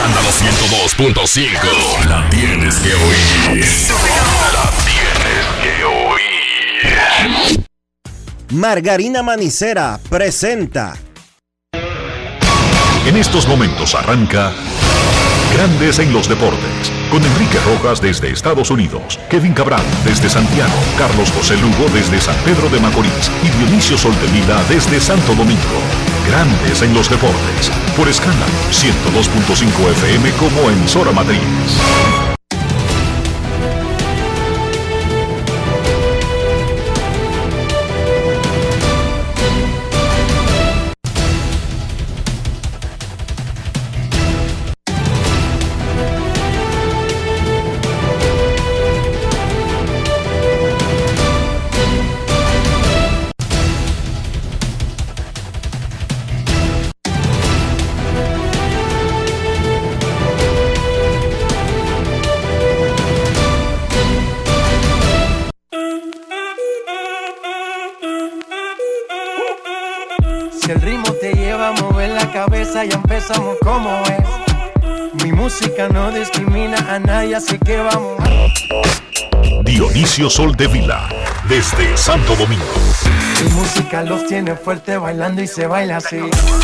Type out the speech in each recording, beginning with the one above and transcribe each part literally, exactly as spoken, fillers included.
Escándalo ciento dos punto cinco. La tienes que oír. La tienes que oír. Margarina Manicera presenta. En estos momentos arranca Grandes en los Deportes, con Enrique Rojas desde Estados Unidos, Kevin Cabral desde Santiago, Carlos José Lugo desde San Pedro de Macorís y Dionisio Soltevila desde Santo Domingo. Grandes en los Deportes, por Escándalo ciento dos punto cinco F M como emisora matriz. Ya empezamos como es. Mi música no discrimina a nadie, así que vamos. Dionisio Soltevila, desde Santo Domingo. Mi música los tiene fuerte bailando y se baila así.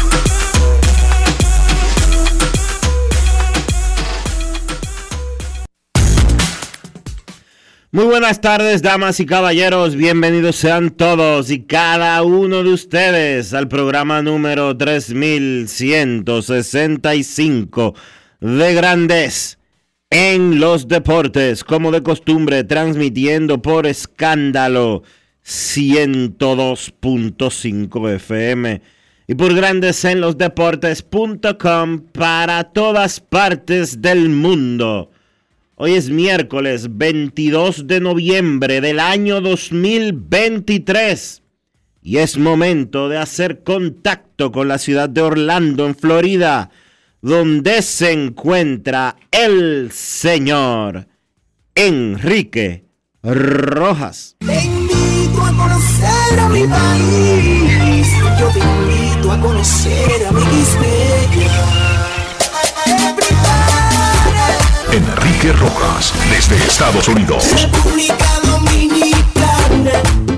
Muy buenas tardes, damas y caballeros. Bienvenidos sean todos y cada uno de ustedes al programa número tres mil ciento sesenta y cinco de Grandes en los Deportes, como de costumbre, transmitiendo por Escándalo ciento dos punto cinco F M y por grandes en los deportes punto com para todas partes del mundo. Hoy es miércoles veintidós de noviembre del año dos mil veintitrés y es momento de hacer contacto con la ciudad de Orlando, en Florida, donde se encuentra el señor Enrique Rojas. Te invito a conocer a mi país, yo te invito a conocer a mi Quisqueya. Enrique Rojas, desde Estados Unidos. República Dominicana.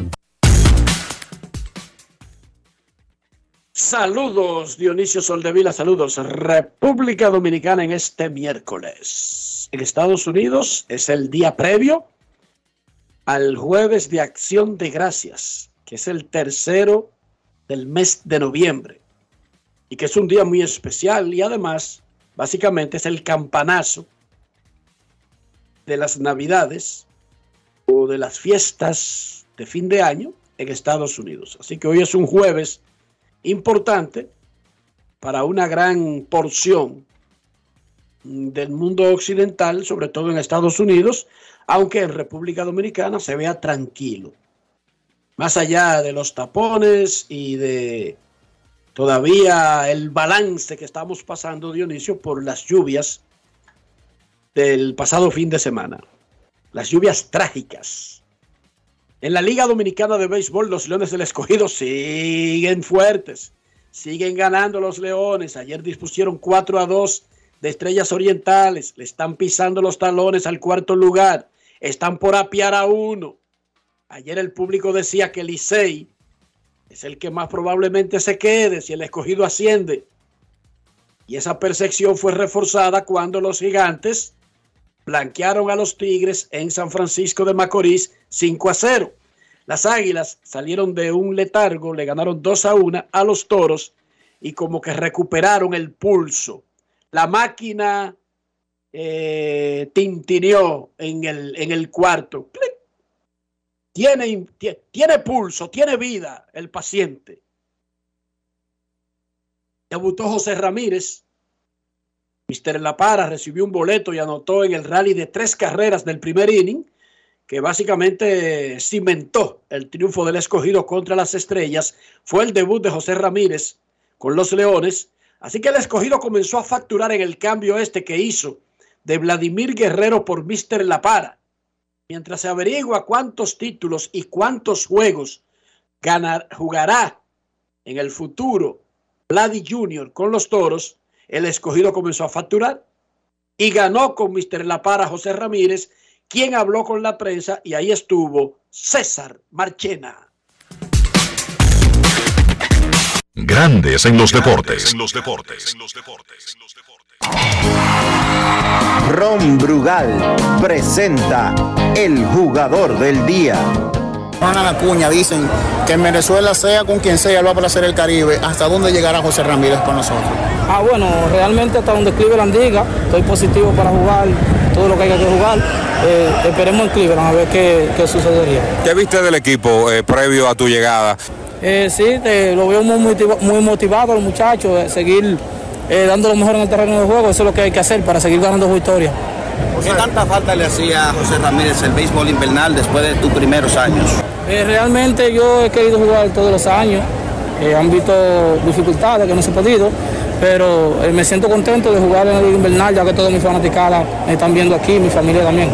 Saludos, Dionisio Soldevila, saludos, República Dominicana, en este miércoles. En Estados Unidos es el día previo al Jueves de Acción de Gracias, que es el tercero del mes de noviembre, y que es un día muy especial, y además, básicamente, es el campanazo de las Navidades o de las fiestas de fin de año en Estados Unidos. Así que hoy es un jueves importante para una gran porción del mundo occidental, sobre todo en Estados Unidos, aunque en República Dominicana se vea tranquilo. Más allá de los tapones y de todavía el balance que estamos pasando, Dionisio, por las lluvias del pasado fin de semana. Las lluvias trágicas. En la Liga Dominicana de Béisbol, los Leones del Escogido siguen fuertes. Siguen ganando los Leones. Ayer dispusieron cuatro a dos de Estrellas Orientales. Le están pisando los talones al cuarto lugar. Están por apiar a uno. Ayer el público decía que Licey es el que más probablemente se quede si el Escogido asciende. Y esa percepción fue reforzada cuando los Gigantes blanquearon a los Tigres en San Francisco de Macorís cinco a cero. Las Águilas salieron de un letargo, le ganaron dos a uno a los Toros y como que recuperaron el pulso. La máquina eh, tintineó en el, en el cuarto. Tiene, tiene, tiene pulso, tiene vida el paciente. Debutó José Ramírez. mister La Para recibió un boleto y anotó en el rally de tres carreras del primer inning, que básicamente cimentó el triunfo del Escogido contra las Estrellas. Fue el debut de José Ramírez con los Leones. Así que el Escogido comenzó a facturar en el cambio este que hizo de Vladimir Guerrero por mister La Para. Mientras se averigua cuántos títulos y cuántos juegos ganar, jugará en el futuro Vladi junior con los Toros, el Escogido comenzó a facturar. y ganó con mister La Para José Ramírez, quien habló con la prensa, y ahí estuvo César Marchena. Grandes en los deportes. En los deportes. En los deportes. Ron Brugal presenta el jugador del día. Ronald Acuña, dicen que en Venezuela, sea con quien sea, él va para hacer el Caribe. ¿Hasta dónde llegará José Ramírez con nosotros? Ah, bueno, realmente hasta donde Cleveland diga, estoy positivo para jugar todo lo que haya que jugar. Eh, esperemos en Cleveland a ver qué, qué sucedería. ¿Qué viste del equipo eh, previo a tu llegada? Eh, sí, te, lo veo muy, motiva, muy motivado a los muchachos, eh, seguir eh, dando lo mejor en el terreno de juego. Eso es lo que hay que hacer para seguir ganando victorias. ¿Qué tanta falta le hacía a José Ramírez el béisbol invernal después de tus primeros años? Eh, realmente yo he querido jugar todos los años, eh, han visto dificultades que no se ha podido, pero eh, me siento contento de jugar en el invernal, ya que todas mis fanaticadas me están viendo aquí, mi familia también.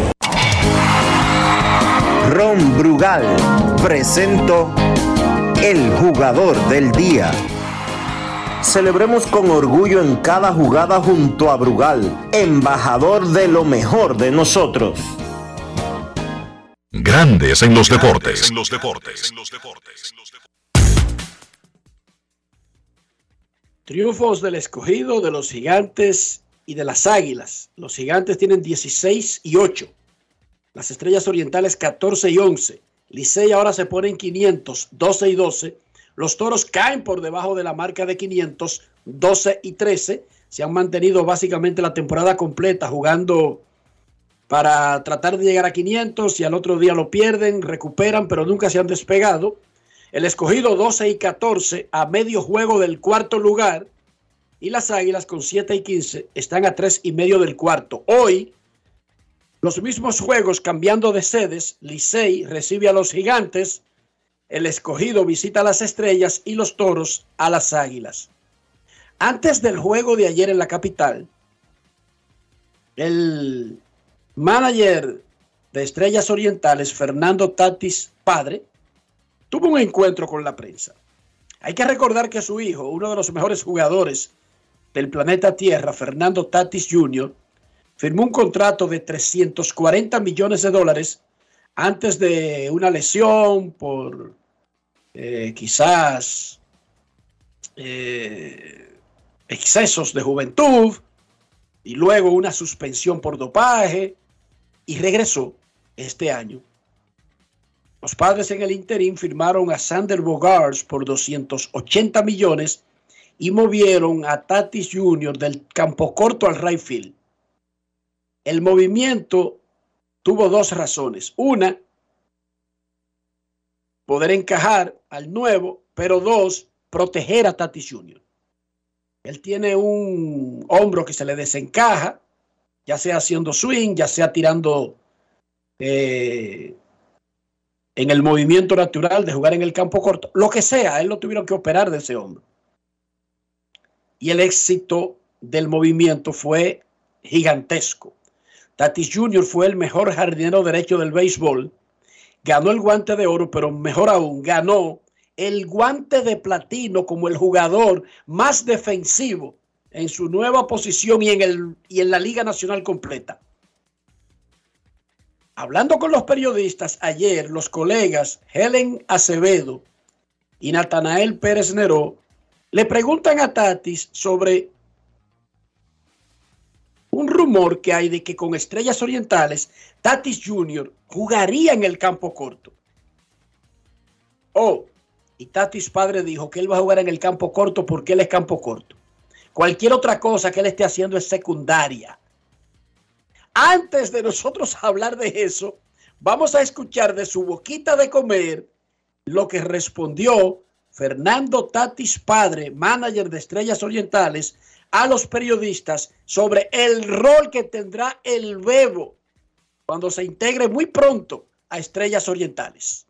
Ron Brugal presentó el jugador del día. Celebremos con orgullo en cada jugada junto a Brugal, embajador de lo mejor de nosotros. Grandes en los deportes. En los deportes. En los deportes. Triunfos del Escogido, de los Gigantes y de las Águilas. Los Gigantes tienen dieciséis y ocho. Las Estrellas Orientales catorce y once. Licey ahora se pone en quinientos, doce y doce. Los Toros caen por debajo de la marca de quinientos, doce y trece. Se han mantenido básicamente la temporada completa jugando para tratar de llegar a quinientos, y al otro día lo pierden, recuperan, pero nunca se han despegado. El Escogido doce y catorce a medio juego del cuarto lugar, y las Águilas con siete y quince están a tres y medio del cuarto. Hoy, los mismos juegos cambiando de sedes. Licey recibe a los Gigantes, el Escogido visita a las Estrellas y los Toros a las Águilas. Antes del juego de ayer en la capital, el manager de Estrellas Orientales, Fernando Tatis Padre, tuvo un encuentro con la prensa. Hay que recordar que su hijo, uno de los mejores jugadores del planeta Tierra, Fernando Tatis junior, firmó un contrato de trescientos cuarenta millones de dólares antes de una lesión por eh, quizás eh, excesos de juventud, y luego una suspensión por dopaje, y regresó este año. Los Padres en el interín firmaron a Sander Bogaerts por doscientos ochenta millones y movieron a Tatis junior del campo corto al right field. El movimiento tuvo dos razones. Una, poder encajar al nuevo, pero dos, proteger a Tatis junior Él tiene un hombro que se le desencaja, ya sea haciendo swing, ya sea tirando eh, en el movimiento natural de jugar en el campo corto, lo que sea, él lo tuvieron que operar de ese hombro. Y el éxito del movimiento fue gigantesco. Tatis junior fue el mejor jardinero derecho del béisbol, ganó el guante de oro, pero mejor aún, ganó el guante de platino como el jugador más defensivo en su nueva posición y en, el, y en la Liga Nacional completa. Hablando con los periodistas ayer, los colegas Helen Acevedo y Natanael Pérez Neró le preguntan a Tatis sobre un rumor que hay de que con Estrellas Orientales, Tatis junior jugaría en el campo corto. Oh, y Tatis Padre dijo que él va a jugar en el campo corto porque él es campo corto. Cualquier otra cosa que él esté haciendo es secundaria. Antes de nosotros hablar de eso, vamos a escuchar de su boquita de comer lo que respondió Fernando Tatis Padre, manager de Estrellas Orientales, a los periodistas sobre el rol que tendrá el Bebo cuando se integre muy pronto a Estrellas Orientales.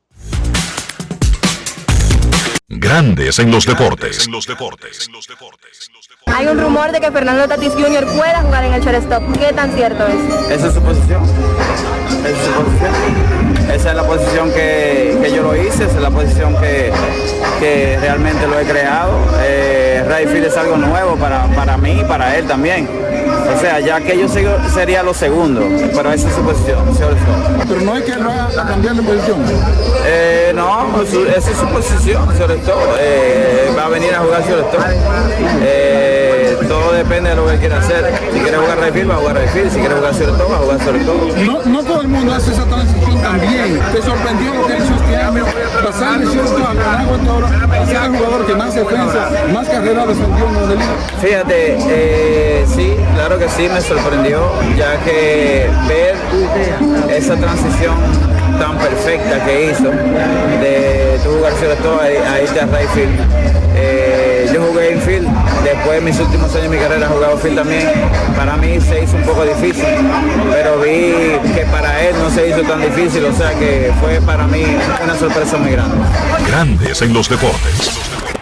Grandes en los deportes. En los deportes. Hay un rumor de que Fernando Tatis junior pueda jugar en el shortstop. ¿Qué tan cierto es? Esa es su posición. Esa es su posición. Esa es la posición que, que yo lo hice, esa es la posición que, que realmente lo he creado. Eh, right field es algo nuevo para, para mí y para él también. O sea, ya que yo sigo, sería lo segundo, pero esa es su posición, shortstop. Pero no es que él va a cambiar de posición. Eh, no, su, esa es su posición, sobre todo. Eh, va a venir a jugar shortstop. Eh, todo depende de lo que quiera hacer. Si quiere jugar refil, va a jugar refil. Si quiere jugar shortstop, va a jugar shortstop. No, no todo el mundo hace esa transición tan bien. ¿Te sorprendió lo que hizo este año? Pasar de shortstop a Managua Toro, a ser el jugador que más defensa, más carreras defendió en la liga. Fíjate, eh, sí, claro que sí, me sorprendió, ya que ver esa transición tan perfecta que hizo de tu jugar shortstop a, a irte a right field. Eh, yo jugué en field, después de mis últimos años de mi carrera he jugado field también. Para mí se hizo un poco difícil, pero vi que para él no se hizo tan difícil, o sea que fue para mí una sorpresa muy grande. Grandes en los deportes.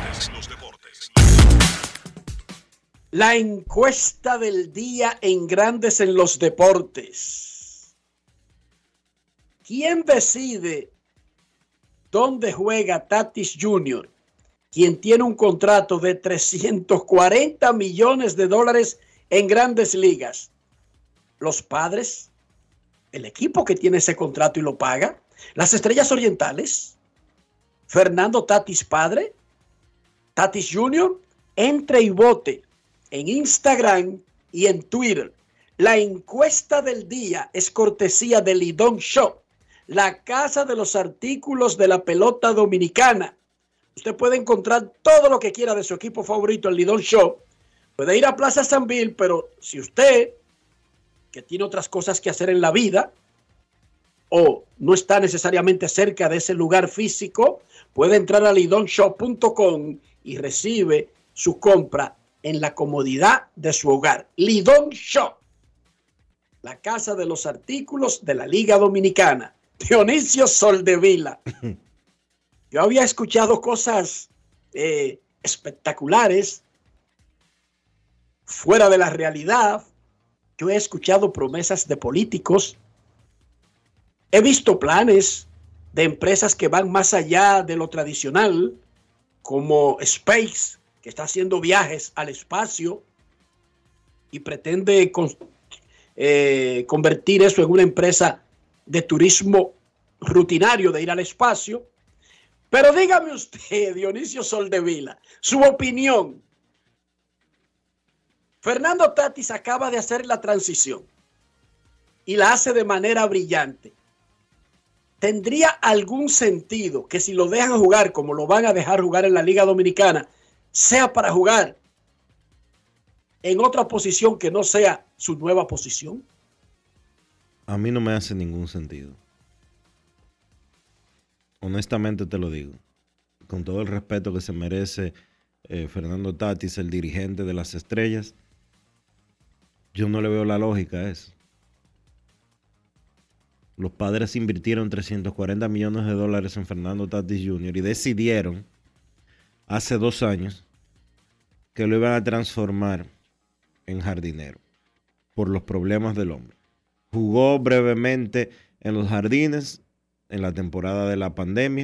La encuesta del día en Grandes en los Deportes. ¿Quién decide dónde juega Tatis junior, quien tiene un contrato de trescientos cuarenta millones de dólares en Grandes Ligas? ¿Los Padres? ¿El equipo que tiene ese contrato y lo paga? ¿Las Estrellas Orientales? ¿Fernando Tatis padre? ¿Tatis junior? Entre y vote en Instagram y en Twitter. La encuesta del día es cortesía de Lidón Shop, la casa de los artículos de la pelota dominicana. Usted puede encontrar todo lo que quiera de su equipo favorito en Lidón Shop. Puede ir a Plaza San Bill, pero si usted, que tiene otras cosas que hacer en la vida, o no está necesariamente cerca de ese lugar físico, puede entrar a lidon shop punto com y recibe su compra en la comodidad de su hogar. Lidón Shop, la casa de los artículos de la Liga Dominicana. Dionisio Soldevila. Yo había escuchado cosas eh, espectaculares, fuera de la realidad. Yo he escuchado promesas de políticos. He visto planes de empresas que van más allá de lo tradicional, como Space, que está haciendo viajes al espacio y pretende con, eh, convertir eso en una empresa de turismo rutinario de ir al espacio. Pero dígame usted, Dionisio Soldevila, su opinión. Fernando Tatis acaba de hacer la transición y la hace de manera brillante. ¿Tendría algún sentido que si lo dejan jugar como lo van a dejar jugar en la Liga Dominicana, sea para jugar en otra posición que no sea su nueva posición? A mí no me hace ningún sentido. Honestamente te lo digo. Con todo el respeto que se merece eh, Fernando Tatis, el dirigente de las Estrellas, yo no le veo la lógica a eso. Los Padres invirtieron trescientos cuarenta millones de dólares en Fernando Tatis junior y decidieron hace dos años que lo iban a transformar en jardinero por los problemas del hombre. Jugó brevemente en los Jardines en la temporada de la pandemia.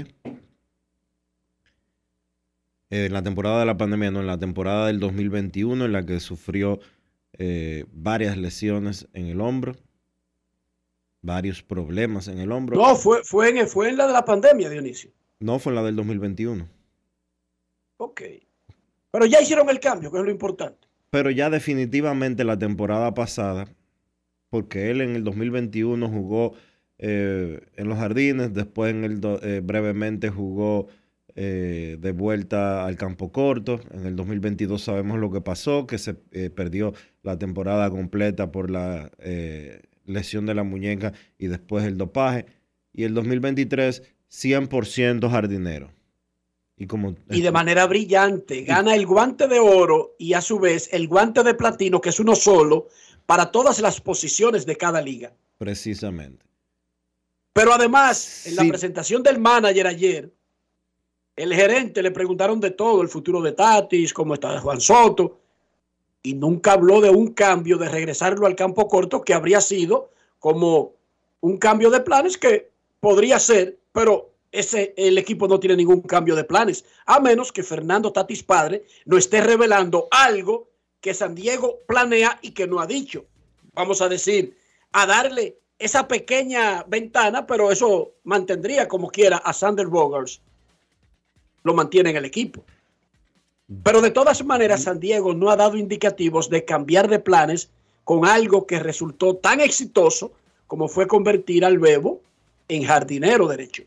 En la temporada de la pandemia, no, en la temporada del dos mil veintiuno, en la que sufrió eh, varias lesiones en el hombro, varios problemas en el hombro. No, fue, fue, en, fue en la de la pandemia, Dionisio. No, fue en la del dos mil veintiuno. Ok. Pero ya hicieron el cambio, que es lo importante. Pero ya definitivamente la temporada pasada, porque él en el dos mil veintiuno jugó eh, en los Jardines, después en el do, eh, brevemente jugó eh, de vuelta al campo corto. En el dos mil veintidós sabemos lo que pasó, que se eh, perdió la temporada completa por la eh, lesión de la muñeca y después el dopaje. Y el dos mil veintitrés, cien por ciento jardinero. Y, como, y de manera brillante, gana el guante de oro y a su vez el guante de platino, que es uno solo, para todas las posiciones de cada liga. Precisamente. Pero además, en sí. la presentación del manager ayer, el gerente le preguntaron de todo, el futuro de Tatis, cómo está Juan Soto, y nunca habló de un cambio, de regresarlo al campo corto, que habría sido como un cambio de planes que podría ser, pero ese, el equipo no tiene ningún cambio de planes, a menos que Fernando Tatis padre no esté revelando algo que San Diego planea y que no ha dicho. Vamos a decir, a darle esa pequeña ventana, pero eso mantendría como quiera a Xander Bogaerts. Lo mantiene en el equipo. Pero de todas maneras, San Diego no ha dado indicativos de cambiar de planes con algo que resultó tan exitoso como fue convertir al Bebo en jardinero derecho.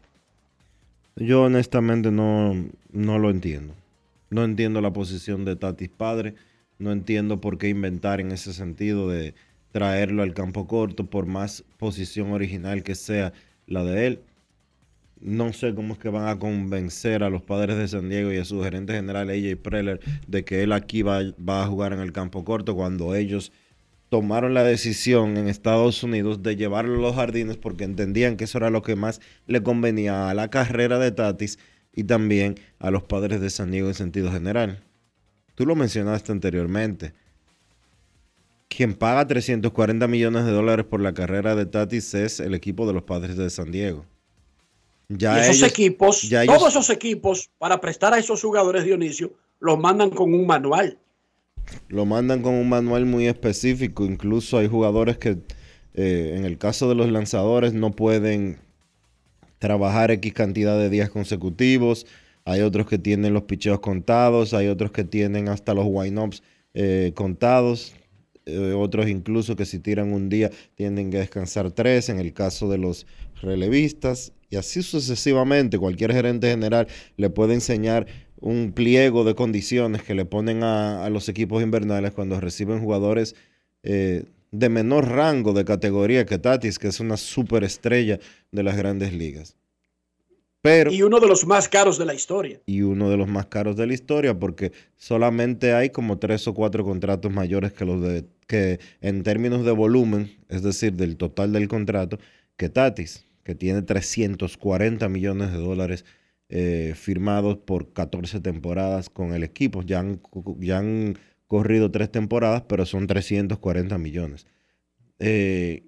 Yo honestamente no, no lo entiendo. No entiendo la posición de Tatis padre. No entiendo por qué inventar en ese sentido de traerlo al campo corto, por más posición original que sea la de él. No sé cómo es que van a convencer a los Padres de San Diego y a su gerente general A J Preller de que él aquí va, va a jugar en el campo corto cuando ellos tomaron la decisión en Estados Unidos de llevarlo a los jardines porque entendían que eso era lo que más le convenía a la carrera de Tatis y también a los Padres de San Diego en sentido general. Tú lo mencionaste anteriormente. Quien paga trescientos cuarenta millones de dólares por la carrera de Tatis es el equipo de los Padres de San Diego. Ya y esos ellos, equipos, ya todos ellos, esos equipos, para prestar a esos jugadores, Dionisio, los mandan con un manual. Lo mandan con un manual muy específico. Incluso hay jugadores que, eh, en el caso de los lanzadores, no pueden trabajar X cantidad de días consecutivos. Hay otros que tienen los picheos contados. Hay otros que tienen hasta los wind-ups eh, contados. Eh, otros incluso que si tiran un día tienen que descansar tres. En el caso de los relevistas. Y así sucesivamente. Cualquier gerente general le puede enseñar un pliego de condiciones que le ponen a, a los equipos invernales cuando reciben jugadores eh, de menor rango de categoría que Tatis, que es una superestrella de las grandes ligas. Pero, y uno de los más caros de la historia. Y uno de los más caros de la historia, porque solamente hay como tres o cuatro contratos mayores que los de, que en términos de volumen, es decir, del total del contrato, que Tatis, que tiene trescientos cuarenta millones de dólares Eh, firmados por catorce temporadas con el equipo. Ya han, ya han corrido tres temporadas, pero son trescientos cuarenta millones. Eh,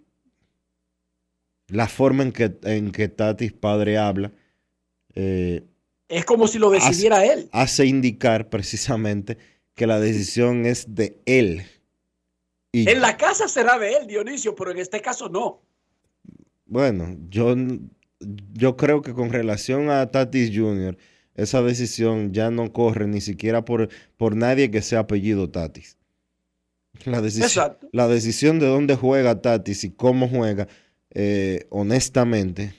la forma en que, en que Tatis padre habla eh, es como si lo decidiera hace, él. Hace indicar precisamente que la decisión es de él. Y en la casa será de él, Dionisio, pero en este caso no. Bueno, yo... Yo creo que con relación a Tatis junior, esa decisión ya no corre ni siquiera por, por nadie que sea apellido Tatis. La decisión, la decisión de dónde juega Tatis y cómo juega, eh, honestamente,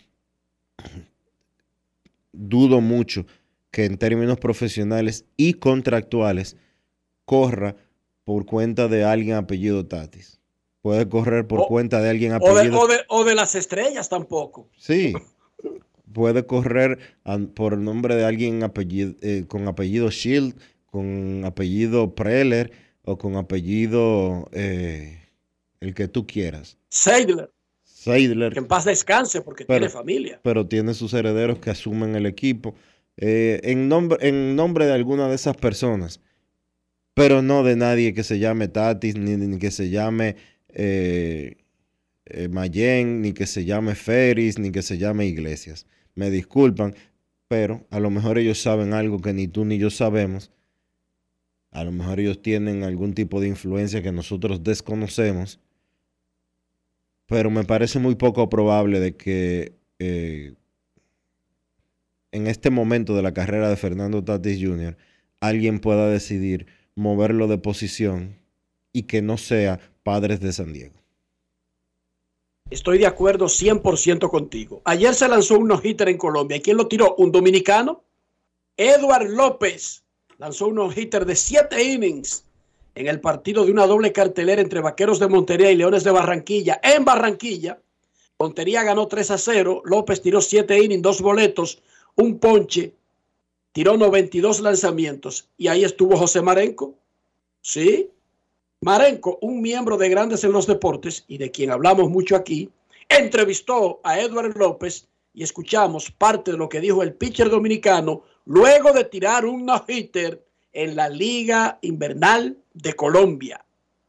dudo mucho que en términos profesionales y contractuales corra por cuenta de alguien apellido Tatis. Puede correr por o, cuenta de alguien apellido... O de, o, de, o de las estrellas tampoco. Sí. Puede correr a, por el nombre de alguien apellido, eh, con apellido Shield, con apellido Preller o con apellido eh, el que tú quieras. Seidler. Seidler. Que en paz descanse porque pero, tiene familia. Pero tiene sus herederos que asumen el equipo eh, en, nombre, en nombre de alguna de esas personas. Pero no de nadie que se llame Tatis, ni, ni que se llame... Eh, eh, Mayen, ni que se llame Ferris, ni que se llame Iglesias. Me disculpan, pero a lo mejor ellos saben algo que ni tú ni yo sabemos. A lo mejor ellos tienen algún tipo de influencia que nosotros desconocemos. Pero me parece muy poco probable de que eh, en este momento de la carrera de Fernando Tatis junior alguien pueda decidir moverlo de posición y que no sea Padres de San Diego. Estoy de acuerdo cien por ciento contigo. Ayer se lanzó un no-hitter en Colombia. ¿Y quién lo tiró? ¿Un dominicano? Edward López lanzó un no-hitter de siete innings en el partido de una doble cartelera entre Vaqueros de Montería y Leones de Barranquilla. En Barranquilla, Montería ganó tres a cero. López tiró siete innings, dos boletos, un ponche. Tiró noventa y dos lanzamientos. Y ahí estuvo José Marenco. ¿Sí? Marenco, un miembro de Grandes en los Deportes y de quien hablamos mucho aquí, entrevistó a Edward López y escuchamos parte de lo que dijo el pitcher dominicano luego de tirar un no-hitter en la Liga Invernal de Colombia.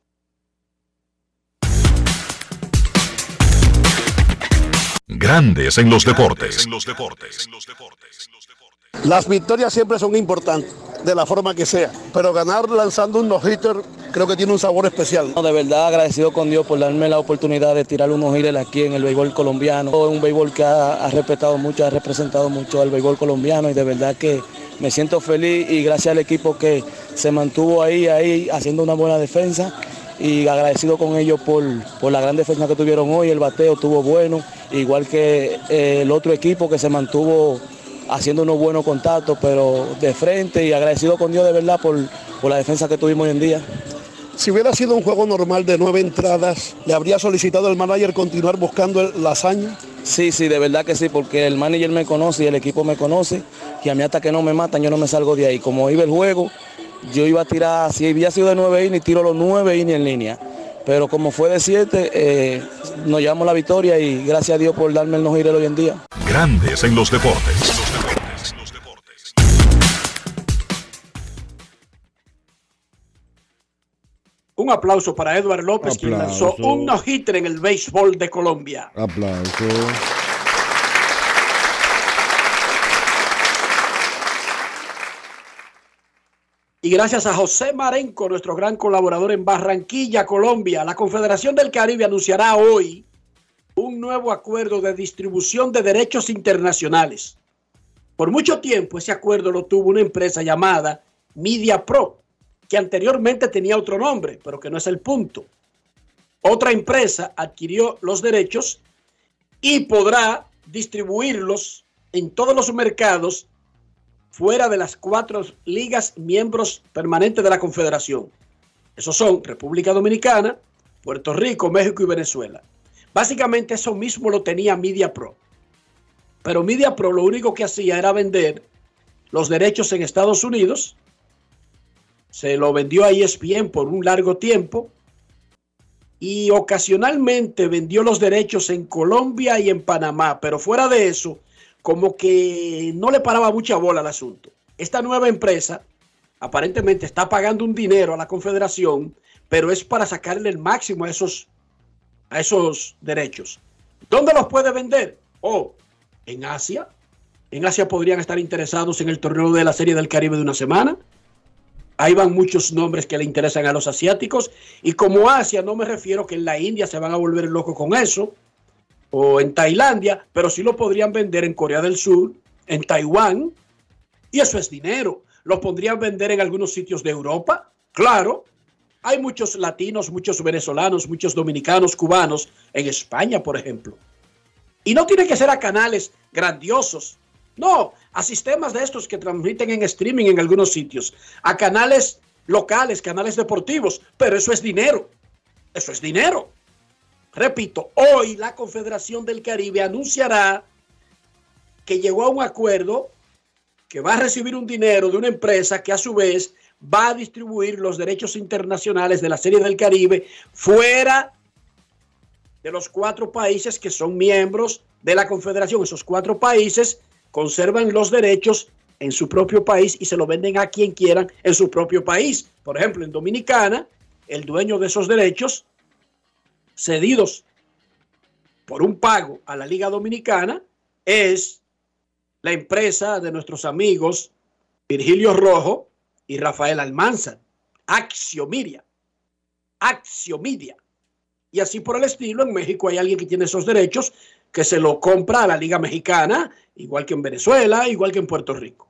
Grandes en los deportes. Las victorias siempre son importantes. de la forma que sea. Pero ganar lanzando un no-hitter creo que tiene un sabor especial. No, de verdad agradecido con Dios por darme la oportunidad de tirar unos hitters aquí en el béisbol colombiano. Es un béisbol que ha, ha respetado mucho, ha representado mucho al béisbol colombiano y de verdad que me siento feliz y gracias al equipo que se mantuvo ahí, ahí haciendo una buena defensa y agradecido con ellos por, por la gran defensa que tuvieron hoy. El bateo estuvo bueno, igual que eh, el otro equipo que se mantuvo haciendo unos buenos contactos, pero de frente, y agradecido con Dios de verdad por, por la defensa que tuvimos hoy en día. Si hubiera sido un juego normal de nueve entradas, ¿le habría solicitado al manager continuar buscando la hazaña? Sí, sí, de verdad que sí, porque el manager me conoce y el equipo me conoce, y a mí hasta que no me matan yo no me salgo de ahí. Como iba el juego, yo iba a tirar, si había sido de nueve innings, tiro los nueve innings en línea. Pero como fue de siete, eh, nos llevamos la victoria y gracias a Dios por darme el no-hitter hoy en día. Grandes en los deportes. Un aplauso para Edward López, aplauso, quien lanzó un no-hitter en el béisbol de Colombia. Aplauso. Y gracias a José Marenco, nuestro gran colaborador en Barranquilla, Colombia, la Confederación del Caribe anunciará hoy un nuevo acuerdo de distribución de derechos internacionales. Por mucho tiempo ese acuerdo lo tuvo una empresa llamada Media Pro, que anteriormente tenía otro nombre, pero que no es el punto. Otra empresa adquirió los derechos y podrá distribuirlos en todos los mercados fuera de las cuatro ligas miembros permanentes de la Confederación. Esos son República Dominicana, Puerto Rico, México y Venezuela. Básicamente eso mismo lo tenía Media Pro. Pero Media Pro lo único que hacía era vender los derechos en Estados Unidos. Se lo vendió a E S P N por un largo tiempo y ocasionalmente vendió los derechos en Colombia y en Panamá, pero fuera de eso, como que no le paraba mucha bola al asunto. Esta nueva empresa aparentemente está pagando un dinero a la Confederación, pero es para sacarle el máximo a esos, a esos derechos. ¿Dónde los puede vender? Oh, en Asia. En Asia podrían estar interesados en el torneo de la Serie del Caribe de una semana. Ahí van muchos nombres que le interesan a los asiáticos. Y como Asia, no me refiero que en la India se van a volver locos con eso, o en Tailandia, pero sí lo podrían vender en Corea del Sur, en Taiwán, y eso es dinero. Lo podrían vender en algunos sitios de Europa, claro. Hay muchos latinos, muchos venezolanos, muchos dominicanos, cubanos, en España, por ejemplo. Y no tiene que ser a canales grandiosos. No, a sistemas de estos que transmiten en streaming en algunos sitios, a canales locales, canales deportivos, pero eso es dinero, eso es dinero. Repito, hoy la Confederación del Caribe anunciará que llegó a un acuerdo que va a recibir un dinero de una empresa que a su vez va a distribuir los derechos internacionales de la Serie del Caribe fuera de los cuatro países que son miembros de la Confederación. Esos cuatro países conservan los derechos en su propio país y se lo venden a quien quieran en su propio país. Por ejemplo, en Dominicana, el dueño de esos derechos cedidos por un pago a la Liga Dominicana es la empresa de nuestros amigos Virgilio Rojo y Rafael Almanzar, Axiomedia. Axiomedia. Y así por el estilo, en México hay alguien que tiene esos derechos que se lo compra a la Liga Mexicana, igual que en Venezuela, igual que en Puerto Rico.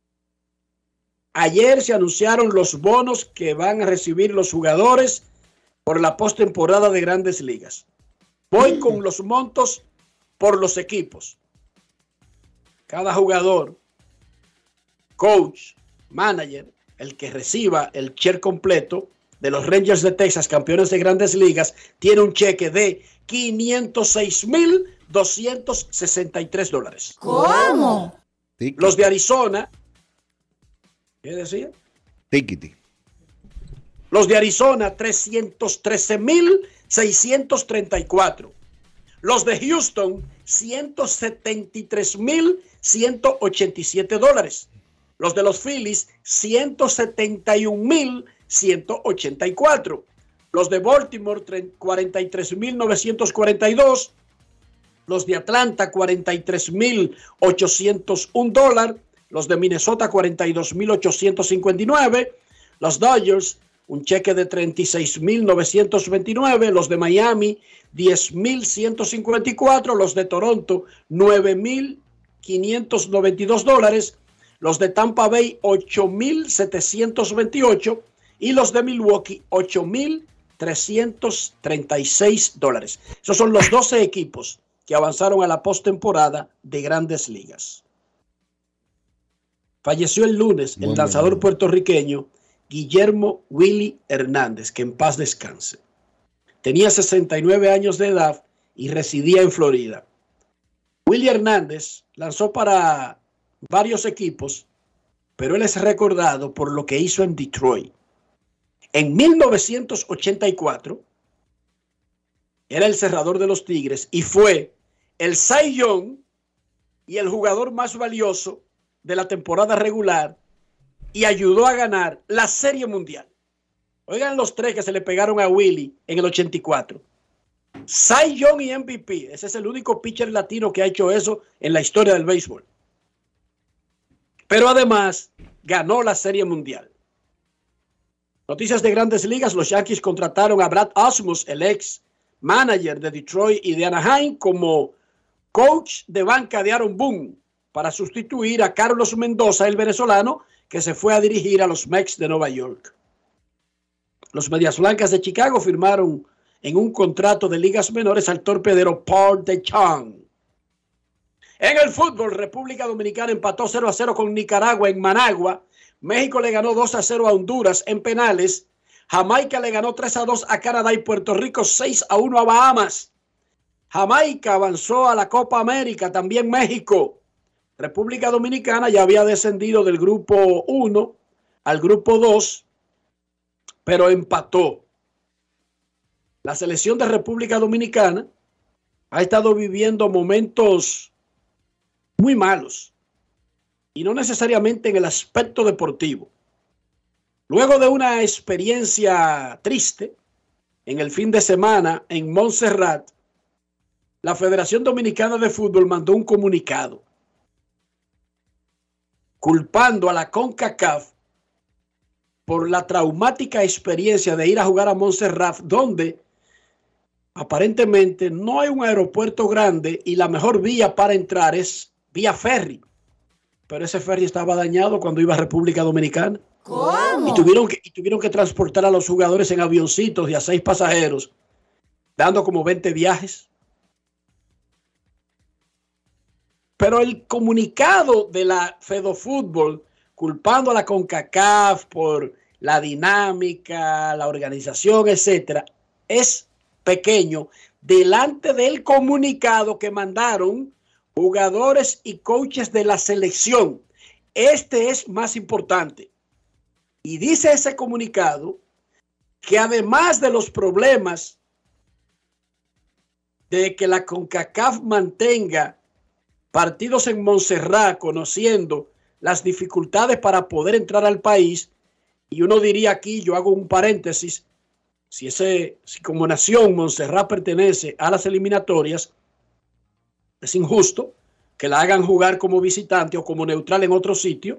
Ayer se anunciaron los bonos que van a recibir los jugadores por la postemporada de Grandes Ligas. Voy con los montos por los equipos. Cada jugador, coach, manager, el que reciba el cheque completo de los Rangers de Texas, campeones de Grandes Ligas, tiene un cheque de quinientos seis mil doscientos sesenta y tres dólares. ¿Cómo? Los de Arizona, ¿qué decía? Tiquiti. Los de Arizona, trescientos trece mil seiscientos treinta y cuatro. Los de Houston, ciento setenta y tres mil ciento ochenta y siete dólares. Los de los Phillies, ciento setenta y un mil ciento ochenta y cuatro. Los de Baltimore, cuarenta y tres mil novecientos cuarenta y dos. Los de Atlanta, cuarenta y tres mil ochocientos un dólares. Los de Minnesota, cuarenta y dos mil ochocientos cincuenta y nueve. Los Dodgers, un cheque de treinta y seis mil novecientos veintinueve. Los de Miami, diez mil ciento cincuenta y cuatro. Los de Toronto, nueve mil quinientos noventa y dos dólares. Los de Tampa Bay, ocho mil setecientos veintiocho. Y los de Milwaukee, ocho mil trescientos treinta y seis dólares. Esos son los doce equipos que avanzaron a la postemporada de Grandes Ligas. Falleció el lunes el lanzador puertorriqueño Guillermo Willy Hernández, que en paz descanse. Tenía sesenta y nueve años de edad y residía en Florida. Willy Hernández lanzó para varios equipos, pero él es recordado por lo que hizo en Detroit. En mil novecientos ochenta y cuatro, era el cerrador de los Tigres y fue el Cy Young y el jugador más valioso de la temporada regular y ayudó a ganar la Serie Mundial. Oigan los tres que se le pegaron a Willy en el ochenta y cuatro. Cy Young y M V P. Ese es el único pitcher latino que ha hecho eso en la historia del béisbol. Pero además ganó la Serie Mundial. Noticias de Grandes Ligas. Los Yankees contrataron a Brad Osmus, el ex manager de Detroit y de Anaheim, como coach de banca de Aaron Boone para sustituir a Carlos Mendoza, el venezolano, que se fue a dirigir a los Mets de Nueva York. Los Medias Blancas de Chicago firmaron en un contrato de ligas menores al torpedero Paul DeJong. En el fútbol, República Dominicana empató cero a cero con Nicaragua en Managua. México le ganó dos a cero a Honduras en penales. Jamaica le ganó tres a dos a Canadá y Puerto Rico seis a uno a Bahamas. Jamaica avanzó a la Copa América, también México. República Dominicana ya había descendido del grupo uno al grupo dos, pero empató. La selección de República Dominicana ha estado viviendo momentos muy malos, y no necesariamente en el aspecto deportivo. Luego de una experiencia triste en el fin de semana en Montserrat, la Federación Dominicana de Fútbol mandó un comunicado culpando a la CONCACAF por la traumática experiencia de ir a jugar a Montserrat, donde aparentemente no hay un aeropuerto grande y la mejor vía para entrar es vía ferry. Pero ese ferry estaba dañado cuando iba a República Dominicana. ¿Cómo? Y tuvieron que, y tuvieron que transportar a los jugadores en avioncitos y a seis pasajeros, dando como veinte viajes. Pero el comunicado de la FedoFútbol culpando a la CONCACAF por la dinámica, la organización, etcétera, es pequeño delante del comunicado que mandaron jugadores y coaches de la selección. Este es más importante. Y dice ese comunicado que además de los problemas de que la CONCACAF mantenga partidos en Montserrat, conociendo las dificultades para poder entrar al país, y uno diría aquí, yo hago un paréntesis, si, ese, si como nación Montserrat pertenece a las eliminatorias, es injusto que la hagan jugar como visitante o como neutral en otro sitio,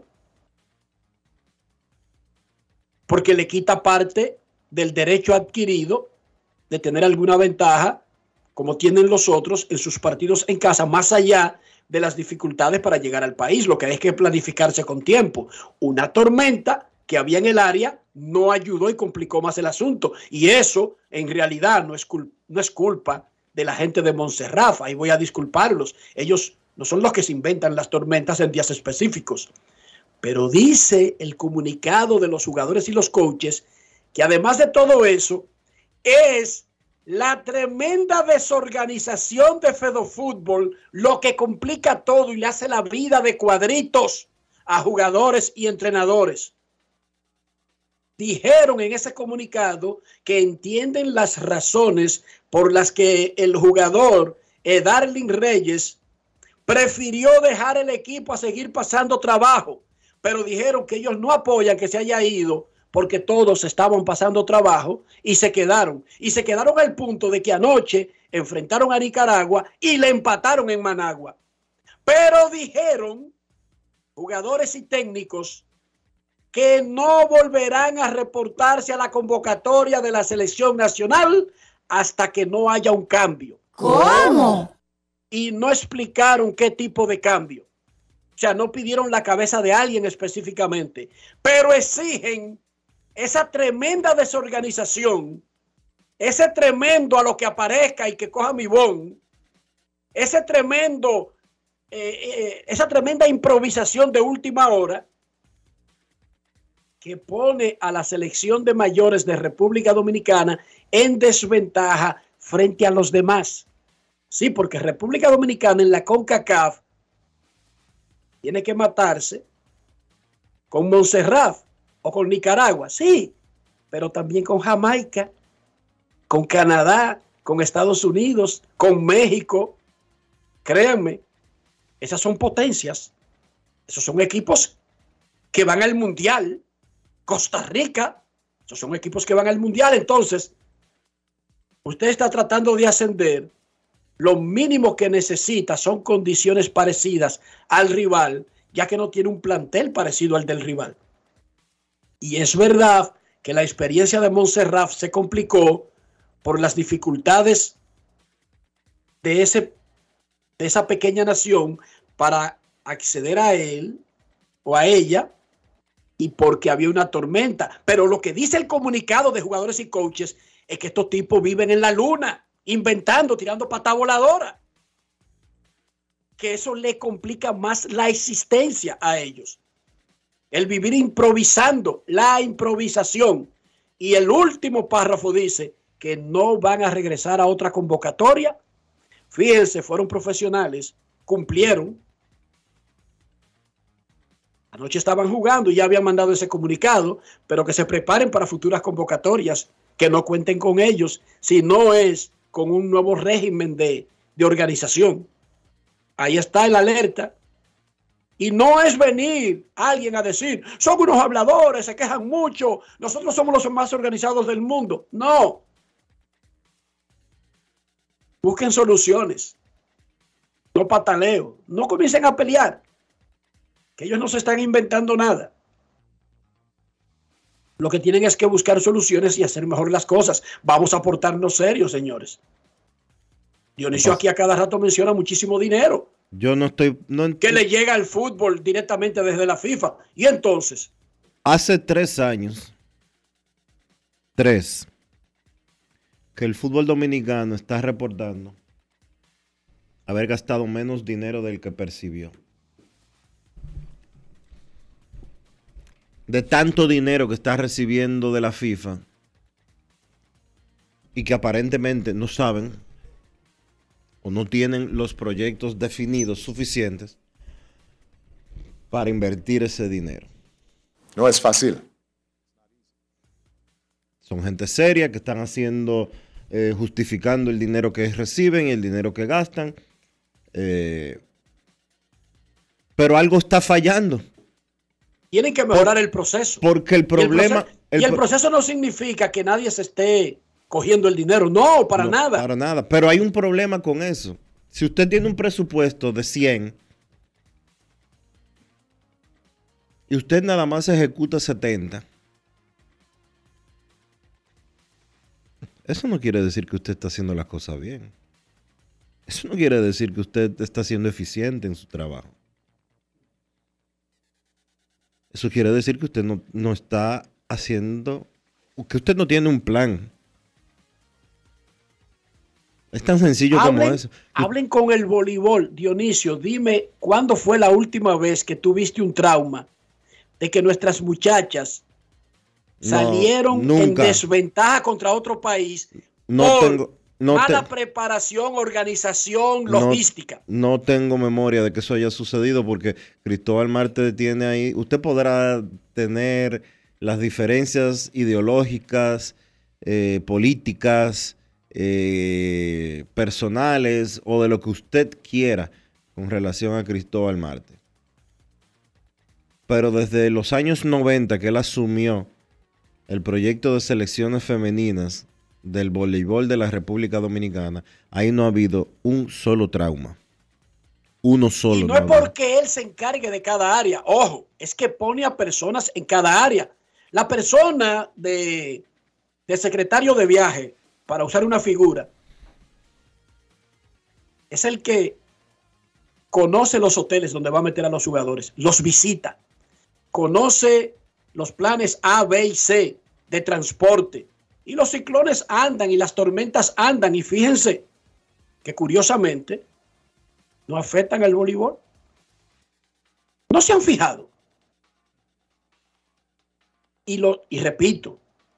porque le quita parte del derecho adquirido de tener alguna ventaja, como tienen los otros en sus partidos en casa, más allá de las dificultades para llegar al país. Lo que hay que planificarse con tiempo. Una tormenta que había en el área no ayudó y complicó más el asunto. Y eso, en realidad, no es, cul- no es culpa de la gente de Montserrat. Ahí voy a disculparlos. Ellos no son los que se inventan las tormentas en días específicos. Pero dice el comunicado de los jugadores y los coaches que además de todo eso, es la tremenda desorganización de FedoFútbol lo que complica todo y le hace la vida de cuadritos a jugadores y entrenadores. Dijeron en ese comunicado que entienden las razones por las que el jugador Edarlin Reyes prefirió dejar el equipo a seguir pasando trabajo, pero dijeron que ellos no apoyan que se haya ido porque todos estaban pasando trabajo y se quedaron. Y se quedaron al punto de que anoche enfrentaron a Nicaragua y le empataron en Managua. Pero dijeron jugadores y técnicos que no volverán a reportarse a la convocatoria de la selección nacional hasta que no haya un cambio. ¿Cómo? Y no explicaron qué tipo de cambio. O sea, no pidieron la cabeza de alguien específicamente, pero exigen esa tremenda desorganización, ese tremendo a lo que aparezca y que coja mi bon, ese tremendo, eh, eh, esa tremenda improvisación de última hora que pone a la selección de mayores de República Dominicana en desventaja frente a los demás. Sí, porque República Dominicana en la CONCACAF tiene que matarse con Montserrat o con Nicaragua, sí, pero también con Jamaica, con Canadá, con Estados Unidos, con México. Créanme, esas son potencias, esos son equipos que van al Mundial. Costa Rica, esos son equipos que van al Mundial. Entonces, usted está tratando de ascender, lo mínimo que necesita son condiciones parecidas al rival, ya que no tiene un plantel parecido al del rival. Y es verdad que la experiencia de Montserrat se complicó por las dificultades de, ese, de esa pequeña nación para acceder a él o a ella, y porque había una tormenta. Pero lo que dice el comunicado de jugadores y coaches es que estos tipos viven en la luna, inventando, tirando patada voladora. Que eso le complica más la existencia a ellos. El vivir improvisando, la improvisación. Y el último párrafo dice que no van a regresar a otra convocatoria. Fíjense, fueron profesionales, cumplieron. Anoche estaban jugando y ya habían mandado ese comunicado, pero que se preparen para futuras convocatorias, que no cuenten con ellos, si no es con un nuevo régimen de, de organización. Ahí está el alerta. Y no es venir alguien a decir, son unos habladores, se quejan mucho, nosotros somos los más organizados del mundo. No. Busquen soluciones. No pataleo. No comiencen a pelear. Que ellos no se están inventando nada. Lo que tienen es que buscar soluciones y hacer mejor las cosas. Vamos a portarnos serios, señores. Dionisio aquí a cada rato menciona muchísimo dinero. Yo no estoy... No ent- que le llega al fútbol directamente desde la FIFA. Y entonces... Hace tres años, tres, que el fútbol dominicano está reportando haber gastado menos dinero del que percibió. De tanto dinero que está recibiendo de la FIFA y que aparentemente no saben o no tienen los proyectos definidos suficientes para invertir ese dinero. No es fácil. Son gente seria que están haciendo, eh, justificando el dinero que reciben y el dinero que gastan. Eh, pero algo está fallando. Tienen que mejorar Por, el proceso. Porque el problema... Y el proceso, el, y el proceso no significa que nadie se esté cogiendo el dinero. No, para no, nada. Para nada. Pero hay un problema con eso. Si usted tiene un presupuesto de cien y usted nada más ejecuta setenta, eso no quiere decir que usted está haciendo las cosas bien. Eso no quiere decir que usted está siendo eficiente en su trabajo. Eso quiere decir que usted no, no está haciendo, que usted no tiene un plan. Es tan sencillo hablen, como eso. Hablen con el voleibol. Dionisio, dime, ¿cuándo fue la última vez que tuviste un trauma de que nuestras muchachas no, salieron nunca. en desventaja contra otro país no por tengo, no mala te, preparación, organización, logística? No, no tengo memoria de que eso haya sucedido porque Cristóbal Marte tiene ahí. Usted podrá tener las diferencias ideológicas, eh, políticas, eh, personales o de lo que usted quiera con relación a Cristóbal Marte. Pero desde los años noventa que él asumió el proyecto de selecciones femeninas del voleibol de la República Dominicana, ahí no ha habido un solo trauma. uno solo. Y no, no es porque él se encargue de cada área. Ojo, es que pone a personas en cada área. La persona de, de secretario de viaje, para usar una figura, es el que conoce los hoteles donde va a meter a los jugadores, los visita, conoce los planes A, B y C de transporte. Y los ciclones andan y las tormentas andan. Y fíjense que curiosamente no afectan al voleibol. No se han fijado. Y, lo, y repito,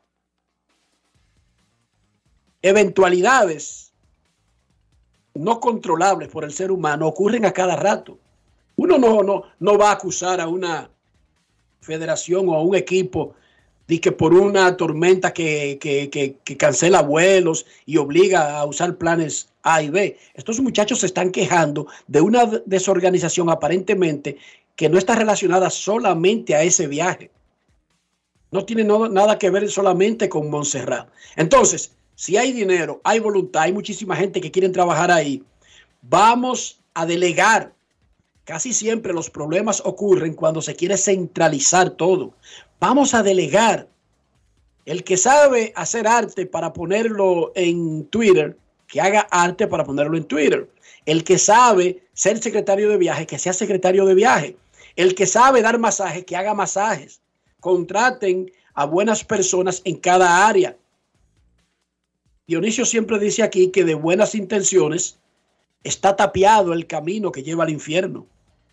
eventualidades no controlables por el ser humano ocurren a cada rato. Uno no, no, no va a acusar a una federación o a un equipo de que por una tormenta que, que, que, que cancela vuelos y obliga a usar planes A y B. Estos muchachos se están quejando de una desorganización aparentemente que no está relacionada solamente a ese viaje. No tiene no, nada que ver solamente con Montserrat. Entonces, si hay dinero, hay voluntad, hay muchísima gente que quiere trabajar ahí, vamos a delegar. Casi siempre los problemas ocurren cuando se quiere centralizar todo. Vamos a delegar. El que sabe hacer arte para ponerlo en Twitter, que haga arte para ponerlo en Twitter. El que sabe ser secretario de viaje, que sea secretario de viaje. El que sabe dar masajes, que haga masajes. Contraten a buenas personas en cada área. Dionisio siempre dice aquí que de buenas intenciones está tapiado el camino que lleva al infierno.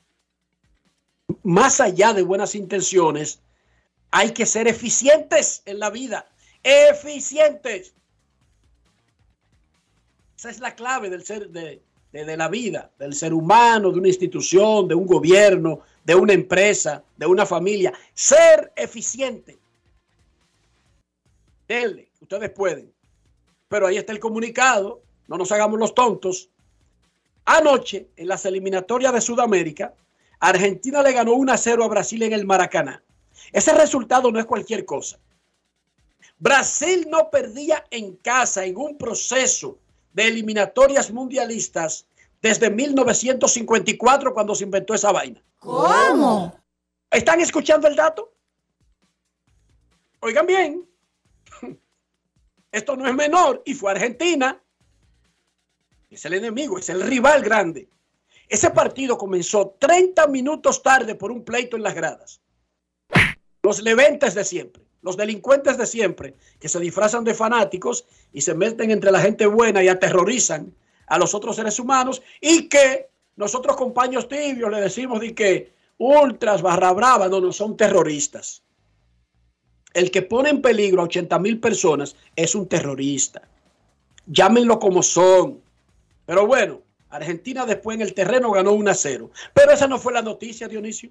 Más allá de buenas intenciones, hay que ser eficientes en la vida. Eficientes. Esa es la clave del ser, de, de, de la vida, del ser humano, de una institución, de un gobierno, de una empresa, de una familia. Ser eficiente. Denle, ustedes pueden. Pero ahí está el comunicado. No nos hagamos los tontos. Anoche, en las eliminatorias de Sudamérica, Argentina le ganó uno a cero a Brasil en el Maracaná. Ese resultado no es cualquier cosa. Brasil no perdía en casa en un proceso de eliminatorias mundialistas desde mil novecientos cincuenta y cuatro, cuando se inventó esa vaina. ¿Cómo? ¿Están escuchando el dato? Oigan bien. Esto no es menor y fue Argentina. Es el enemigo, es el rival grande. Ese partido comenzó treinta minutos tarde por un pleito en las gradas. Los leventes de siempre, los delincuentes de siempre, que se disfrazan de fanáticos y se meten entre la gente buena y aterrorizan a los otros seres humanos, y que nosotros con paños tibios le decimos de que ultras, barra brava, no, no, son terroristas. El que pone en peligro a ochenta mil personas es un terrorista. Llámenlo como son. Pero bueno, Argentina después en el terreno ganó uno a cero. Pero esa no fue la noticia, Dionisio.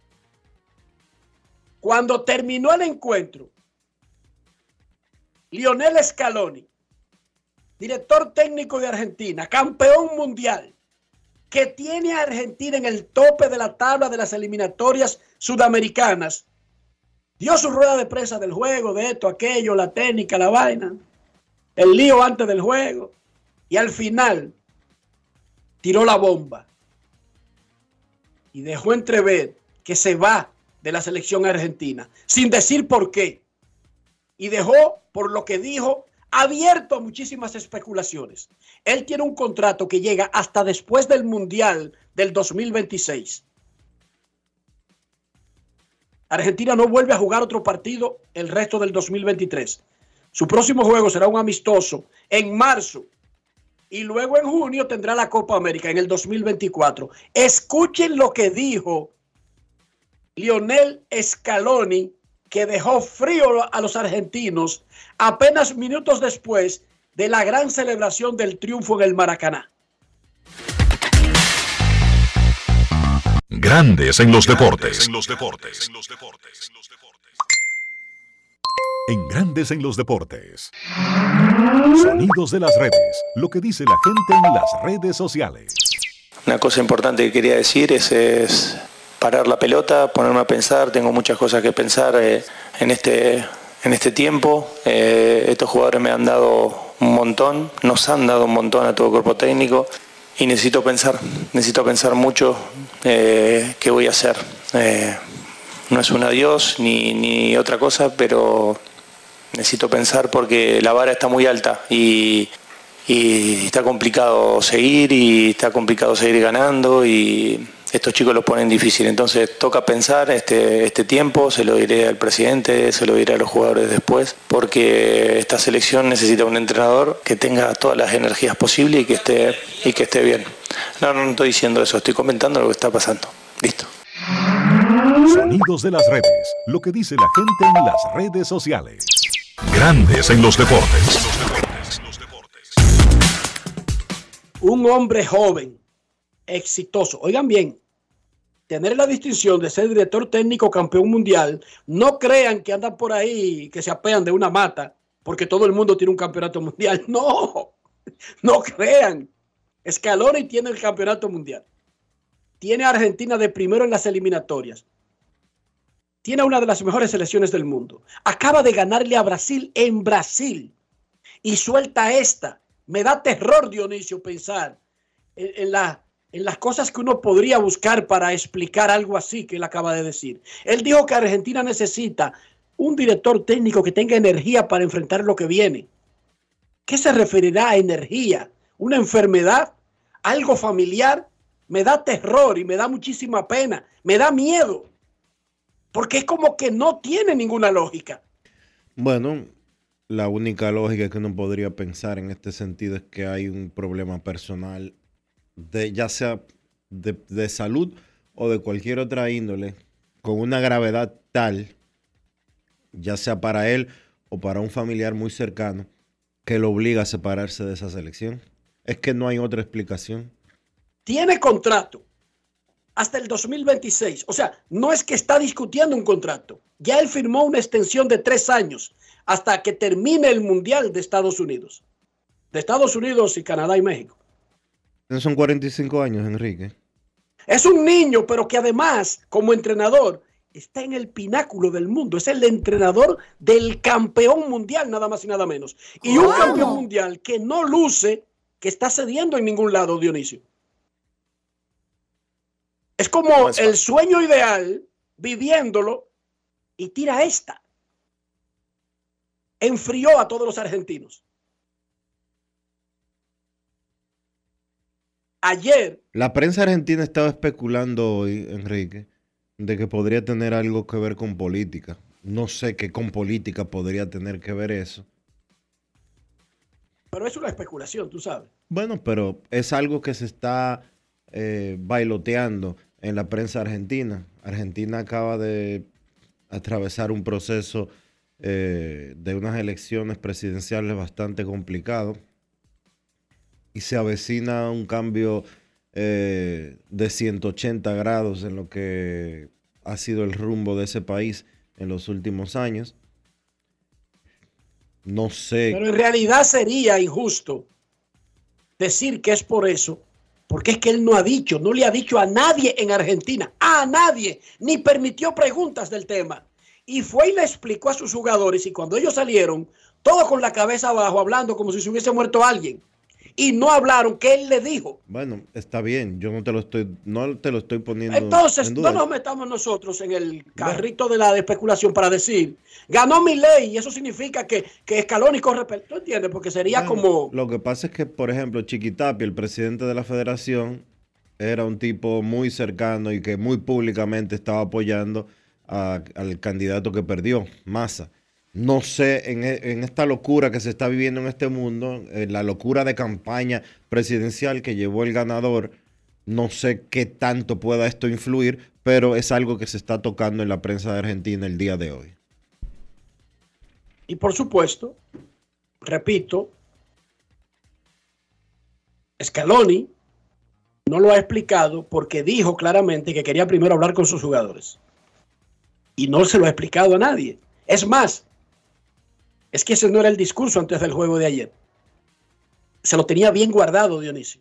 Cuando terminó el encuentro, Lionel Scaloni, director técnico de Argentina, campeón mundial, que tiene a Argentina en el tope de la tabla de las eliminatorias sudamericanas, dio su rueda de prensa del juego, de esto, aquello, la técnica, la vaina, el lío antes del juego, y al final tiró la bomba y dejó entrever que se va de la selección argentina, sin decir por qué, y dejó, por lo que dijo, abierto a muchísimas especulaciones. Él tiene un contrato que llega hasta después del Mundial del dos mil veintiséis. Argentina no vuelve a jugar otro partido el resto del dos mil veintitrés. Su próximo juego será un amistoso en marzo y luego en junio tendrá la Copa América en el dos mil veinticuatro. Escuchen lo que dijo Lionel Scaloni, que dejó frío a los argentinos apenas minutos después de la gran celebración del triunfo en el Maracaná. Grandes en los deportes. En los deportes. En Grandes en los deportes. Sonidos de las redes. Lo que dice la gente en las redes sociales. Una cosa importante que quería decir es, es parar la pelota, ponerme a pensar. Tengo muchas cosas que pensar eh, en este en este tiempo. Eh, estos jugadores me han dado un montón, nos han dado un montón a todo el cuerpo técnico. y necesito pensar, necesito pensar mucho eh, qué voy a hacer. Eh, no es un adiós ni, ni otra cosa, pero necesito pensar porque la vara está muy alta y, y está complicado seguir y está complicado seguir ganando y estos chicos lo ponen difícil. Entonces toca pensar este, este tiempo, se lo diré al presidente, se lo diré a los jugadores después, porque esta selección necesita un entrenador que tenga todas las energías posibles y que esté, y que esté bien. No, no, no estoy diciendo eso, estoy comentando lo que está pasando. Listo. Sonidos de las redes, lo que dice la gente en las redes sociales. Grandes en los deportes. Un hombre joven, exitoso. Oigan bien, tener la distinción de ser director técnico campeón mundial, no crean que andan por ahí, que se apean de una mata, porque todo el mundo tiene un campeonato mundial. No, no crean. Scaloni tiene el campeonato mundial. Tiene a Argentina de primero en las eliminatorias. Tiene una de las mejores selecciones del mundo. Acaba de ganarle a Brasil en Brasil. Y suelta esta. Me da terror, Dionisio, pensar en, en, la, en las cosas que uno podría buscar para explicar algo así que él acaba de decir. Él dijo que Argentina necesita un director técnico que tenga energía para enfrentar lo que viene. ¿Qué se referirá a energía? ¿Una enfermedad? ¿Algo familiar? Me da terror y me da muchísima pena. Me da miedo. Porque es como que no tiene ninguna lógica. Bueno, la única lógica que uno podría pensar en este sentido es que hay un problema personal, de, ya sea de, de salud o de cualquier otra índole, con una gravedad tal, ya sea para él o para un familiar muy cercano, que lo obliga a separarse de esa selección. Es que no hay otra explicación. Tiene contrato hasta el dos mil veintiséis. O sea, no es que está discutiendo un contrato. Ya él firmó una extensión de tres años hasta que termine el Mundial de Estados Unidos. De Estados Unidos y Canadá y México. Son cuarenta y cinco años, Enrique. Es un niño, pero que además, como entrenador, está en el pináculo del mundo. Es el entrenador del campeón mundial, nada más y nada menos. Y un campeón mundial que no luce, que está cediendo en ningún lado, Dionisio. Es como el sueño ideal, viviéndolo, y tira esta. Enfrió a todos los argentinos. Ayer. La prensa argentina estaba especulando hoy, Enrique, de que podría tener algo que ver con política. No sé qué con política podría tener que ver eso. Pero es una especulación, tú sabes. Bueno, pero es algo que se está eh, bailoteando en la prensa argentina. Argentina acaba de atravesar un proceso eh, de unas elecciones presidenciales bastante complicado y se avecina un cambio eh, de ciento ochenta grados en lo que ha sido el rumbo de ese país en los últimos años. No sé. Pero en realidad sería injusto decir que es por eso, porque es que él no ha dicho, no le ha dicho a nadie en Argentina, a nadie, ni permitió preguntas del tema. Y fue y le explicó a sus jugadores, y cuando ellos salieron, todos con la cabeza abajo, hablando como si se hubiese muerto alguien. Y no hablaron, ¿qué él le dijo? Bueno, está bien, yo no te lo estoy, no te lo estoy poniendo Entonces, en duda. no nos metamos nosotros en el carrito de la especulación para decir, ganó Milei, y eso significa que, que Scaloni corre. ¿Tú entiendes? Porque sería bueno, como... Lo que pasa es que, por ejemplo, Chiquitapia, el presidente de la federación, era un tipo muy cercano y que muy públicamente estaba apoyando a, al candidato que perdió, Massa. No sé, en, en esta locura que se está viviendo en este mundo, en la locura de campaña presidencial que llevó el ganador, no sé qué tanto pueda esto influir, pero es algo que se está tocando en la prensa de Argentina el día de hoy. Y por supuesto, repito, Scaloni no lo ha explicado porque dijo claramente que quería primero hablar con sus jugadores. Y no se lo ha explicado a nadie. Es más, es que ese no era el discurso antes del juego de ayer. Se lo tenía bien guardado, Dionisio.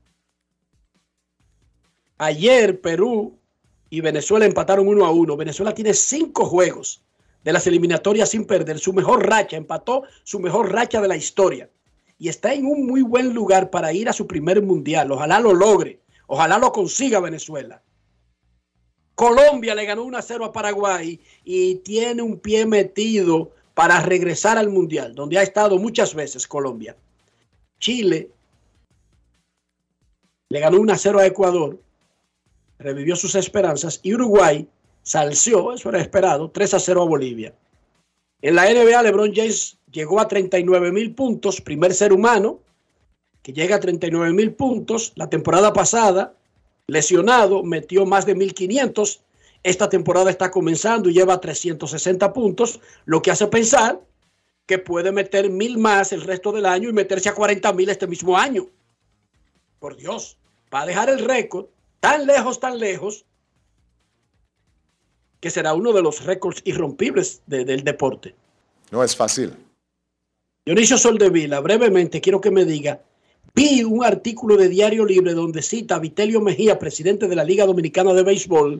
Ayer Perú y Venezuela empataron uno a uno. Venezuela tiene cinco juegos de las eliminatorias sin perder. Su mejor racha, empató su mejor racha de la historia. y está en un muy buen lugar para ir a su primer mundial. Ojalá lo logre, ojalá lo consiga Venezuela. Colombia le ganó uno a cero a Paraguay y tiene un pie metido para regresar al mundial, donde ha estado muchas veces Colombia. Chile le ganó uno a cero a Ecuador, revivió sus esperanzas, y Uruguay salció, eso era esperado, tres a cero a Bolivia. En la N B A, LeBron James llegó a treinta y nueve mil puntos, primer ser humano que llega a treinta y nueve mil puntos. La temporada pasada, lesionado, metió más de mil quinientos. Esta temporada está comenzando y lleva trescientos sesenta puntos, lo que hace pensar que puede meter mil más el resto del año y meterse a cuarenta mil este mismo año. Por Dios, va a dejar el récord tan lejos, tan lejos, que será uno de los récords irrompibles de, del deporte. No es fácil. Dionisio Soldevila, brevemente quiero que me diga, vi un artículo de Diario Libre donde cita a Vitelio Mejía, presidente de la Liga Dominicana de Béisbol,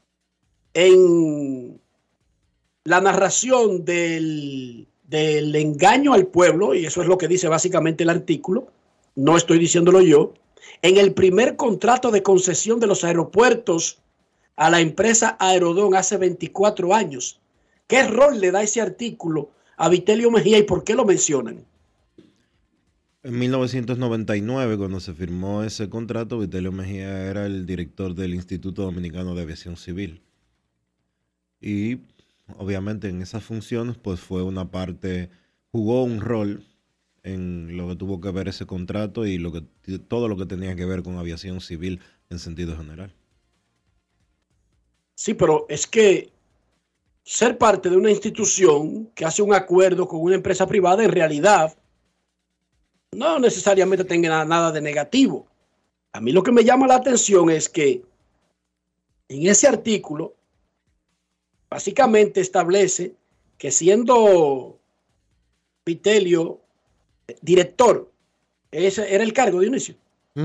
en la narración del, del engaño al pueblo, y eso es lo que dice básicamente el artículo, no estoy diciéndolo yo, en el primer contrato de concesión de los aeropuertos a la empresa Aerodón hace veinticuatro años. ¿Qué rol le da ese artículo a Vitelio Mejía y por qué lo mencionan? En mil novecientos noventa y nueve, cuando se firmó ese contrato, Vitelio Mejía era el director del Instituto Dominicano de Aviación Civil. Y obviamente en esas funciones pues fue una parte, jugó un rol en lo que tuvo que ver ese contrato y lo que, todo lo que tenía que ver con aviación civil en sentido general. Sí, pero es que ser parte de una institución que hace un acuerdo con una empresa privada en realidad no necesariamente tenga nada de negativo. A mí lo que me llama la atención es que en ese artículo básicamente establece que siendo Vitelio director, ese era el cargo de Dionisio. ¿Mm?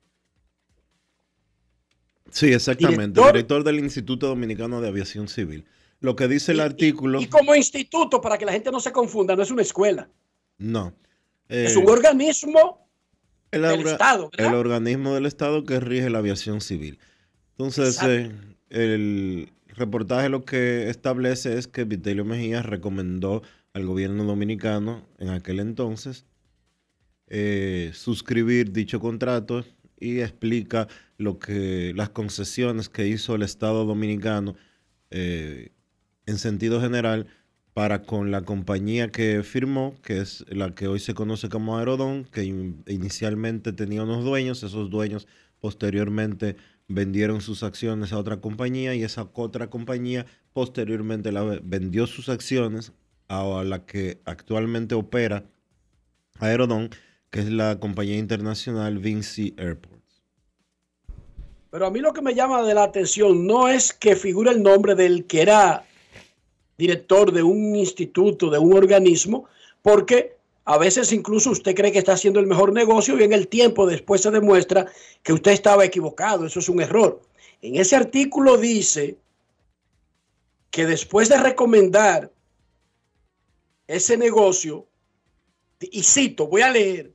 Sí, exactamente, director, director del Instituto Dominicano de Aviación Civil. Lo que dice el y, artículo... Y, y como instituto, para que la gente no se confunda, no es una escuela. No. Eh, es un organismo el del orga, Estado, ¿verdad? El organismo del Estado que rige la aviación civil. Entonces, eh, el reportaje lo que establece es que Vitelio Mejía recomendó al gobierno dominicano en aquel entonces eh, suscribir dicho contrato y explica lo que las concesiones que hizo el Estado dominicano eh, en sentido general para con la compañía que firmó, que es la que hoy se conoce como Aerodón, que in, inicialmente tenía unos dueños, esos dueños posteriormente vendieron sus acciones a otra compañía y esa otra compañía posteriormente la vendió sus acciones a la que actualmente opera Aerodón, que es la compañía internacional Vinci Airports. Pero a mí lo que me llama de la atención no es que figure el nombre del que era director de un instituto, de un organismo, porque a veces incluso usted cree que está haciendo el mejor negocio y en el tiempo después se demuestra que usted estaba equivocado. Eso es un error. En ese artículo dice que después de recomendar ese negocio, y cito, voy a leer,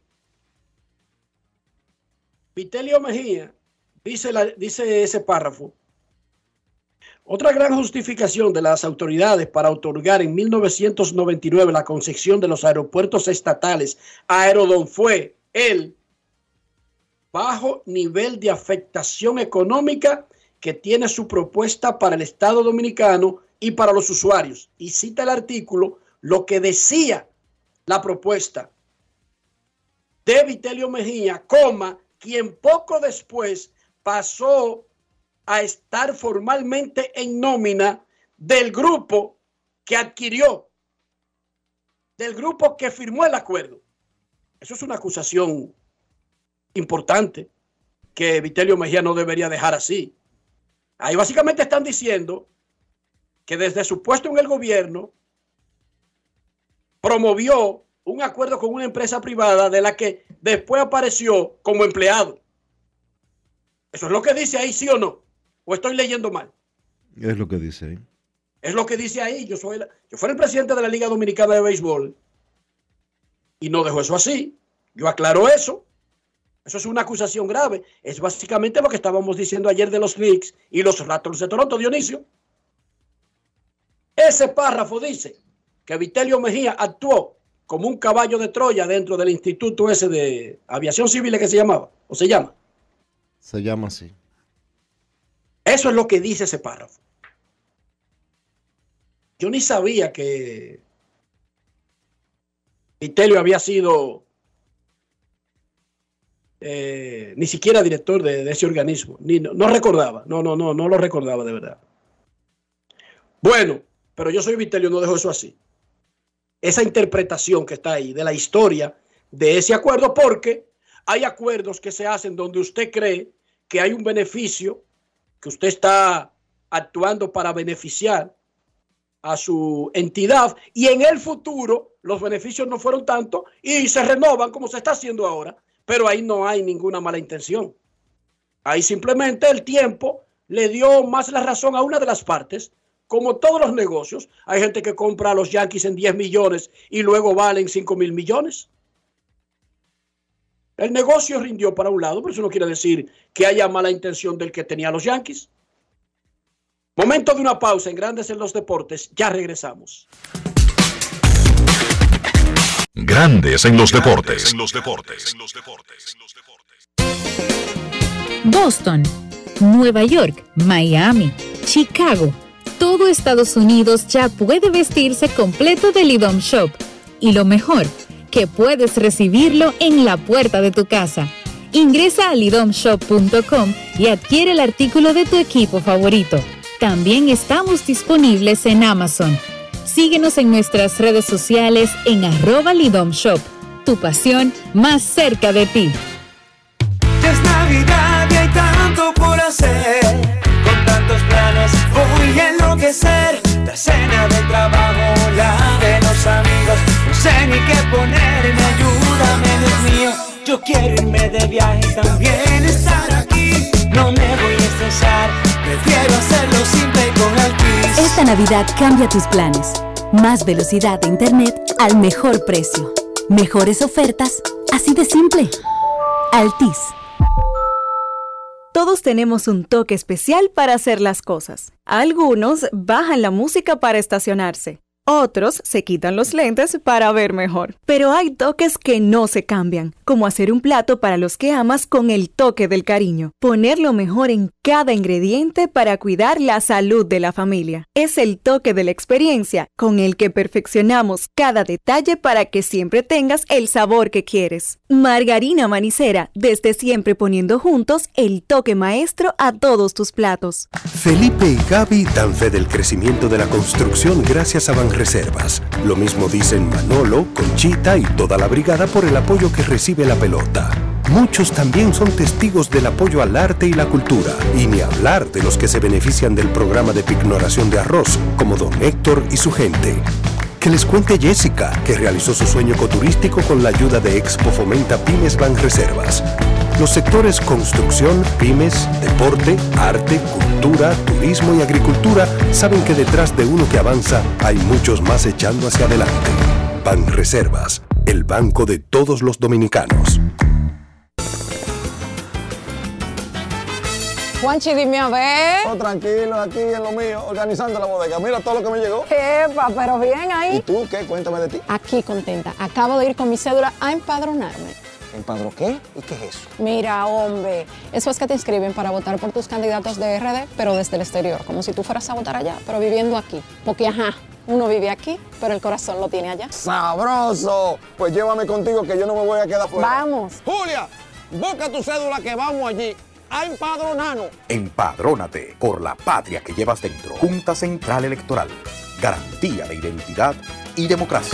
Vitelio Mejía, dice, la, dice ese párrafo, otra gran justificación de las autoridades para otorgar en mil novecientos noventa y nueve la concesión de los aeropuertos estatales a Aerodón fue el bajo nivel de afectación económica que tiene su propuesta para el Estado dominicano y para los usuarios. Y cita el artículo lo que decía la propuesta de Vitelio Mejía, coma, quien poco después pasó a estar formalmente en nómina del grupo que adquirió, del grupo que firmó el acuerdo. Eso es una acusación importante que Vitelio Mejía no debería dejar así. Ahí básicamente están diciendo que desde su puesto en el gobierno promovió un acuerdo con una empresa privada de la que después apareció como empleado. ¿Eso es lo que dice ahí, sí o no? ¿O estoy leyendo mal? Es lo que dice ahí. Es lo que dice ahí. Yo soy, la, yo fui el presidente de la Liga Dominicana de Béisbol y no dejo eso así. Yo aclaro eso. Eso es una acusación grave. Es básicamente lo que estábamos diciendo ayer de los Knicks y los Raptors de Toronto, Dionisio. Ese párrafo dice que Vitelio Mejía actuó como un caballo de Troya dentro del instituto ese de aviación civil que se llamaba, o se llama. Se llama así. Eso es lo que dice ese párrafo. Yo ni sabía que Vitelio había sido eh, ni siquiera director de, de ese organismo. Ni, no, no recordaba. No, no, no, no lo recordaba de verdad. Bueno, pero yo soy Vitelio, no dejo eso así. Esa interpretación que está ahí de la historia de ese acuerdo, porque hay acuerdos que se hacen donde usted cree que hay un beneficio, que usted está actuando para beneficiar a su entidad y en el futuro los beneficios no fueron tanto y se renovan como se está haciendo ahora, pero ahí no hay ninguna mala intención. Ahí simplemente el tiempo le dio más la razón a una de las partes. Como todos los negocios, hay gente que compra a los Yankees en diez millones y luego valen cinco mil millones. El negocio rindió para un lado, pero eso no quiere decir que haya mala intención del que tenía a los Yankees. Momento de una pausa en Grandes en los Deportes. Ya regresamos. Grandes en los Deportes. En los Deportes. Boston, Nueva York, Miami, Chicago. Todo Estados Unidos ya puede vestirse completo del IDOM Shop. Y lo mejor, que puedes recibirlo en la puerta de tu casa. Ingresa a lidom shop punto com y adquiere el artículo de tu equipo favorito. También estamos disponibles en Amazon. Síguenos en nuestras redes sociales en arroba Lidom Shop. Tu pasión más cerca de ti. Ya es Navidad y hay tanto por hacer. Con tantos planes voy a enloquecer. La cena del trabajo, la de los amigos. No sé ni qué ponerme, ayúdame, Dios mío. Yo quiero irme de viaje y también estar aquí. No me voy a estresar, prefiero hacerlo simple y con Altis. Esta Navidad cambia tus planes. Más velocidad de internet al mejor precio. Mejores ofertas, así de simple. Altis. Todos tenemos un toque especial para hacer las cosas. Algunos bajan la música para estacionarse. Otros se quitan los lentes para ver mejor. Pero hay toques que no se cambian, como hacer un plato para los que amas con el toque del cariño. Poner lo mejor en cada ingrediente para cuidar la salud de la familia. Es el toque de la experiencia con el que perfeccionamos cada detalle para que siempre tengas el sabor que quieres. Margarina Manicera, desde siempre poniendo juntos el toque maestro a todos tus platos. Felipe y Gaby dan fe del crecimiento de la construcción gracias a Banreservas. Lo mismo dicen Manolo, Conchita y toda la brigada por el apoyo que recibe la pelota. Muchos también son testigos del apoyo al arte y la cultura, y ni hablar de los que se benefician del programa de pignoración de arroz, como don Héctor y su gente. Que les cuente Jessica, que realizó su sueño ecoturístico con la ayuda de Expo Fomenta Pymes Banreservas. Los sectores construcción, pymes, deporte, arte, cultura, turismo y agricultura saben que detrás de uno que avanza hay muchos más echando hacia adelante. Banreservas, el banco de todos los dominicanos. Juanchi, dime a ver. Oh, tranquilo, aquí en lo mío, organizando la bodega. Mira todo lo que me llegó. Epa, pero bien ahí. ¿Y tú qué? Cuéntame de ti. Aquí contenta. Acabo de ir con mi cédula a empadronarme. ¿Empadro qué? ¿Y qué es eso? Mira, hombre, eso es que te inscriben para votar por tus candidatos de R D, pero desde el exterior, como si tú fueras a votar allá, pero viviendo aquí. Porque, ajá, uno vive aquí, pero el corazón lo tiene allá. ¡Sabroso! Pues llévame contigo que yo no me voy a quedar fuera. Vamos. Julia, busca tu cédula que vamos allí a empadronarnos. Empadrónate por la patria que llevas dentro. Junta Central Electoral. Garantía de identidad y democracia.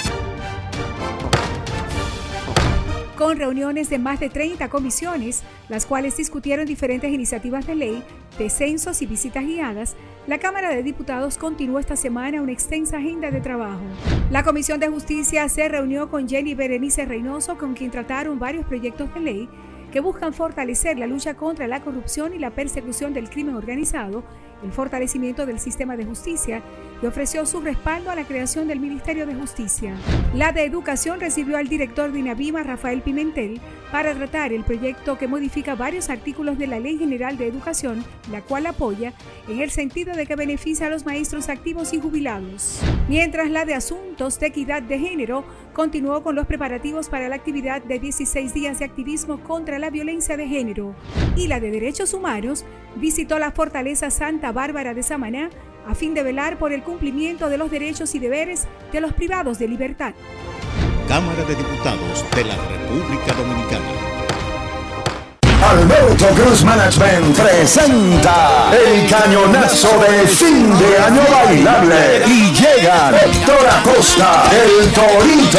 Con reuniones de más de treinta comisiones, las cuales discutieron diferentes iniciativas de ley, descensos y visitas guiadas, la Cámara de Diputados continuó esta semana una extensa agenda de trabajo. La Comisión de Justicia se reunió con Jenny Berenice Reynoso, con quien trataron varios proyectos de ley que buscan fortalecer la lucha contra la corrupción y la persecución del crimen organizado el fortalecimiento del sistema de justicia y ofreció su respaldo a la creación del Ministerio de Justicia. La de Educación recibió al director de INAVIMA, Rafael Pimentel, para tratar el proyecto que modifica varios artículos de la Ley General de Educación, la cual apoya en el sentido de que beneficia a los maestros activos y jubilados. Mientras la de Asuntos de Equidad de Género continuó con los preparativos para la actividad de dieciséis días de activismo contra la violencia de género, y la de Derechos Humanos visitó la Fortaleza Santa Bárbara de Samaná a fin de velar por el cumplimiento de los derechos y deberes de los privados de libertad. Cámara de Diputados de la República Dominicana. Alberto Cruz Management presenta el cañonazo de fin de año bailable y llegan Héctor Acosta, el Torito,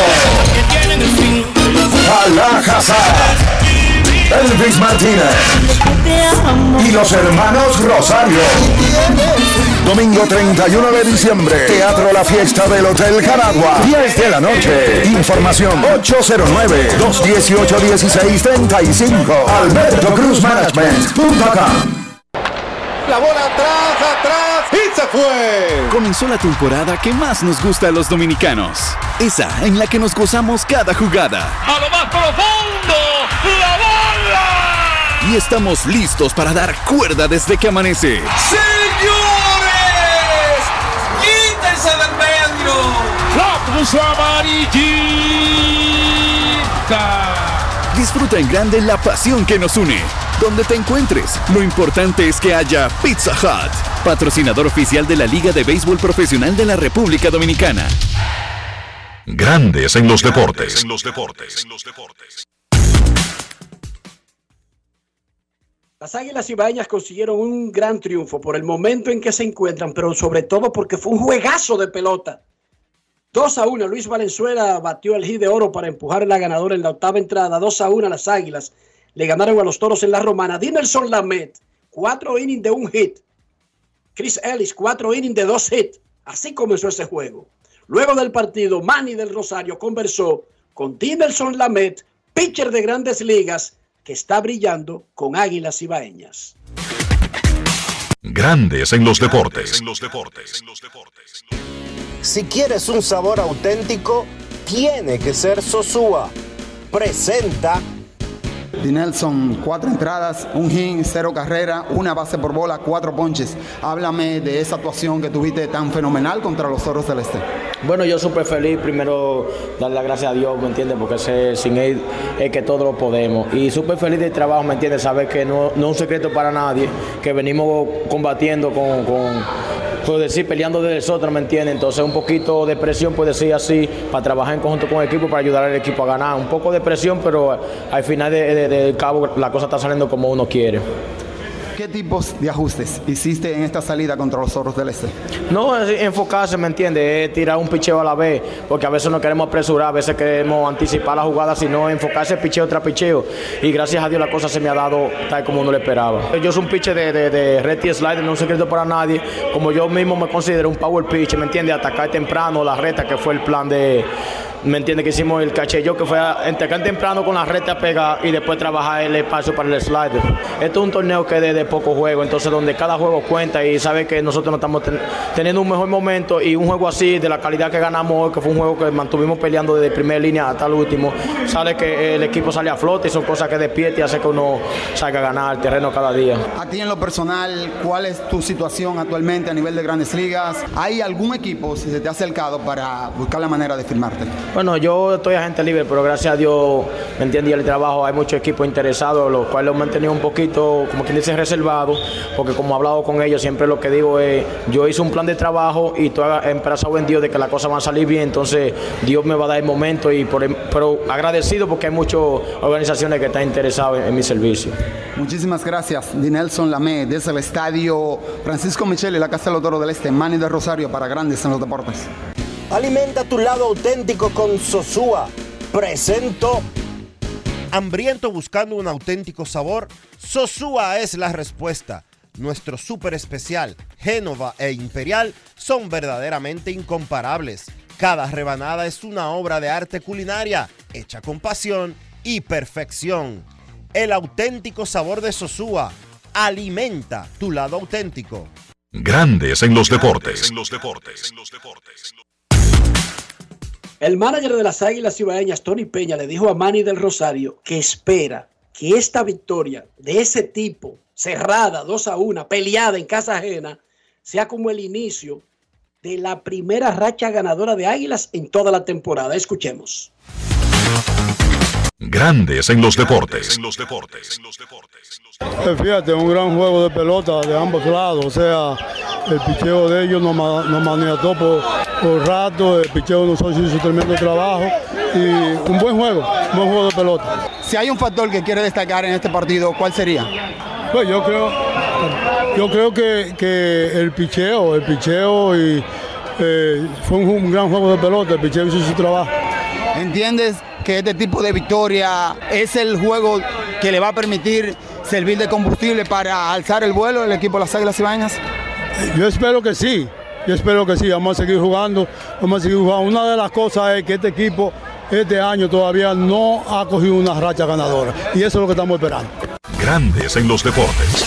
Alá Hazard, Elvis Martínez y los hermanos Rosario. Domingo treinta y uno de diciembre, Teatro La Fiesta del Hotel Jaragua, diez de la noche. Información ocho cero nueve, dos uno ocho, uno seis tres cinco. alberto cruz management punto com. La bola atrás, atrás y se fue. Comenzó la temporada que más nos gusta a los dominicanos. Esa en la que nos gozamos cada jugada. A lo más profundo, la bola. Y estamos listos para dar cuerda desde que amanece. ¡Señores! ¡Quítense del medio! ¡La cruz amarillita! Disfruta en grande la pasión que nos une. Donde te encuentres, lo importante es que haya Pizza Hut, patrocinador oficial de la Liga de Béisbol Profesional de la República Dominicana. Grandes en los deportes. En los deportes. Las Águilas Ibaeñas consiguieron un gran triunfo por el momento en que se encuentran, pero sobre todo porque fue un juegazo de pelota. dos a uno, Luis Valenzuela batió el hit de oro para empujar la ganadora en la octava entrada. dos a uno, las Águilas le ganaron a los Toros en la Romana. Dinelson Lamet, cuatro innings de un hit. Chris Ellis, cuatro innings de dos hits. Así comenzó ese juego. Luego del partido, Manny del Rosario conversó con Dinelson Lamet, pitcher de Grandes Ligas, que está brillando con Águilas Ibaeñas. Grandes en los deportes. En los deportes. Si quieres un sabor auténtico, tiene que ser Sosúa. Presenta Dinelson, cuatro entradas, un hit, cero carrera, una base por bola, cuatro ponches. Háblame de esa actuación que tuviste tan fenomenal contra los Toros del Este. Bueno, yo súper feliz, primero darle las gracias a Dios, ¿me entiendes? Porque ese, sin él es que todo lo podemos. Y súper feliz del trabajo, ¿me entiendes? Saber que no, no es un secreto para nadie, que venimos combatiendo con... con puedo decir, peleando desde el sótano, ¿me entiendes? Entonces un poquito de presión, puede decir así, para trabajar en conjunto con el equipo, para ayudar al equipo a ganar. Un poco de presión, pero al final del de, de, de cabo la cosa está saliendo como uno quiere. ¿Qué tipos de ajustes hiciste en esta salida contra los Toros del Este? No, es enfocarse, ¿me entiendes? Es tirar un picheo a la vez, porque a veces no queremos apresurar, a veces queremos anticipar la jugada, sino enfocarse picheo tras picheo. Y gracias a Dios la cosa se me ha dado tal como uno lo esperaba. Yo soy un pitcher de, de, de recta y slider, no es un secreto para nadie. Como yo mismo me considero un power pitcher, ¿me entiendes? Atacar temprano la recta, que fue el plan de... ¿Me entiendes? Que hicimos el cachelló, que fue entregar temprano con la recta pegada y después trabajar el espacio para el slider. Esto es un torneo que es de, de poco juego, entonces donde cada juego cuenta y sabe que nosotros no estamos ten, teniendo un mejor momento, y un juego así, de la calidad que ganamos hoy, que fue un juego que mantuvimos peleando desde primera línea hasta el último, sale que el equipo sale a flote y son cosas que despierta y hace que uno salga a ganar el terreno cada día. A ti en lo personal, ¿cuál es tu situación actualmente a nivel de Grandes Ligas? ¿Hay algún equipo, si se te ha acercado, para buscar la manera de firmarte? Bueno, yo estoy agente libre, pero gracias a Dios, me entiende, y el trabajo, hay muchos equipos interesados, los cuales los he mantenido un poquito, como quien dice, reservados, porque como he hablado con ellos, siempre lo que digo es, yo hice un plan de trabajo y estoy esperanzado en Dios de que las cosas van a salir bien, entonces Dios me va a dar el momento, y por, pero agradecido porque hay muchas organizaciones que están interesadas en, en mi servicio. Muchísimas gracias, Dinelson Lamet, desde el estadio Francisco Micheli, la Casa de los Toros del Este, Manny de Rosario, para Grandes en los Deportes. Alimenta tu lado auténtico con Sosúa. Presento. ¿Hambriento buscando un auténtico sabor? Sosúa es la respuesta. Nuestro súper especial, Génova e Imperial, son verdaderamente incomparables. Cada rebanada es una obra de arte culinaria, hecha con pasión y perfección. El auténtico sabor de Sosúa. Alimenta tu lado auténtico. Grandes en los deportes. El manager de las Águilas Cibaeñas, Tony Peña, le dijo a Manny del Rosario que espera que esta victoria de ese tipo, cerrada, dos a una, peleada en casa ajena, sea como el inicio de la primera racha ganadora de Águilas en toda la temporada. Escuchemos. Grandes en los deportes. Fíjate, un gran juego de pelota de ambos lados, o sea, el picheo de ellos nos, nos maniató por, por rato, el picheo de nosotros hizo tremendo trabajo y un buen juego, un buen juego de pelota. Si hay un factor que quiere destacar en este partido, ¿cuál sería? Pues yo creo, yo creo que, que el picheo, el picheo y eh, fue un, un gran juego de pelota, el picheo hizo su trabajo. ¿Entiendes que este tipo de victoria es el juego que le va a permitir servir de combustible para alzar el vuelo del equipo de las Águilas Cibaeñas? Yo espero que sí, yo espero que sí, vamos a seguir jugando, vamos a seguir jugando. Una de las cosas es que este equipo este año todavía no ha cogido una racha ganadora y eso es lo que estamos esperando. Grandes en los deportes.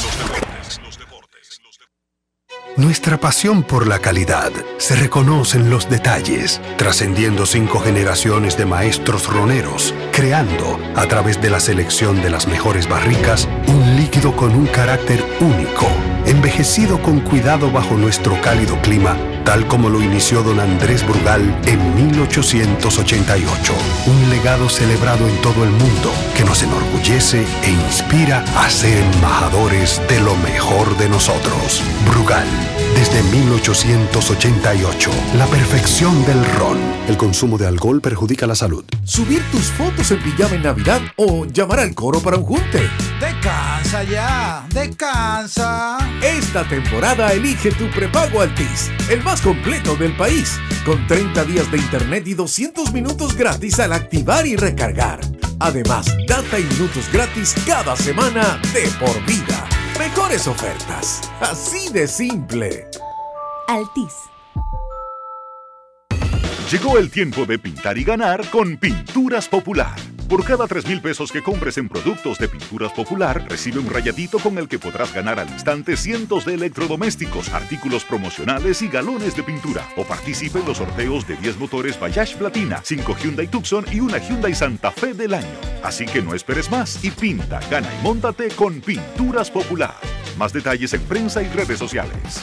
Nuestra pasión por la calidad se reconoce en los detalles, trascendiendo cinco generaciones de maestros roneros, creando, a través de la selección de las mejores barricas, un líquido con un carácter único, envejecido con cuidado bajo nuestro cálido clima, tal como lo inició don Andrés Brugal en mil ochocientos ochenta y ocho. Un legado celebrado en todo el mundo que nos enorgullece e inspira a ser embajadores de lo mejor de nosotros. Brugal, desde mil ochocientos ochenta y ocho, la perfección del ron. El consumo de alcohol perjudica la salud. Subir tus fotos en pijama en Navidad o llamar al coro para un junte. Descansa ya, descansa. Esta temporada elige tu prepago Altis, el más completo del país, con treinta días de internet y doscientos minutos gratis al activar y recargar. Además, data y minutos gratis cada semana de por vida. Mejores ofertas, así de simple. Altis. Llegó el tiempo de pintar y ganar con Pinturas Popular. Por cada tres mil pesos que compres en productos de Pinturas Popular, recibe un rayadito con el que podrás ganar al instante cientos de electrodomésticos, artículos promocionales y galones de pintura. O participe en los sorteos de diez motores Bayash Platina, cinco Hyundai Tucson y una Hyundai Santa Fe del año. Así que no esperes más y pinta, gana y móntate con Pinturas Popular. Más detalles en prensa y redes sociales.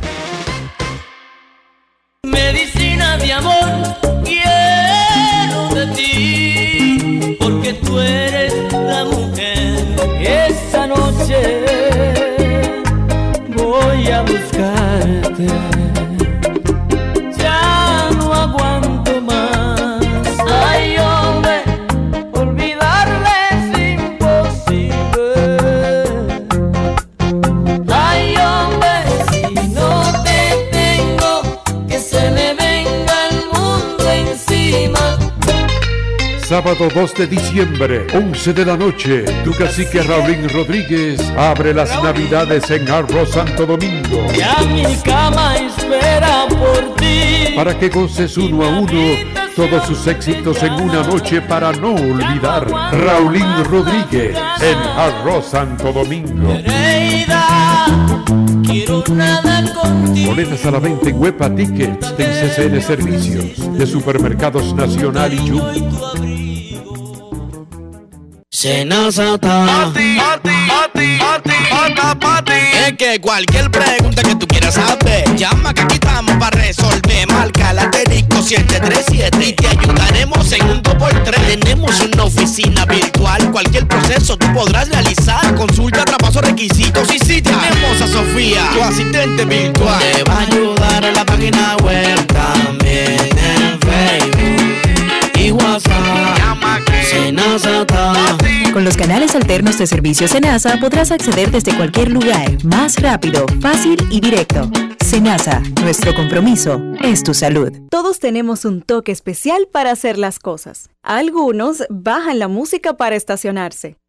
Medicina de amor, quiero de ti, porque tú eres la mujer. Esta noche voy a buscarte, ya no aguanto más. Ay, hombre, olvidarle es imposible. Ay, hombre, si no te tengo, que se me venga el mundo encima. Sábado dos de diciembre, once de la noche, tu cacique Raulín Rodríguez abre las Navidades en Arroz Santo Domingo. Ya mi cama espera por ti. Para que goces uno a uno todos sus éxitos en una noche para no olvidar. Raulín Rodríguez en Arroz Santo Domingo. Quiero nada contigo. Boletas a la venta en Huepa Tickets, en C C N Servicios, de Supermercados Nacional y Jumbo. Senasa Pati, pati, pati, pati, pati. Es que cualquier pregunta que tú quieras saber, llama que aquí estamos para resolver. Marca la asterisco siete tres siete y te ayudaremos en un dos por tres. Tenemos una oficina virtual, cualquier proceso tú podrás realizar. Consulta, traspaso, requisitos y sí, tenemos a Sofía, tu asistente virtual. Te va a ayudar en la página web, también en Facebook y WhatsApp. Llama que Senasa Con los canales alternos de servicio Senasa podrás acceder desde cualquier lugar, más rápido, fácil y directo. Senasa, nuestro compromiso es tu salud. Todos tenemos un toque especial para hacer las cosas. Algunos bajan la música para estacionarse.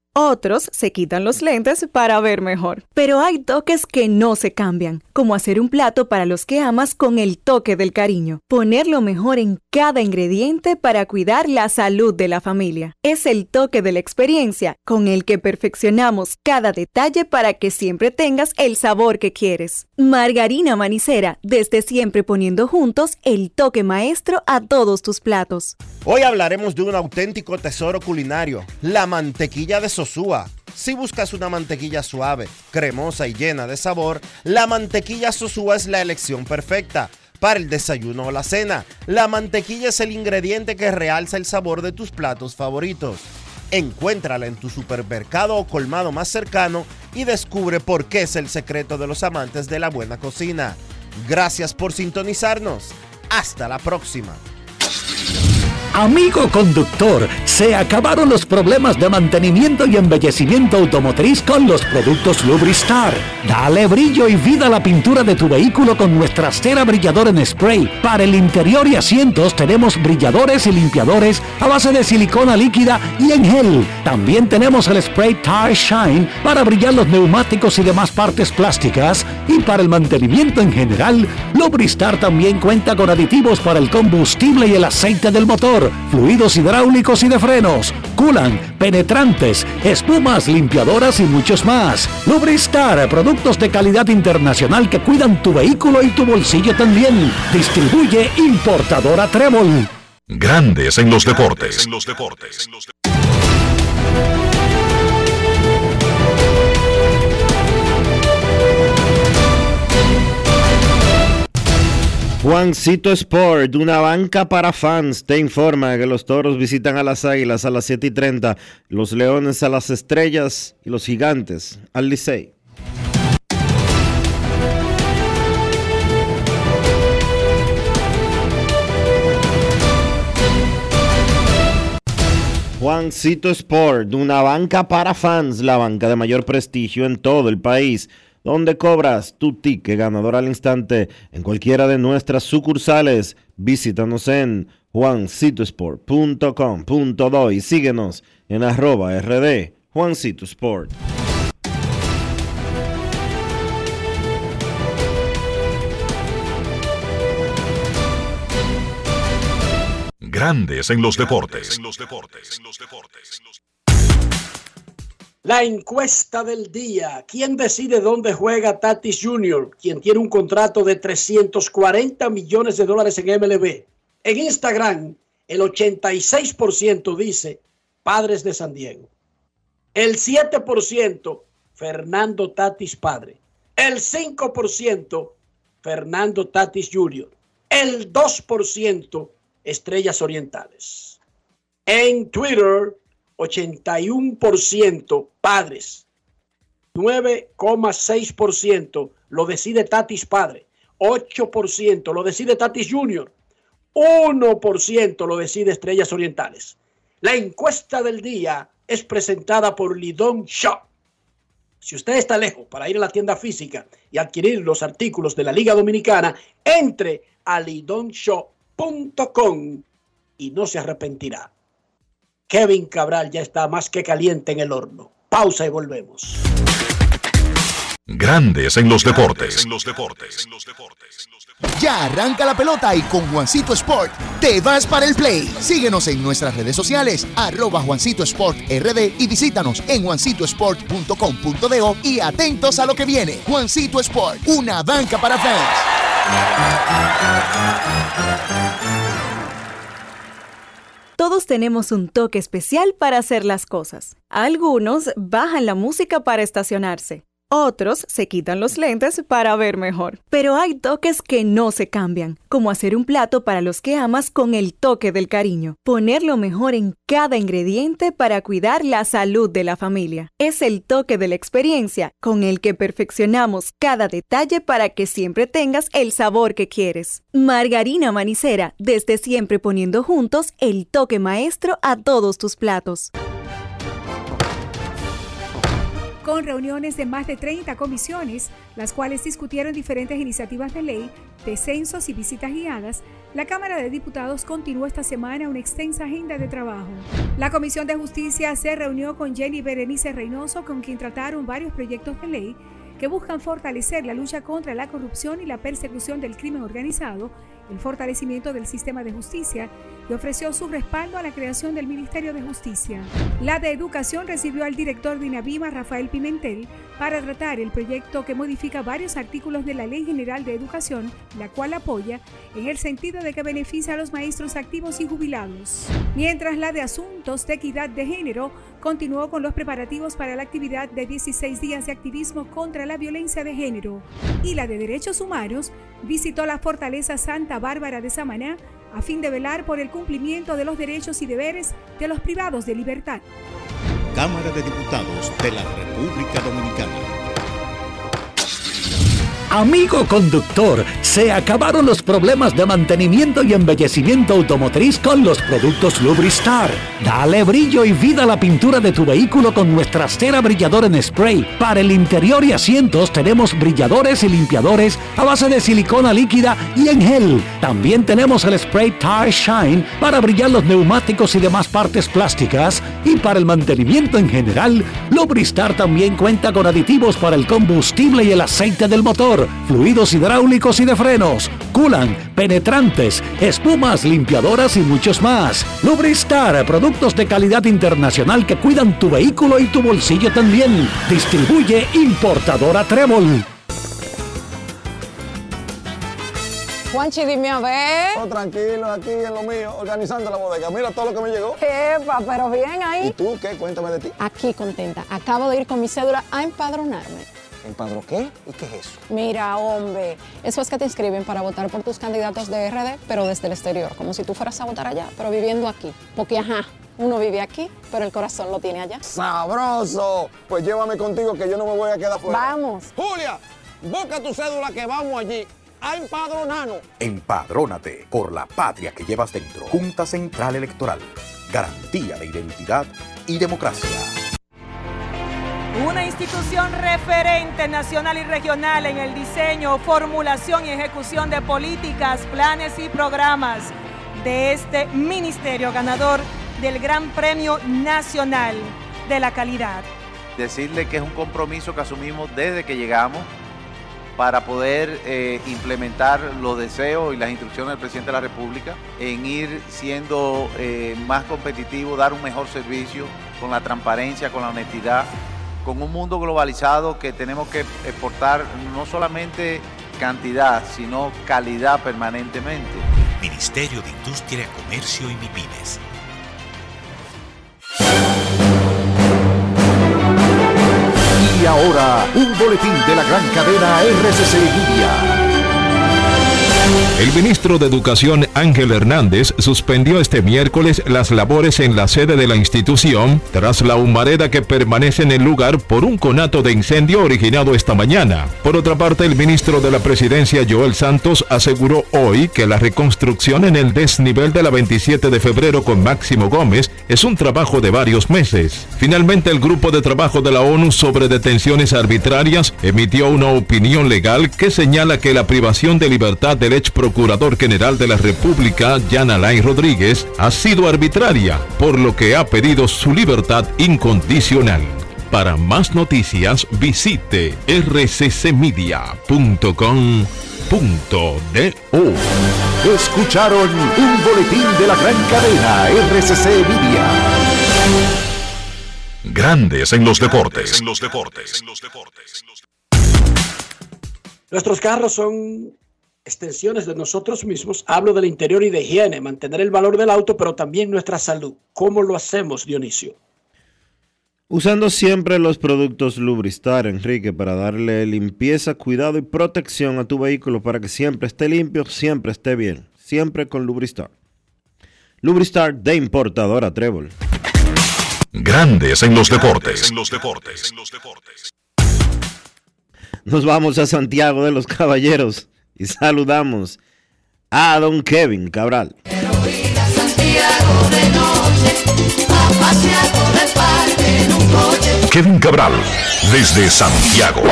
Otros se quitan los lentes para ver mejor. Pero hay toques que no se cambian, como hacer un plato para los que amas con el toque del cariño. Poner lo mejor en cada ingrediente para cuidar la salud de la familia. Es el toque de la experiencia con el que perfeccionamos cada detalle para que siempre tengas el sabor que quieres. Margarina Manicera, desde siempre poniendo juntos el toque maestro a todos tus platos. Hoy hablaremos de un auténtico tesoro culinario, la mantequilla de Sosúa. Si buscas una mantequilla suave, cremosa y llena de sabor, la mantequilla Sosúa es la elección perfecta. Para el desayuno o la cena, la mantequilla es el ingrediente que realza el sabor de tus platos favoritos. Encuéntrala en tu supermercado o colmado más cercano y descubre por qué es el secreto de los amantes de la buena cocina. Gracias por sintonizarnos. Hasta la próxima. Amigo conductor, se acabaron los problemas de mantenimiento y embellecimiento automotriz con los productos Lubristar. Dale brillo y vida a la pintura de tu vehículo con nuestra cera brilladora en spray. Para el interior y asientos tenemos brilladores y limpiadores a base de silicona líquida y en gel. También tenemos el spray Tire Shine para brillar los neumáticos y demás partes plásticas. Y para el mantenimiento en general, Lubristar también cuenta con aditivos para el combustible y el aceite del motor, fluidos hidráulicos y de frenos, culan, penetrantes, espumas, limpiadoras y muchos más. Lubristar, productos de calidad internacional que cuidan tu vehículo y tu bolsillo también. Distribuye importadora Trébol. Grandes en los deportes. En los deportes. Juancito Sport, una banca para fans, te informa que los Toros visitan a las Águilas a las siete y treinta, los Leones a las Estrellas y los Gigantes al Licey. Juancito Sport, una banca para fans, la banca de mayor prestigio en todo el país, donde cobras tu ticket ganador al instante en cualquiera de nuestras sucursales. Visítanos en juancito sport punto com punto do y síguenos en arroba rd Juancito Sport. Grandes en los deportes. La encuesta del día. ¿Quién decide dónde juega Tatis junior? Quien tiene un contrato de trescientos cuarenta millones de dólares en M L B. En Instagram, el ochenta y seis por ciento dice Padres de San Diego. El siete por ciento, Fernando Tatis padre. El cinco por ciento, Fernando Tatis junior El dos por ciento, Estrellas Orientales. En Twitter, ochenta y uno por ciento Padres, nueve coma seis por ciento lo decide Tatis padre, ocho por ciento lo decide Tatis junior, uno por ciento lo decide Estrellas Orientales. La encuesta del día es presentada por Lidón Shop. Si usted está lejos para ir a la tienda física y adquirir los artículos de la Liga Dominicana, entre a lidon shop punto com y no se arrepentirá. Kevin Cabral ya está más que caliente en el horno. Pausa y volvemos. Grandes en los deportes. Ya arranca la pelota y con Juancito Sport te vas para el play. Síguenos en nuestras redes sociales, arroba Juancito Sport R D y visítanos en juancito sport punto com punto do y atentos a lo que viene. Juancito Sport, una banca para fans. Todos tenemos un toque especial para hacer las cosas. Algunos bajan la música para estacionarse. Otros se quitan los lentes para ver mejor. Pero hay toques que no se cambian, como hacer un plato para los que amas con el toque del cariño. Poner lo mejor en cada ingrediente para cuidar la salud de la familia. Es el toque de la experiencia con el que perfeccionamos cada detalle para que siempre tengas el sabor que quieres. Margarina Manicera, desde siempre poniendo juntos el toque maestro a todos tus platos. con reuniones de más de treinta comisiones, las cuales discutieron diferentes iniciativas de ley, descensos y visitas guiadas, la Cámara de Diputados continuó esta semana una extensa agenda de trabajo. La Comisión de Justicia se reunió con Jenny Berenice Reynoso, con quien trataron varios proyectos de ley que buscan fortalecer la lucha contra la corrupción y la persecución del crimen organizado, el fortalecimiento del sistema de justicia, y ofreció su respaldo a la creación del Ministerio de Justicia. La de Educación recibió al director de INAVIMA, Rafael Pimentel, para tratar el proyecto que modifica varios artículos de la Ley General de Educación, la cual apoya en el sentido de que beneficia a los maestros activos y jubilados. Mientras la de Asuntos de Equidad de Género continuó con los preparativos para la actividad de dieciséis días de activismo contra la violencia de género, y la de Derechos Humanos visitó la Fortaleza Santa Bárbara de Samaná a fin de velar por el cumplimiento de los derechos y deberes de los privados de libertad. Cámara de Diputados de la República Dominicana. Amigo conductor, se acabaron los problemas de mantenimiento y embellecimiento automotriz con los productos Lubristar. Dale brillo y vida a la pintura de tu vehículo con nuestra cera brilladora en spray. Para el interior y asientos tenemos brilladores y limpiadores a base de silicona líquida y en gel. También tenemos el spray Tire Shine para brillar los neumáticos y demás partes plásticas. Y para el mantenimiento en general, Lubristar también cuenta con aditivos para el combustible y el aceite del motor, fluidos hidráulicos y de frenos, culan, penetrantes, espumas, limpiadoras y muchos más. Lubristar, productos de calidad internacional que cuidan tu vehículo y tu bolsillo también. Distribuye importadora Trébol. Juanchi, dime a ver. Oh, tranquilo, aquí en lo mío, organizando la bodega. Mira todo lo que me llegó. Epa, pero bien ahí. ¿Y tú qué? Cuéntame de ti. Aquí contenta. Acabo de ir con mi cédula a empadronarme. ¿Empadró qué? ¿Y qué es eso? Mira, hombre, eso es que te inscriben para votar por tus candidatos de R D, pero desde el exterior, como si tú fueras a votar allá, pero viviendo aquí. Porque, ajá, uno vive aquí, pero el corazón lo tiene allá. ¡Sabroso! Pues llévame contigo que yo no me voy a quedar fuera. ¡Vamos! Julia, busca tu cédula que vamos allí a empadronarnos. Empadrónate por la patria que llevas dentro. Junta Central Electoral. Garantía de identidad y democracia. Una institución referente nacional y regional en el diseño, formulación y ejecución de políticas, planes y programas de este ministerio ganador del Gran Premio Nacional de la Calidad. Decirle que es un compromiso que asumimos desde que llegamos para poder eh, implementar los deseos y las instrucciones del presidente de la República en ir siendo eh, más competitivo, dar un mejor servicio con la transparencia, con la honestidad, con un mundo globalizado que tenemos que exportar no solamente cantidad, sino calidad permanentemente. Ministerio de Industria, Comercio y MIPYMES. Y ahora, un boletín de la gran cadena R C C Media. El ministro de Educación, Ángel Hernández, suspendió este miércoles las labores en la sede de la institución tras la humareda que permanece en el lugar por un conato de incendio originado esta mañana. Por otra parte, el ministro de la Presidencia, Joel Santos, aseguró hoy que la reconstrucción en el desnivel de la veintisiete de febrero con Máximo Gómez es un trabajo de varios meses. Finalmente, el Grupo de Trabajo de la ONU sobre Detenciones Arbitrarias emitió una opinión legal que señala que la privación de libertad del ex Procurador General de la República, Jan Alain Rodríguez, ha sido arbitraria, por lo que ha pedido su libertad incondicional. Para más noticias, visite r c c media punto com punto d o. Escucharon un boletín de la gran cadena R C C Media. Grandes en los deportes. En los deportes. Nuestros carros son extensiones de nosotros mismos. Hablo del interior y de higiene, mantener el valor del auto, pero también nuestra salud. ¿Cómo lo hacemos, Dionisio? Usando siempre los productos Lubristar, Enrique, para darle limpieza, cuidado y protección a tu vehículo para que siempre esté limpio, siempre esté bien. Siempre con Lubristar. Lubristar de importadora Trébol. Grandes en los deportes. En los deportes. Nos vamos a Santiago de los Caballeros y saludamos a don Kevin Cabral. Quiero ir a Santiago de noche, a pasear por el parque en un coche. Kevin Cabral, desde Santiago.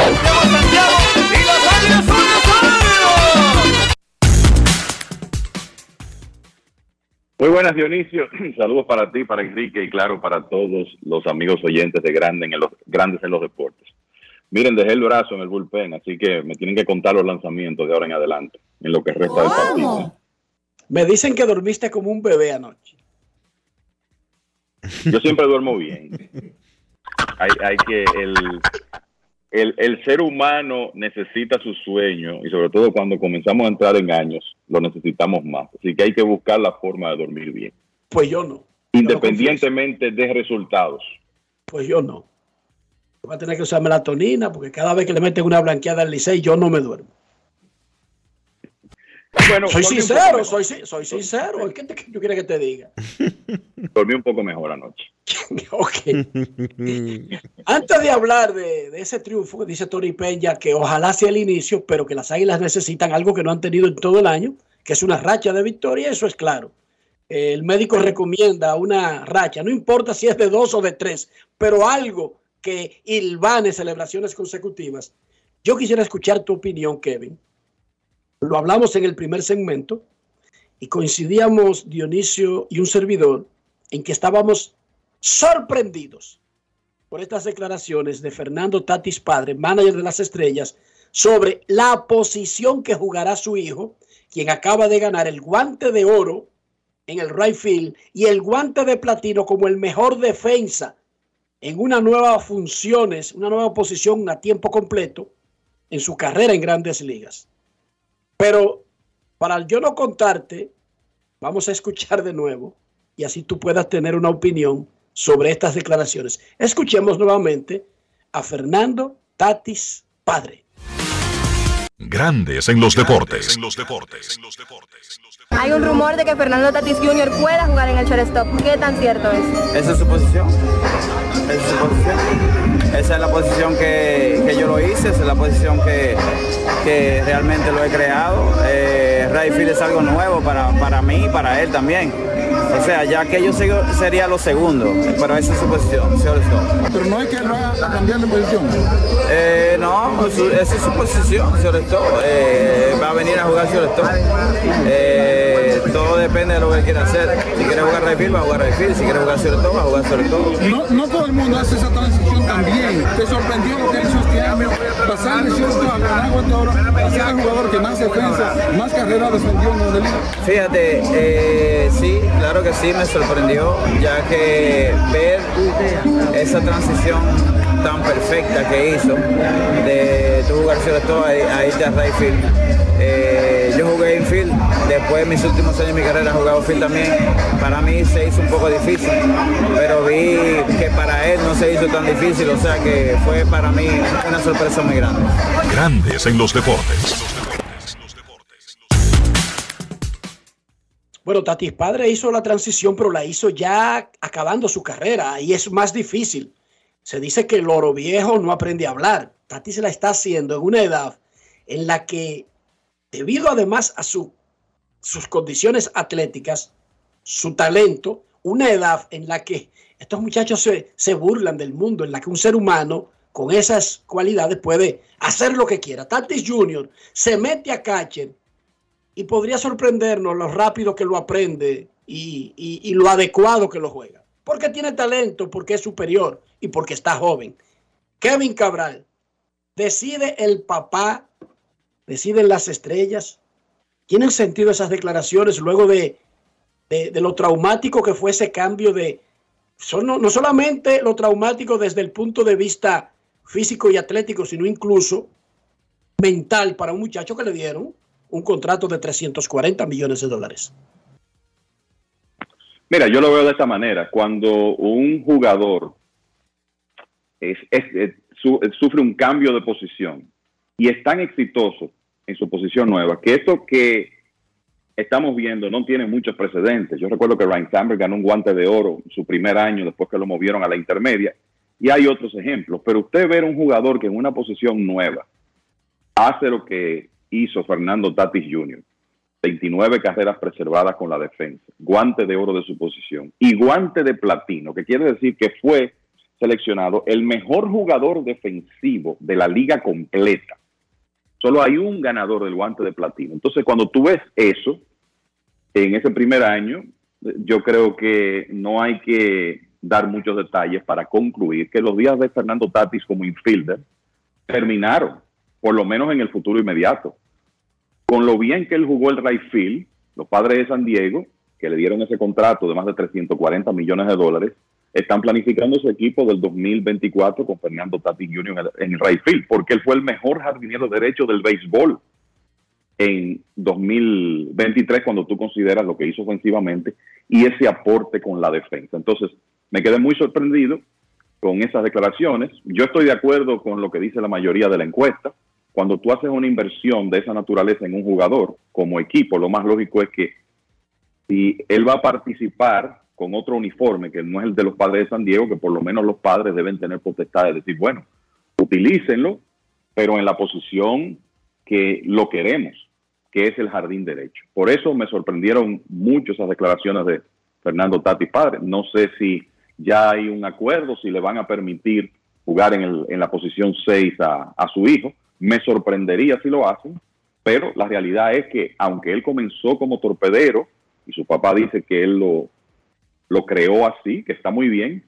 Muy buenas, Dionisio. Saludos para ti, para Enrique y claro, para todos los amigos oyentes de Grande en los, Grandes en los Deportes. Miren, dejé el brazo en el bullpen, así que me tienen que contar los lanzamientos de ahora en adelante, en lo que resta del partido. Me dicen que dormiste como un bebé anoche. Yo siempre duermo bien. Hay, hay que el, el, el ser humano necesita su sueño y sobre todo cuando comenzamos a entrar en años lo necesitamos más. Así que hay que buscar la forma de dormir bien. Pues yo no. Independientemente de resultados. Pues yo no. Voy a tener que usar melatonina porque cada vez que le meten una blanqueada al Licey yo no me duermo. Bueno, soy sincero, soy, soy sincero. ¿Qué, te, ¿Qué yo quiero que te diga? Dormí un poco mejor anoche. Ok. Antes de hablar de, de ese triunfo, dice Tony Peña que ojalá sea el inicio, pero que las Águilas necesitan algo que no han tenido en todo el año, que es una racha de victoria, eso es claro. El médico recomienda una racha, no importa si es de dos o de tres, pero algo que hilvane celebraciones consecutivas. Yo quisiera escuchar tu opinión, Kevin. Lo hablamos en el primer segmento y coincidíamos Dionisio y un servidor en que estábamos sorprendidos por estas declaraciones de Fernando Tatis Padre, manager de las Estrellas, sobre la posición que jugará su hijo, quien acaba de ganar el guante de oro en el right field y el guante de platino como el mejor defensa en una nueva funciones, una nueva posición a tiempo completo en su carrera en Grandes Ligas. Pero para yo no contarte, vamos a escuchar de nuevo y así tú puedas tener una opinión sobre estas declaraciones. Escuchemos nuevamente a Fernando Tatis Padre. Grandes en los deportes. En los deportes. Hay un rumor de que Fernando Tatis junior pueda jugar en el shortstop. ¿Qué tan cierto es? Esa es su posición. Esa es su posición. Esa es la posición que, que yo lo hice, esa es la posición que, que realmente lo he creado. Eh, right field es algo nuevo para, para mí y para él también. O sea, ya que yo sigo, sería lo segundo, pero esa es su posición, shortstop. Pero no es que él va a cambiar de posición. Eh, no, su, esa es su posición, shortstop. Eh, va a venir a jugar shortstop. Eh, todo depende de lo que él quiera hacer. Si quiere jugar right field, va a jugar right field. Si quiere jugar shortstop, va a jugar shortstop. No, no todo el mundo hace esa transición también. ¿Te sorprendió lo que hizo este año? Pasar de shortstop a ganar guante de oro, a ser el jugador que más defensa, más carrera defendió en la liga. Fíjate, eh, sí, claro que sí, me sorprendió, ya que ver esa transición tan perfecta que hizo de tu jugar shortstop a, a irte a right field. Eh, yo jugué infield, después de mis últimos años de mi carrera he jugado field también. Para mí se hizo un poco difícil, pero vi que para él no se hizo tan difícil, o sea que fue para mí una sorpresa muy grande. Grandes en los deportes. Bueno, Tatis Padre hizo la transición, pero la hizo ya acabando su carrera y es más difícil. Se dice que el loro viejo no aprende a hablar. Tatis la está haciendo en una edad en la que, debido además a su, sus condiciones atléticas, su talento, una edad en la que estos muchachos se, se burlan del mundo, en la que un ser humano con esas cualidades puede hacer lo que quiera. Tatis junior se mete a catcher y podría sorprendernos lo rápido que lo aprende y, y, y lo adecuado que lo juega. Porque tiene talento, porque es superior y porque está joven. Kevin Cabral, decide el papá, deciden las Estrellas. ¿Tienen sentido esas declaraciones luego de, de, de lo traumático que fue ese cambio de... Son, no, no solamente lo traumático desde el punto de vista físico y atlético, sino incluso mental para un muchacho que le dieron un contrato de trescientos cuarenta millones de dólares? Mira, yo lo veo de esta manera. Cuando un jugador es, es, es, su, sufre un cambio de posición y es tan exitoso en su posición nueva, que esto que estamos viendo no tiene muchos precedentes. Yo recuerdo que Ryan Sandberg ganó un guante de oro su primer año después que lo movieron a la intermedia, y hay otros ejemplos. Pero usted ver un jugador que en una posición nueva hace lo que hizo Fernando Tatis junior, veintinueve carreras preservadas con la defensa, guante de oro de su posición y guante de platino, que quiere decir que fue seleccionado el mejor jugador defensivo de la liga completa. Solo hay un ganador del guante de platino. Entonces, cuando tú ves eso, en ese primer año, yo creo que no hay que dar muchos detalles para concluir que los días de Fernando Tatis como infielder terminaron, por lo menos en el futuro inmediato. Con lo bien que él jugó el right field, los Padres de San Diego, que le dieron ese contrato de más de trescientos cuarenta millones de dólares, están planificando su equipo del dos mil veinticuatro con Fernando Tatis junior en el, en el right field, porque él fue el mejor jardinero derecho del béisbol en dos mil veintitrés, cuando tú consideras lo que hizo ofensivamente y ese aporte con la defensa. Entonces, me quedé muy sorprendido con esas declaraciones. Yo estoy de acuerdo con lo que dice la mayoría de la encuesta. Cuando tú haces una inversión de esa naturaleza en un jugador como equipo, lo más lógico es que si él va a participar con otro uniforme que no es el de los Padres de San Diego, que por lo menos los padres deben tener potestad de decir, bueno, utilícenlo, pero en la posición que lo queremos, que es el jardín derecho. Por eso me sorprendieron mucho esas declaraciones de Fernando Tatis padre. No sé si ya hay un acuerdo, si le van a permitir jugar en, el, en la posición seis a, a su hijo. Me sorprendería si lo hacen, pero la realidad es que aunque él comenzó como torpedero, y su papá dice que él lo, lo creó así, que está muy bien,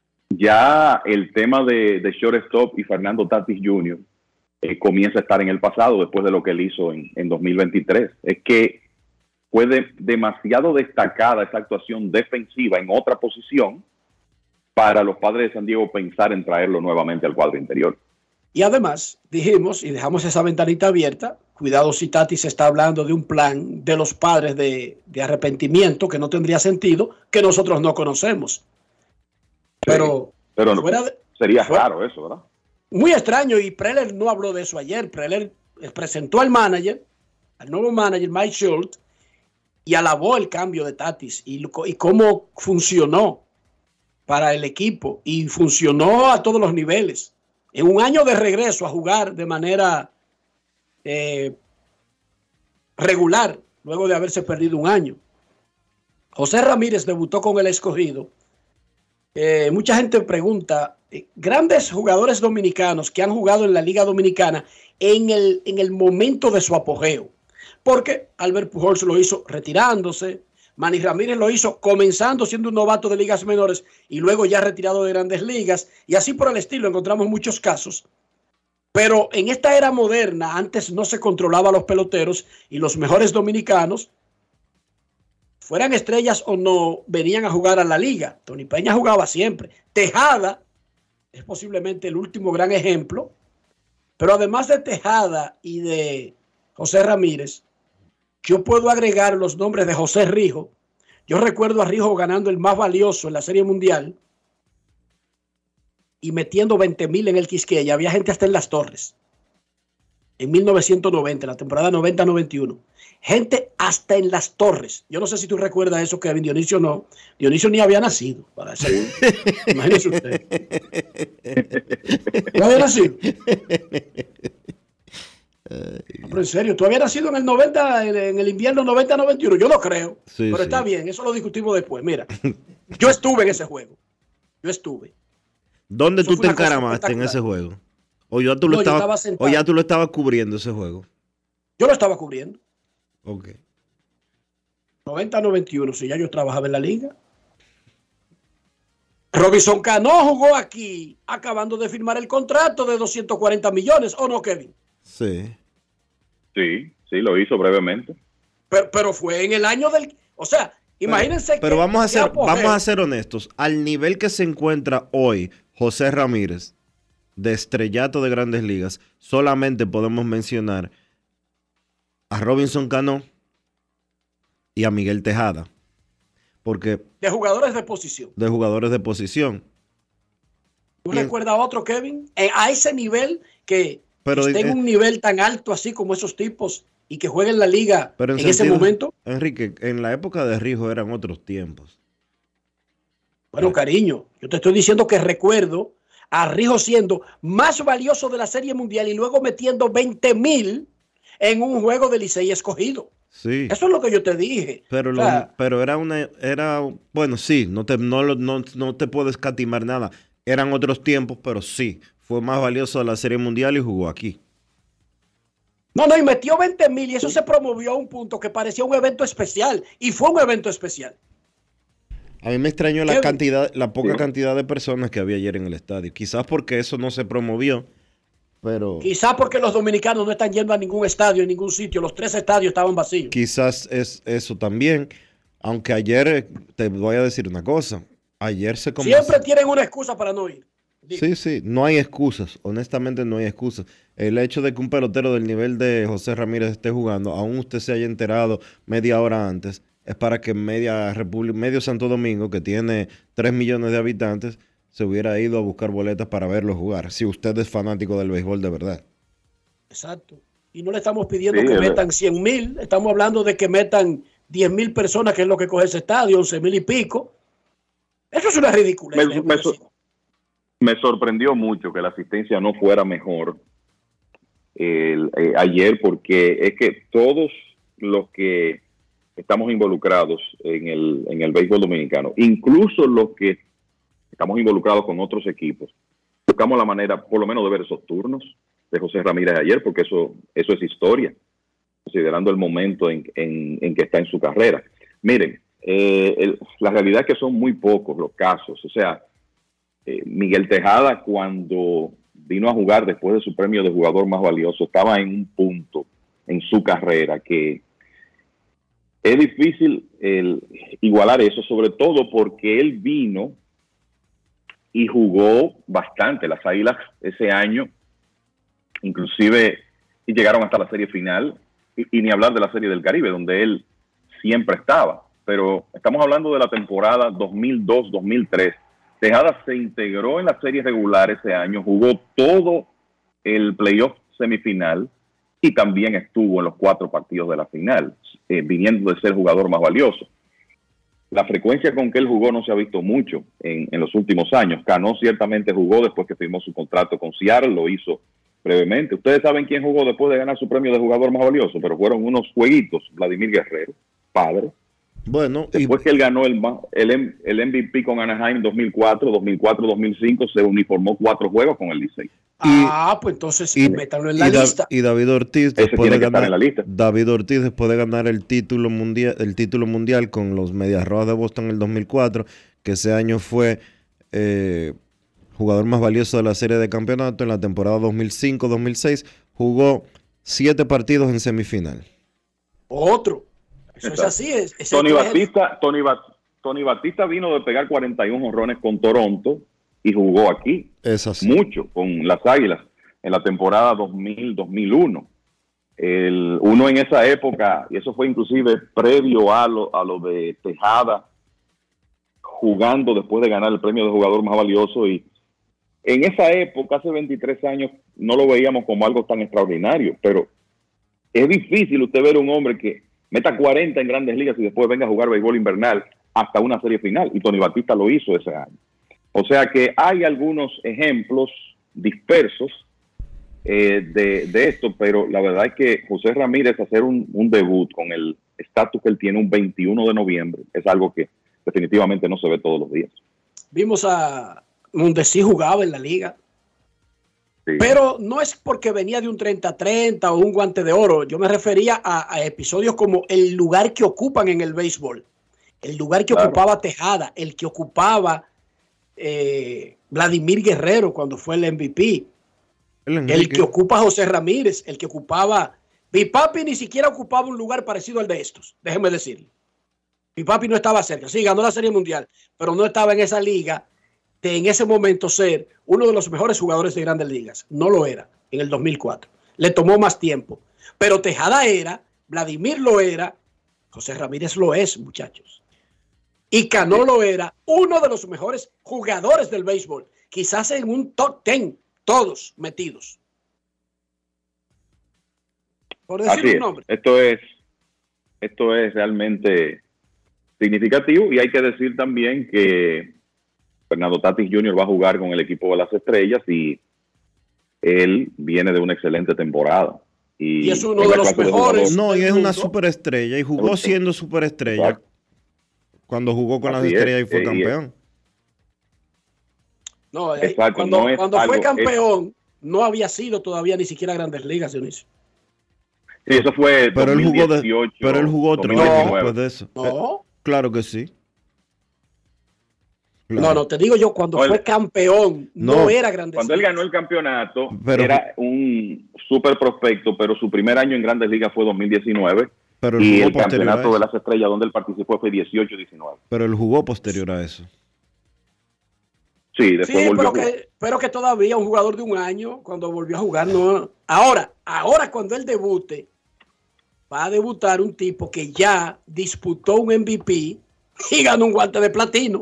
ya el tema de, de shortstop y Fernando Tatis junior eh, comienza a estar en el pasado después de lo que él hizo en, en dos mil veintitrés. Es que fue de, demasiado destacada esa actuación defensiva en otra posición para los Padres de San Diego pensar en traerlo nuevamente al cuadro interior. Y además dijimos, y dejamos esa ventanita abierta, cuidado si Tatis está hablando de un plan de los Padres de, de arrepentimiento que no tendría sentido, que nosotros no conocemos. Pero, sí, pero no, fuera de, sería fuera, raro eso, ¿verdad? Muy extraño, y Preller no habló de eso ayer. Preller presentó al manager, al nuevo manager Mike Schultz, y alabó el cambio de Tatis y, y cómo funcionó para el equipo, y funcionó a todos los niveles. En un año de regreso a jugar de manera eh, regular, luego de haberse perdido un año. José Ramírez debutó con el Escogido. Eh, mucha gente pregunta, eh, grandes jugadores dominicanos que han jugado en la Liga Dominicana en el, en el momento de su apogeo. Porque Albert Pujols lo hizo retirándose, Manny Ramírez lo hizo comenzando siendo un novato de ligas menores y luego ya retirado de grandes ligas, y así por el estilo. Encontramos muchos casos. Pero en esta era moderna, antes no se controlaba a los peloteros, y los mejores dominicanos, fueran estrellas o no, venían a jugar a la liga. Tony Peña jugaba siempre. Tejada es posiblemente el último gran ejemplo. Pero además de Tejada y de José Ramírez, yo puedo agregar los nombres de José Rijo. Yo recuerdo a Rijo ganando el más valioso en la Serie Mundial y metiendo veinte mil en el Quisqueya. Había gente hasta en Las Torres. En mil novecientos noventa, la temporada noventa noventa y uno. Gente hasta en Las Torres. Yo no sé si tú recuerdas eso, Kevin. Dionisio no. Dionisio ni había nacido. Para ser, imagínese usted. ¿No había nacido? No, pero en serio, ¿tú habías nacido en el noventa, en el invierno noventa noventa y uno? Yo no creo, sí, pero sí. Está bien, eso lo discutimos después. Mira, yo estuve en ese juego. Yo estuve. ¿Dónde eso tú te encaramaste en ese juego? ¿O ya, tú lo no, estabas, estaba ¿O ya tú lo estabas cubriendo ese juego? Yo lo estaba cubriendo. Ok. noventa noventa y uno, si ya yo trabajaba en la liga. Robinson Cano jugó aquí acabando de firmar el contrato de doscientos cuarenta millones, ¿o no, Kevin? Sí. Sí, sí, lo hizo brevemente. Pero, pero fue en el año del... O sea, imagínense pero, que... Pero vamos a, ser, vamos a ser honestos. Al nivel que se encuentra hoy José Ramírez, de estrellato de Grandes Ligas, solamente podemos mencionar a Robinson Cano y a Miguel Tejada. Porque... De jugadores de posición. De jugadores de posición. ¿Tú recuerdas a otro, Kevin? A ese nivel que... Pero esté en un nivel tan alto así como esos tipos y que jueguen la liga pero en, en sentido, ese momento. Enrique, en la época de Rijo eran otros tiempos. Bueno, cariño, yo te estoy diciendo que recuerdo a Rijo siendo más valioso de la Serie Mundial y luego metiendo veinte mil en un juego de Licey Escogido. Sí. Eso es lo que yo te dije. Pero, o sea, lo, pero era una, era, bueno, sí, no te, no, no, no te puedo escatimar nada. Eran otros tiempos, pero sí, fue más valioso de la Serie Mundial y jugó aquí. No, no, y metió veinte mil y eso se promovió a un punto que parecía un evento especial. Y fue un evento especial. A mí me extrañó la cantidad, la poca cantidad de personas que había ayer en el estadio. Quizás porque eso no se promovió, pero... Quizás porque los dominicanos no están yendo a ningún estadio, en ningún sitio. Los tres estadios estaban vacíos. Quizás es eso también. Aunque ayer, te voy a decir una cosa. Ayer se comenzó... Siempre tienen una excusa para no ir. Digo. Sí, sí, no hay excusas. Honestamente no hay excusas. El hecho de que un pelotero del nivel de José Ramírez esté jugando, aún usted se haya enterado media hora antes, es para que media República, medio Santo Domingo, que tiene tres millones de habitantes, se hubiera ido a buscar boletas para verlo jugar, si usted es fanático del béisbol de verdad. Exacto. Y no le estamos pidiendo sí, que es metan cien mil, estamos hablando de que metan diez mil personas, que es lo que coge ese estadio, once mil y pico. Eso es una ridiculez. Me, me, me sorprendió mucho que la asistencia no fuera mejor el, eh, ayer, porque es que todos los que estamos involucrados en el, en el béisbol dominicano, incluso los que estamos involucrados con otros equipos, buscamos la manera, por lo menos, de ver esos turnos de José Ramírez ayer, porque eso, eso es historia, considerando el momento en, en, en que está en su carrera. Miren, eh, el, la realidad es que son muy pocos los casos. O sea, eh, Miguel Tejada, cuando vino a jugar después de su premio de jugador más valioso, estaba en un punto en su carrera que es difícil el igualar eso, sobre todo porque él vino y jugó bastante. Las Águilas ese año, inclusive, y llegaron hasta la serie final, y, y ni hablar de la Serie del Caribe, donde él siempre estaba. Pero estamos hablando de la temporada dos mil dos dos mil tres. Tejada se integró en la serie regular ese año, jugó todo el playoff semifinal y también estuvo en los cuatro partidos de la final, eh, viniendo de ser jugador más valioso. La frecuencia con que él jugó no se ha visto mucho en, en los últimos años. Cano ciertamente jugó después que firmó su contrato con Seattle, lo hizo brevemente. Ustedes saben quién jugó después de ganar su premio de jugador más valioso, pero fueron unos jueguitos. Vladimir Guerrero, padre. Bueno, después y... que él ganó el, el, el M V P con Anaheim dos mil cuatro, dos mil cuatro, dos mil cinco, se uniformó cuatro juegos con el Licey. Ah, pues entonces y, métanlo en la y lista. Da, y David Ortiz Ese después de ganar en la lista. David Ortiz después de ganar el título mundial, el título mundial con los Medias Rojas de Boston en el dos mil cuatro, que ese año fue eh, jugador más valioso de la serie de campeonato en la temporada dos mil cinco dos mil seis, jugó siete partidos en semifinal. Otro. Eso es así. Es, es Tony Batista, Tony, Bat, Tony Batista vino de pegar cuarenta y uno jonrones con Toronto y jugó aquí. Es así. Mucho con las Águilas en la temporada dos mil dos mil uno. El, uno en esa época, y eso fue inclusive previo a lo, a lo de Tejada, jugando después de ganar el premio de jugador más valioso, y en esa época, hace veintitrés años, no lo veíamos como algo tan extraordinario, pero es difícil usted ver un hombre que meta cuarenta en Grandes Ligas y después venga a jugar béisbol invernal hasta una serie final, y Tony Batista lo hizo ese año. O sea que hay algunos ejemplos dispersos eh, de, de esto, pero la verdad es que José Ramírez hacer un, un debut con el estatus que él tiene un veintiuno de noviembre es algo que definitivamente no se ve todos los días. Vimos a Mondesi jugaba en la liga. Sí. Pero no es porque venía de un treinta treinta o un guante de oro. Yo me refería a, a episodios como el lugar que ocupan en el béisbol. El lugar que claro. ocupaba Tejada, el que ocupaba eh, Vladimir Guerrero cuando fue el M V P. El, el que ocupa José Ramírez, el que ocupaba... Mi papi ni siquiera ocupaba un lugar parecido al de estos, déjenme decirle. Mi papi no estaba cerca. Sí, ganó la Serie Mundial, pero no estaba en esa liga de en ese momento ser uno de los mejores jugadores de Grandes Ligas. No lo era en el dos mil cuatro. Le tomó más tiempo. Pero Tejada era, Vladimir lo era, José Ramírez lo es, muchachos. Y Cano lo era, uno de los mejores jugadores del béisbol. Quizás en un top ten, todos metidos. Por decir Así un nombre. Es. Esto es, esto es realmente significativo, y hay que decir también que Fernando Tatis junior va a jugar con el equipo de las Estrellas y él viene de una excelente temporada. Y, y es uno de los mejores. De no, y es una superestrella y jugó siendo superestrella. Exacto. Cuando jugó con Así las Estrellas es, y fue eh, campeón. No, eh, Exacto, cuando, no es cuando algo- fue campeón, no había sido todavía ni siquiera Grandes Ligas, Dionisio. Sí, eso fue Pero él jugó, de- dos mil dieciocho, pero él jugó otro dos mil año diecinueve. después de eso. No. Eh, claro que sí. Claro. No, no, te digo yo, cuando No, él- fue campeón, no, No. era Grandes Cuando él Ligas. ganó el campeonato, Pero- era un super prospecto, pero su primer año en Grandes Ligas fue dos mil diecinueve. Pero él Y jugó el posterior a campeonato de eso. las estrellas donde él participó fue dieciocho diecinueve. Pero él jugó posterior a eso. Sí, después Sí, volvió pero a jugar. que, pero que todavía un jugador de un año, cuando volvió a jugar, no. Ahora, ahora cuando él debute, va a debutar un tipo que ya disputó un M V P y ganó un guante de platino.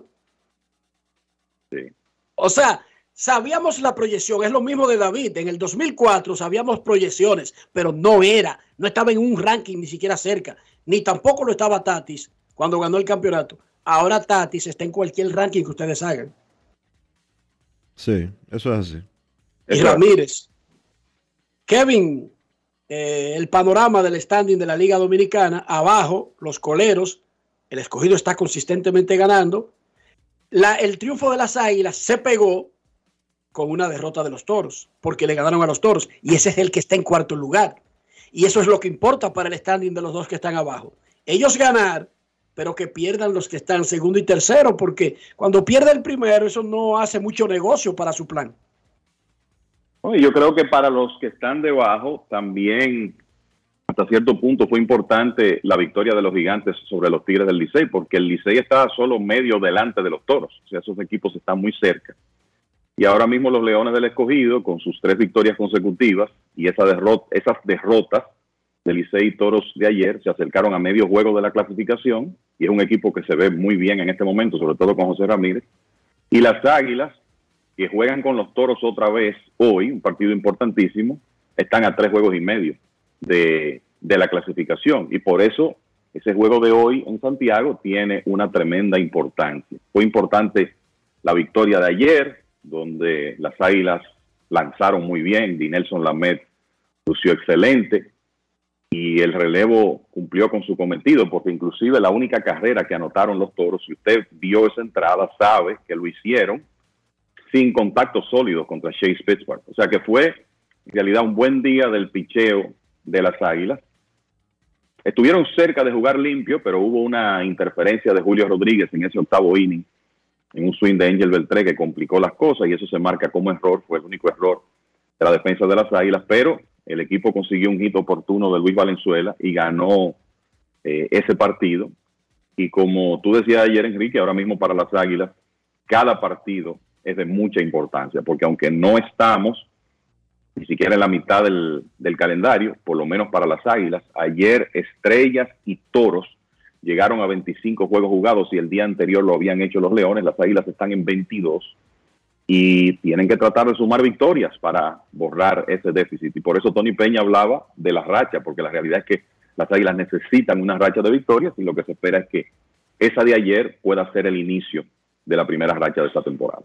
Sí. O sea, sabíamos la proyección, es lo mismo de David. En el dos mil cuatro sabíamos proyecciones, pero no era, no estaba en un ranking ni siquiera cerca, ni tampoco lo estaba Tatis cuando ganó el campeonato. Ahora Tatis está en cualquier ranking que ustedes hagan. Sí, eso es así. Y Ramírez. Kevin, eh, el panorama del standing de la Liga Dominicana, abajo, los coleros, el escogido está consistentemente ganando. La, el triunfo de las Águilas se pegó con una derrota de los Toros, porque le ganaron a los Toros, y ese es el que está en cuarto lugar. Y eso es lo que importa para el standing de los dos que están abajo. Ellos ganar, pero que pierdan los que están segundo y tercero, porque cuando pierde el primero, eso no hace mucho negocio para su plan. Oye, yo creo que para los que están debajo también hasta cierto punto fue importante la victoria de los Gigantes sobre los Tigres del Licey, porque el Licey está solo medio delante de los Toros, o sea, esos equipos están muy cerca. Y ahora mismo los Leones del Escogido, con sus tres victorias consecutivas y esa derrota, esas derrotas de Licey y Toros de ayer, se acercaron a medio juego de la clasificación, y es un equipo que se ve muy bien en este momento, sobre todo con José Ramírez. Y las Águilas, que juegan con los Toros otra vez hoy, un partido importantísimo, están a tres juegos y medio de, de la clasificación. Y por eso ese juego de hoy en Santiago tiene una tremenda importancia. Fue importante la victoria de ayer, donde las Águilas lanzaron muy bien, Dinelson Lamet lució excelente, y el relevo cumplió con su cometido, porque inclusive la única carrera que anotaron los Toros, si usted vio esa entrada, sabe que lo hicieron sin contactos sólidos contra Chase Pittsburgh. O sea que fue en realidad un buen día del picheo de las Águilas. Estuvieron cerca de jugar limpio, pero hubo una interferencia de Julio Rodríguez en ese octavo inning, en un swing de Angel Beltré que complicó las cosas, y eso se marca como error, fue el único error de la defensa de las Águilas, pero el equipo consiguió un hit oportuno de Luis Valenzuela y ganó eh, ese partido. Y como tú decías ayer, Enrique, ahora mismo para las Águilas, cada partido es de mucha importancia, porque aunque no estamos ni siquiera en la mitad del, del calendario, por lo menos para las Águilas, ayer Estrellas y Toros llegaron a veinticinco juegos jugados y el día anterior lo habían hecho los Leones. Las Águilas están en veintidós y tienen que tratar de sumar victorias para borrar ese déficit. Y por eso Tony Peña hablaba de la racha, porque la realidad es que las Águilas necesitan una racha de victorias y lo que se espera es que esa de ayer pueda ser el inicio de la primera racha de esta temporada.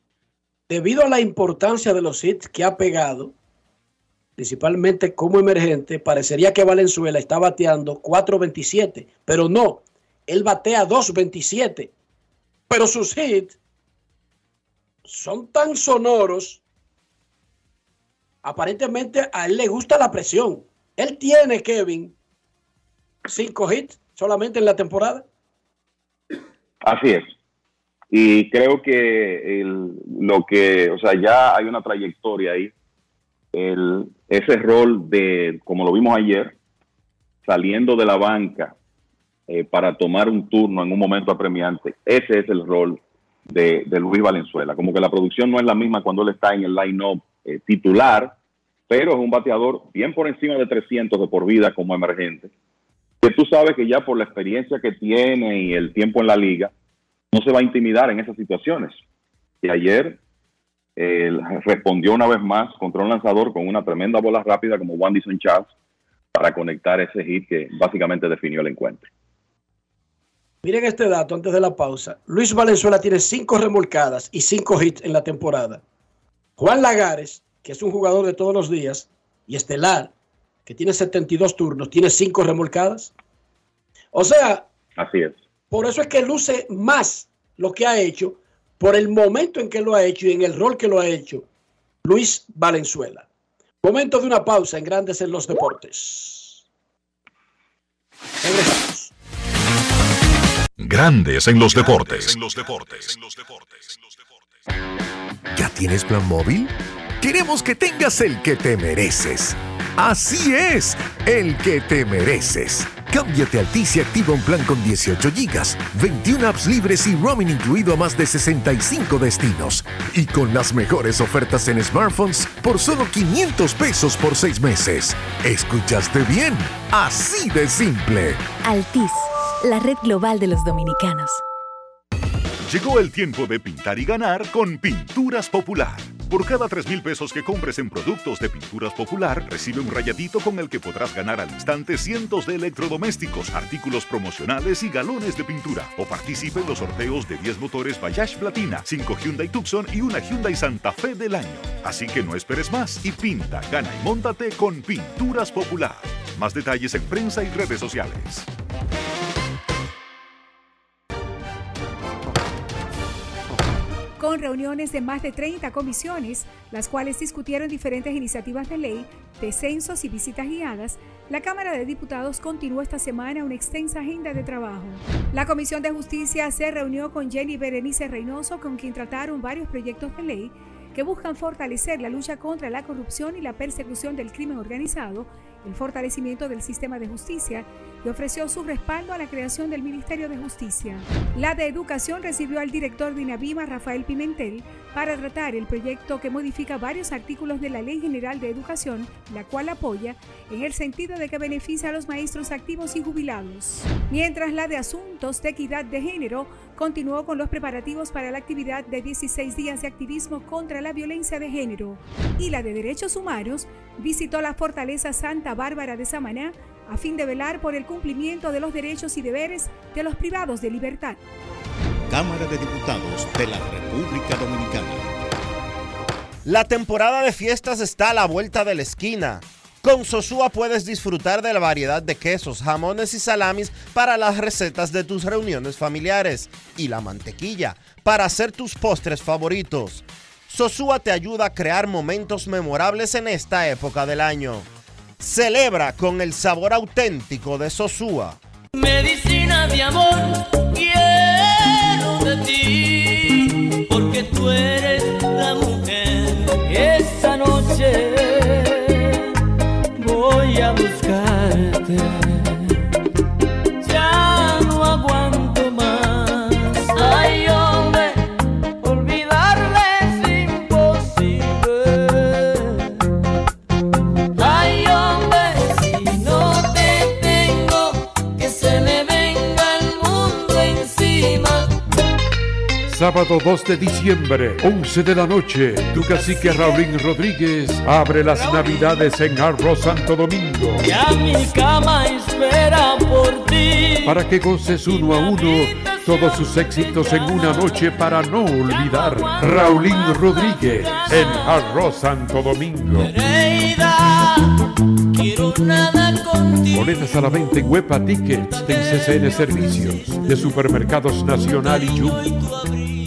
Debido a la importancia de los hits que ha pegado, principalmente como emergente, parecería que Valenzuela está bateando cuatro veintisiete, pero no, él batea dos veintisiete, pero sus hits son tan sonoros, aparentemente a él le gusta la presión. Él tiene, Kevin, cinco hits solamente en la temporada. Así es. Y creo que el, lo que, o sea, ya hay una trayectoria ahí. El, ese rol de, como lo vimos ayer, saliendo de la banca eh, para tomar un turno en un momento apremiante, ese es el rol de, de Luis Valenzuela. Como que la producción no es la misma cuando él está en el line-up eh, titular, pero es un bateador bien por encima de trescientos de por vida como emergente, que tú sabes que ya por la experiencia que tiene y el tiempo en la liga, no se va a intimidar en esas situaciones. Y ayer eh, respondió una vez más contra un lanzador con una tremenda bola rápida como Wanderson Charles para conectar ese hit que básicamente definió el encuentro. Miren este dato antes de la pausa. Luis Valenzuela tiene cinco remolcadas y cinco hits en la temporada. Juan Lagares, que es un jugador de todos los días, y estelar, que tiene setenta y dos turnos, tiene cinco remolcadas. O sea, así es. Por eso es que luce más lo que ha hecho, por el momento en que lo ha hecho y en el rol que lo ha hecho Luis Valenzuela. Momento de una pausa en Grandes en los Deportes. Regresamos. Grandes en los deportes. En los deportes. ¿Ya tienes plan móvil? Queremos que tengas el que te mereces. Así es, el que te mereces. Cámbiate a Altis y activa un plan con dieciocho gigas, veintiuna apps libres y roaming incluido a más de sesenta y cinco destinos. Y con las mejores ofertas en smartphones por solo quinientos pesos por seis meses. ¿Escuchaste bien? Así de simple. Altis, la red global de los dominicanos. Llegó el tiempo de pintar y ganar con Pinturas Popular. Por cada tres mil pesos que compres en productos de Pinturas Popular, recibe un rayadito con el que podrás ganar al instante cientos de electrodomésticos, artículos promocionales y galones de pintura. O participe en los sorteos de diez motores Bayash Platina, cinco Hyundai Tucson y una Hyundai Santa Fe del año. Así que no esperes más y pinta, gana y móntate con Pinturas Popular. Más detalles en prensa y redes sociales. Con reuniones de más de treinta comisiones, las cuales discutieron diferentes iniciativas de ley, descensos y visitas guiadas, la Cámara de Diputados continuó esta semana una extensa agenda de trabajo. La Comisión de Justicia se reunió con Jenny Berenice Reynoso, con quien trataron varios proyectos de ley que buscan fortalecer la lucha contra la corrupción y la persecución del crimen organizado, el fortalecimiento del sistema de justicia, y ofreció su respaldo a la creación del Ministerio de Justicia. La de Educación recibió al director de INAVIMA, Rafael Pimentel, para tratar el proyecto que modifica varios artículos de la Ley General de Educación, la cual apoya en el sentido de que beneficia a los maestros activos y jubilados. Mientras la de Asuntos de Equidad de Género continuó con los preparativos para la actividad de dieciséis días de activismo contra la violencia de género, y la de Derechos Humanos visitó la Fortaleza Santa Bárbara de Samaná a fin de velar por el cumplimiento de los derechos y deberes de los privados de libertad. Cámara de Diputados de la República Dominicana. La temporada de fiestas está a la vuelta de la esquina. Con Sosúa puedes disfrutar de la variedad de quesos, jamones y salamis para las recetas de tus reuniones familiares y la mantequilla para hacer tus postres favoritos. Sosúa te ayuda a crear momentos memorables en esta época del año. Celebra con el sabor auténtico de Sosúa. Medicina de amor, quiero de ti, porque tú eres la mujer. Esta noche voy a buscarte. Ya no aguanto más. Ay, hombre, olvidarle es imposible. Ay, hombre, si no te tengo, que se me venga el mundo encima. Sábado dos de diciembre, once de la noche, tu cacique Raulín Rodríguez abre las Navidades en Hard Rock Santo Domingo. Ya mi cama espera por ti. Para que goces uno a uno todos sus éxitos en una noche para no olvidar. Raulín Rodríguez en Hard Rock Santo Domingo. Quiero nada contigo. Boletas a la venta en Huepa Tickets, en C C N Servicios, de Supermercados Nacional y Jumbo.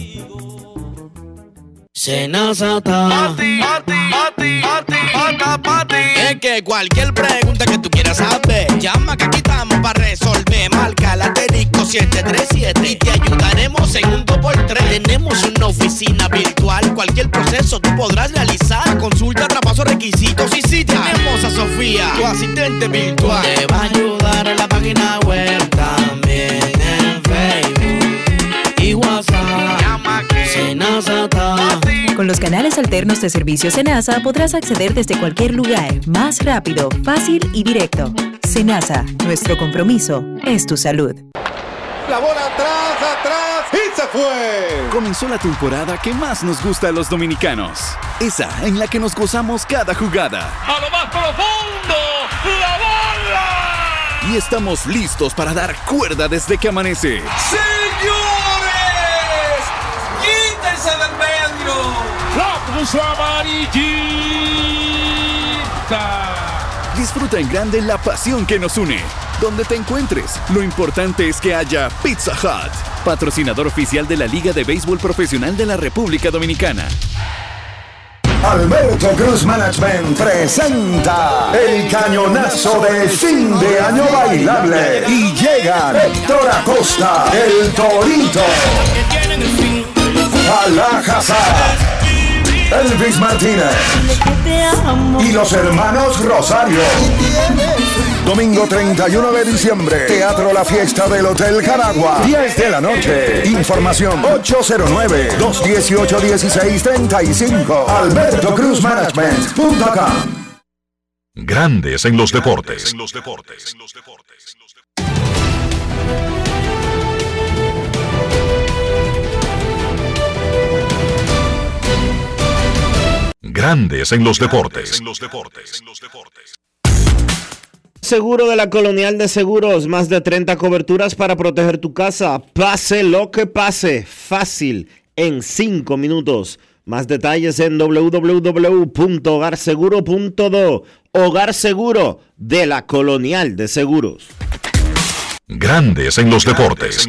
Senasa Pati, pati, pati, pati, pati, pati. Es que cualquier pregunta que tú quieras saber, llama que aquí estamos para resolver. Marca la asterisco siete tres siete y te ayudaremos en un dos por tres. Tenemos una oficina virtual, cualquier proceso tú podrás realizar. Consulta, traspaso, requisitos y si tenemos a Sofía, tu asistente virtual. Te va a ayudar en la página web, también en Facebook y WhatsApp. Llama que Senasa Pati. Con los canales alternos de servicio Senasa podrás acceder desde cualquier lugar, más rápido, fácil y directo. Senasa, nuestro compromiso es tu salud. La bola atrás, atrás y se fue. Comenzó la temporada que más nos gusta a los dominicanos. Esa en la que nos gozamos cada jugada. A lo más profundo, la bola. Y estamos listos para dar cuerda desde que amanece. ¡Señores! ¡Quítense del medio! ¡La puso amarillita! Disfruta en grande la pasión que nos une. donde te encuentres. Lo importante es que haya Pizza Hut, patrocinador oficial de la Liga de Béisbol Profesional de la República Dominicana. Alberto Cruz Management presenta el cañonazo de fin de año bailable y llegan Héctor Acosta, el Torito, Alajazá, Elvis Martínez y los hermanos Rosario. Domingo treinta y uno de diciembre, Teatro La Fiesta del Hotel Caragua, diez de la noche. Información ocho cero nueve, dos uno ocho, uno seis tres cinco. alberto cruz management punto com. Grandes en los deportes. Grandes en los deportes. Seguro de la Colonial de Seguros, más de treinta coberturas para proteger tu casa. Pase lo que pase, fácil, en cinco minutos. Más detalles en doble u doble u doble u punto hogar seguro punto do. Hogar Seguro de la Colonial de Seguros. Grandes en los deportes.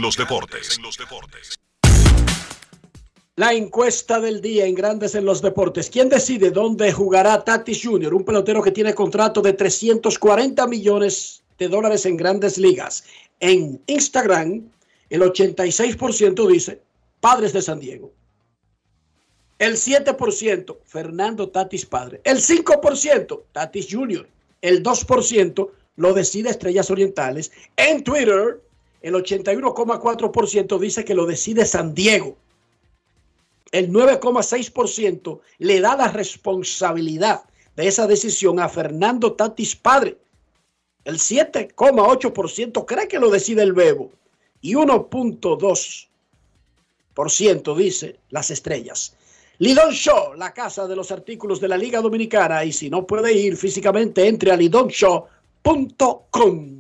La encuesta del día en Grandes en los Deportes. ¿Quién decide dónde jugará Tatis junior? Un pelotero que tiene contrato de trescientos cuarenta millones de dólares en Grandes Ligas. En Instagram, el ochenta y seis por ciento dice Padres de San Diego. El siete por ciento, Fernando Tatis Padre. El cinco por ciento, Tatis junior. El dos por ciento lo decide Estrellas Orientales. En Twitter, el ochenta y uno coma cuatro por ciento dice que lo decide San Diego. El nueve coma seis por ciento le da la responsabilidad de esa decisión a Fernando Tatis Padre. El siete coma ocho por ciento cree que lo decide el Bebo. Y uno coma dos por ciento dice las Estrellas. Lidon Show, la casa de los artículos de la Liga Dominicana. Y si no puede ir físicamente, entre a lidon show punto com.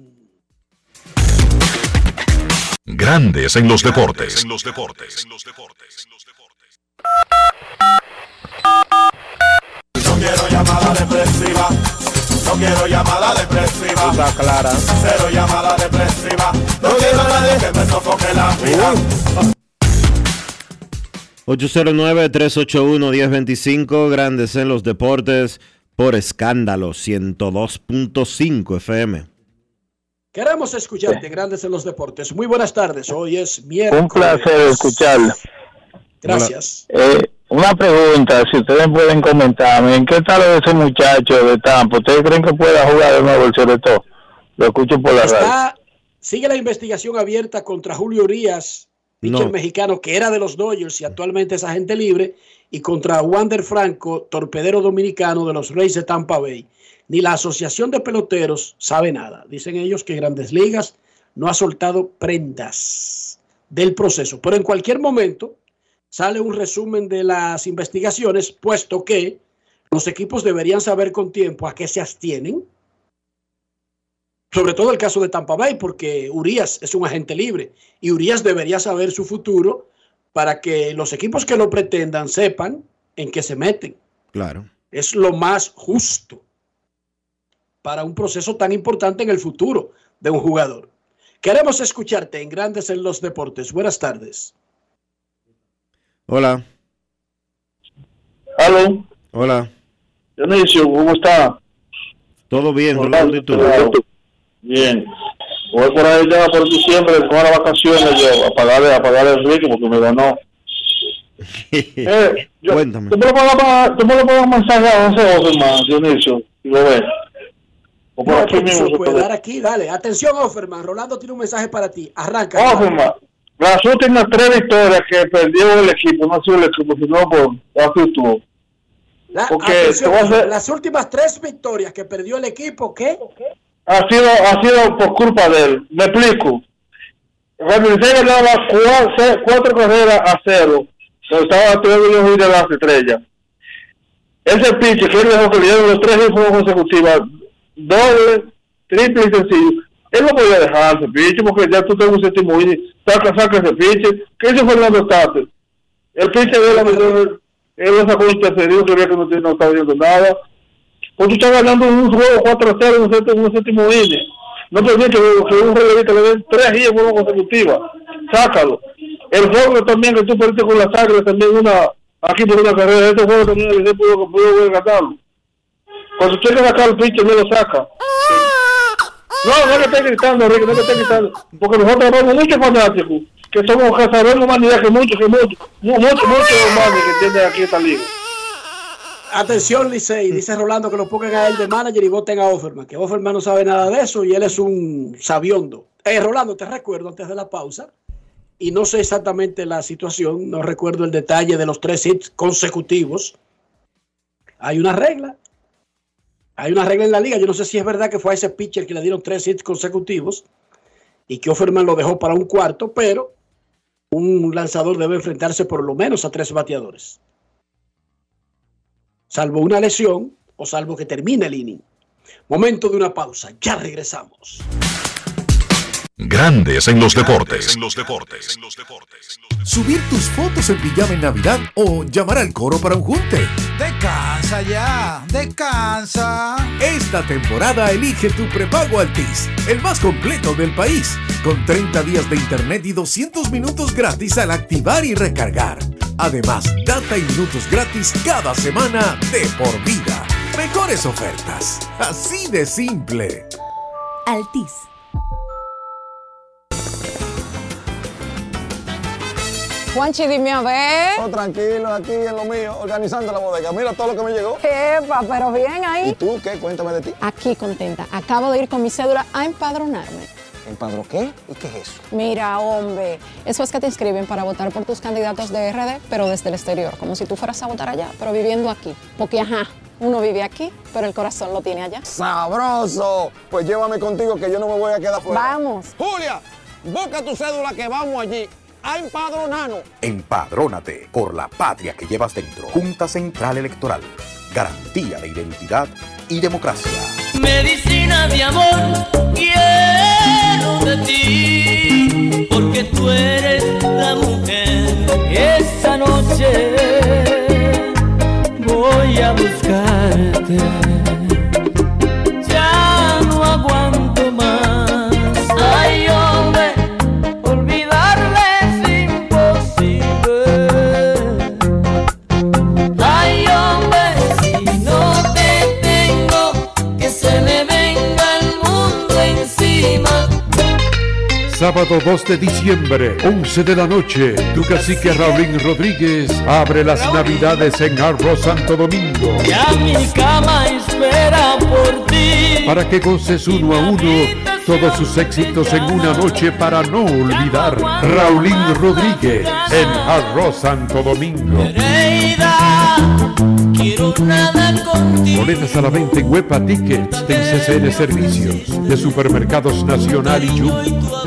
Grandes en los deportes. No quiero llamada depresiva. No quiero llamada depresiva. Está clara. Cero llamada depresiva. No quiero a nadie que me sofoque la vida. ocho cero nueve, tres ocho uno, uno cero dos cinco. Grandes en los deportes por Escándalo ciento dos punto cinco F M. Queremos escucharte, Grandes en los Deportes. Muy buenas tardes. Hoy es miércoles. Un placer escucharlo. Gracias. Eh, una pregunta, si ustedes pueden comentarme, ¿en qué tal ese muchacho de Tampa? ¿Ustedes creen que pueda jugar de nuevo el Choretó? Lo escucho por la Está, radio. Sigue la investigación abierta contra Julio Urias, pitcher No. mexicano que era de los Dodgers y actualmente es agente libre, y contra Wander Franco, torpedero dominicano de los Rays de Tampa Bay. Ni la Asociación de Peloteros sabe nada. Dicen ellos que Grandes Ligas no ha soltado prendas del proceso. Pero en cualquier momento sale un resumen de las investigaciones, puesto que los equipos deberían saber con tiempo a qué se abstienen. Sobre todo el caso de Tampa Bay, porque Urias es un agente libre y Urias debería saber su futuro para que los equipos que lo pretendan sepan en qué se meten. Claro. Es lo más justo para un proceso tan importante en el futuro de un jugador. Queremos escucharte en Grandes en los Deportes. Buenas tardes. Hola. ¿Aló? Hola. Dionisio, ¿cómo está? Todo bien, Hola, Rolando, ¿y tú? Bien. Voy por ahí ya por diciembre, con las vacaciones, yo, a pagarle, a pagarle el rico porque me ganó. eh, yo, Cuéntame. ¿Tú me lo pagas, tú me lo pagas mensaje a José Offerman, Dionisio? Y lo ves. O por No, aquí que mismo. se se puede puede. dar aquí, dale. Atención, Offerman. Rolando tiene un mensaje para ti. Arranca. Offerman, las últimas tres victorias que perdió el equipo, no ha sido el equipo, sino por así tú. La- Porque atención, te voy a hacer- las últimas tres victorias que perdió el equipo, ¿qué? Ha sido, ha sido por culpa de él. Me explico. Cuando se ganaba cuatro, cuatro carreras a cero, se estaba todo el de las estrellas. Ese pitch que él dejó que le dieron los tres juegos consecutivos, doble, triple y sencillo. Él no podía dejar ese pitch porque ya tú tenés un séptimo inning, saca, saca ese pitch. ¿Qué hizo Fernando Tatis? El pitch de él, él lo sacó un tercero, que que no, no estaba viendo nada. Pues tú estás ganando un juego cuatro a cero en un séptimo, un séptimo inning. No permite que un relevista le den tres hits en una consecutiva. Sácalo. El juego también que tú perdiste con la sangre, también una, aquí por una carrera, este juego también el Licey pudo, pudo ganar. Cuando usted que sacar el pitcher, no lo saca. No, no le esté gritando, Enrique, no le esté gritando. Porque nosotros tenemos muchos fanáticos, que somos, que sabemos más que muchos, que muchos, muchos, muchos más que tienen aquí esta liga. Atención, Licey, dice Rolando que lo pongan a él de manager y voten a Offerman, que Offerman no sabe nada de eso y él es un sabiondo. Eh, Rolando, te recuerdo antes de la pausa, y no sé exactamente la situación, no recuerdo el detalle de los tres hits consecutivos. Hay una regla, hay una regla en la liga. Yo no sé si es verdad que fue a ese pitcher que le dieron tres hits consecutivos y que Offerman lo dejó para un cuarto, pero un lanzador debe enfrentarse por lo menos a tres bateadores, salvo una lesión o salvo que termine el inning. Momento de una pausa, ya regresamos. Grandes en los deportes. Subir tus fotos en pijama en Navidad o llamar al coro para un junte. Descansa ya, descansa. Esta temporada elige tu prepago Altis, el más completo del país, con treinta días de internet y doscientos minutos gratis al activar y recargar. Además, data y minutos gratis cada semana de por vida. Mejores ofertas, así de simple. Altis. Juanchi, dime a ver. Oh, tranquilo, aquí en lo mío, organizando la bodega. Mira todo lo que me llegó. Epa, pero bien ahí. ¿Y tú qué? Cuéntame de ti. Aquí contenta. Acabo de ir con mi cédula a empadronarme. ¿Empadro qué? ¿Y qué es eso? Mira, hombre, eso es que te inscriben para votar por tus candidatos de R D, pero desde el exterior, como si tú fueras a votar allá, pero viviendo aquí. Porque, ajá, uno vive aquí, pero el corazón lo tiene allá. ¡Sabroso! Pues llévame contigo que yo no me voy a quedar fuera. Vamos. Julia, busca tu cédula que vamos allí a empadronarnos. Empadrónate por la patria que llevas dentro. Junta Central Electoral. Garantía de identidad y democracia. Medicina de amor, quiero de ti, porque tú eres la mujer. Esta noche voy a buscarte. Ya no aguanto más. Ay, hombre, olvidarle es imposible. Ay, hombre, si no te tengo, que se me venga el mundo encima. Sábado dos de diciembre, once de la noche, tu cacique Raulín Rodríguez abre las Navidades en Arroz Santo Domingo. Ya mi cama espera por ti. Para que goces uno a uno todos sus éxitos en una noche para no olvidar. Raulín Rodríguez en Arroz Santo Domingo. Quiero nada contigo. Boletas a la venta en Huepa Tickets, en C C N Servicios, de Supermercados Nacional y Jumbo.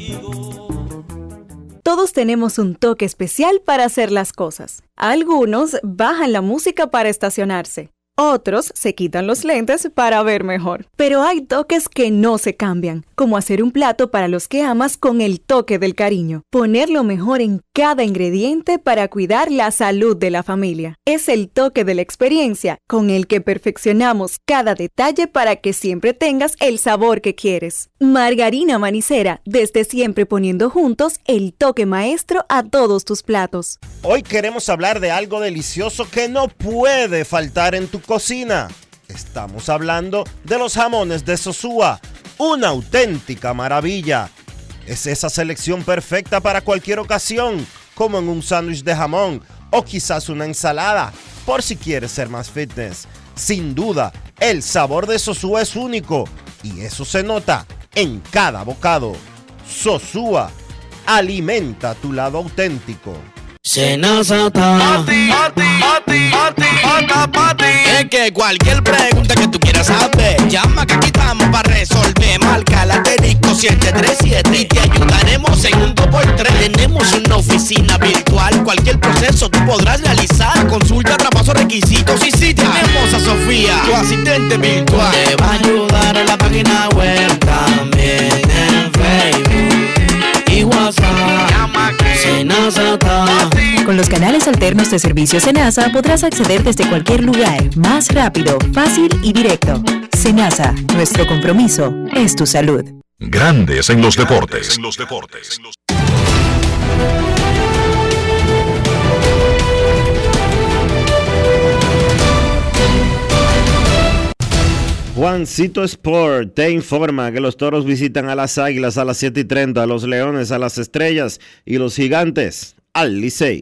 Todos tenemos un toque especial para hacer las cosas. Algunos bajan la música para estacionarse. Otros se quitan los lentes para ver mejor. Pero hay toques que no se cambian, como hacer un plato para los que amas con el toque del cariño. Poner lo mejor en cada ingrediente para cuidar la salud de la familia. Es el toque de la experiencia con el que perfeccionamos cada detalle para que siempre tengas el sabor que quieres. Margarina Manicera, desde siempre poniendo juntos el toque maestro a todos tus platos. Hoy queremos hablar de algo delicioso que no puede faltar en tu cocina. Estamos hablando de los jamones de Sosúa, una auténtica maravilla. Es esa selección perfecta para cualquier ocasión, como en un sándwich de jamón o quizás una ensalada, por si quieres ser más fitness. Sin duda, el sabor de Sosúa es único y eso se nota en cada bocado. Sosúa, alimenta tu lado auténtico. Senazata. Pati, pati, pati, pati, pati, pati. Es que cualquier pregunta que tú quieras saber, llama que aquí estamos para resolver. Marca la asterisco siete tres siete y te ayudaremos en un dos por tres. Tenemos una oficina virtual, cualquier proceso tú podrás realizar. Consulta, traspaso, requisitos y si tenemos a Sofía, tu asistente virtual. Te va a ayudar en la página web, también en Facebook y WhatsApp. Senazata. Con los los canales alternos de servicio Senasa podrás acceder desde cualquier lugar, más rápido, fácil y directo. Senasa, nuestro compromiso es tu salud. Grandes en los deportes. En los deportes. Juancito Sport te informa que los Toros visitan a las Águilas a las siete y treinta, a los Leones a las Estrellas y los Gigantes al Licey.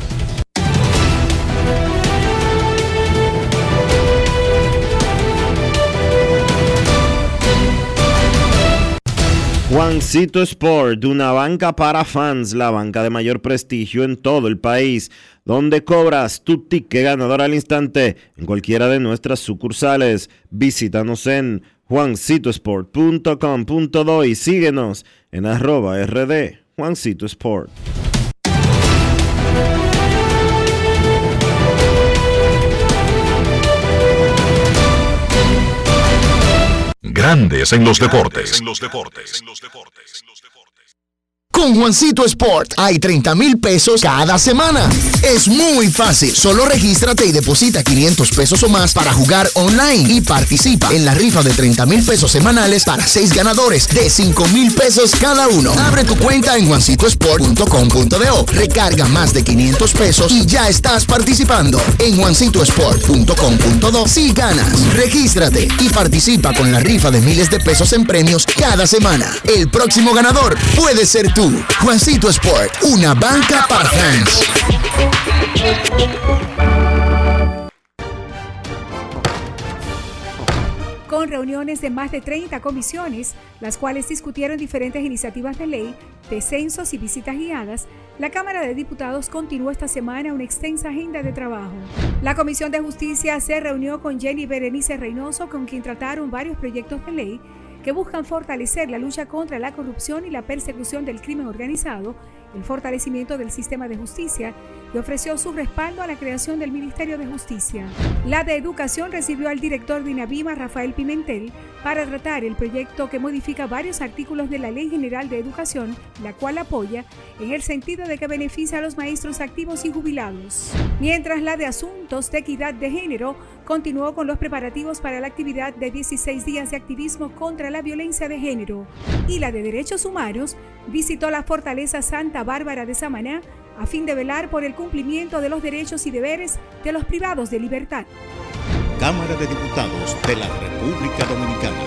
Juancito Sport, una banca para fans, la banca de mayor prestigio en todo el país, donde cobras tu ticket ganador al instante en cualquiera de nuestras sucursales. Visítanos en juancito sport punto com punto do y síguenos en arroba rd Juancito Sport. Grandes en los deportes. Con Juancito Sport hay treinta mil pesos cada semana. Es muy fácil. Solo regístrate y deposita quinientos pesos o más para jugar online y participa en la rifa de treinta mil pesos semanales para seis ganadores de cinco mil pesos cada uno. Abre tu cuenta en juancito sport punto com punto do. Recarga más de quinientos pesos y ya estás participando. En juancito sport punto com punto do. Si ganas, regístrate y participa con la rifa de miles de pesos en premios cada semana. El próximo ganador puede ser tú. Juancito Sport, una banca para fans. Con reuniones de más de treinta comisiones, las cuales discutieron diferentes iniciativas de ley, descensos y visitas guiadas, la Cámara de Diputados continuó esta semana una extensa agenda de trabajo. La Comisión de Justicia se reunió con Jenny Berenice Reynoso, con quien trataron varios proyectos de ley que buscan fortalecer la lucha contra la corrupción y la persecución del crimen organizado, el fortalecimiento del sistema de justicia, y ofreció su respaldo a la creación del Ministerio de Justicia. La de Educación recibió al director de INAVIMA, Rafael Pimentel, para tratar el proyecto que modifica varios artículos de la Ley General de Educación, la cual apoya en el sentido de que beneficia a los maestros activos y jubilados. Mientras la de Asuntos de Equidad de Género continuó con los preparativos para la actividad de dieciséis días de activismo contra la violencia de género, y la de Derechos Humanos visitó la Fortaleza Santa Bárbara de Samaná a fin de velar por el cumplimiento de los derechos y deberes de los privados de libertad. Cámara de Diputados de la República Dominicana.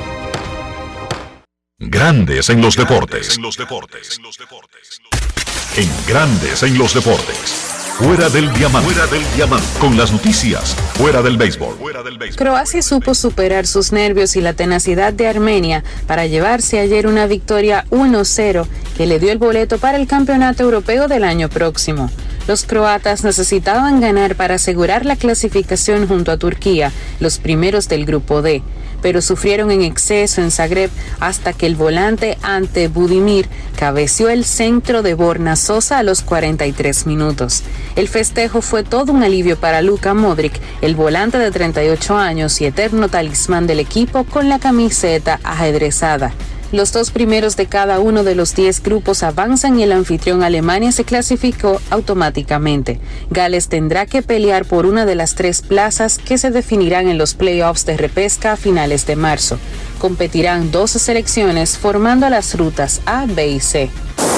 Grandes en los deportes. En Grandes en los deportes. Fuera del diamante. Fuera del diamante. Con las noticias. Fuera del béisbol. Croacia supo superar sus nervios y la tenacidad de Armenia para llevarse ayer una victoria uno cero que le dio el boleto para el Campeonato Europeo del año próximo. Los croatas necesitaban ganar para asegurar la clasificación junto a Turquía, los primeros del Grupo D, pero sufrieron en exceso en Zagreb hasta que el volante Ante Budimir cabeció el centro de Borna Sosa a los cuarenta y tres minutos. El festejo fue todo un alivio para Luka Modric, el volante de treinta y ocho años y eterno talismán del equipo con la camiseta ajedrezada. Los dos primeros de cada uno de los diez grupos avanzan y el anfitrión Alemania se clasificó automáticamente. Gales tendrá que pelear por una de las tres plazas que se definirán en los playoffs de repesca a finales de marzo. Competirán doce selecciones formando las rutas A, B y C.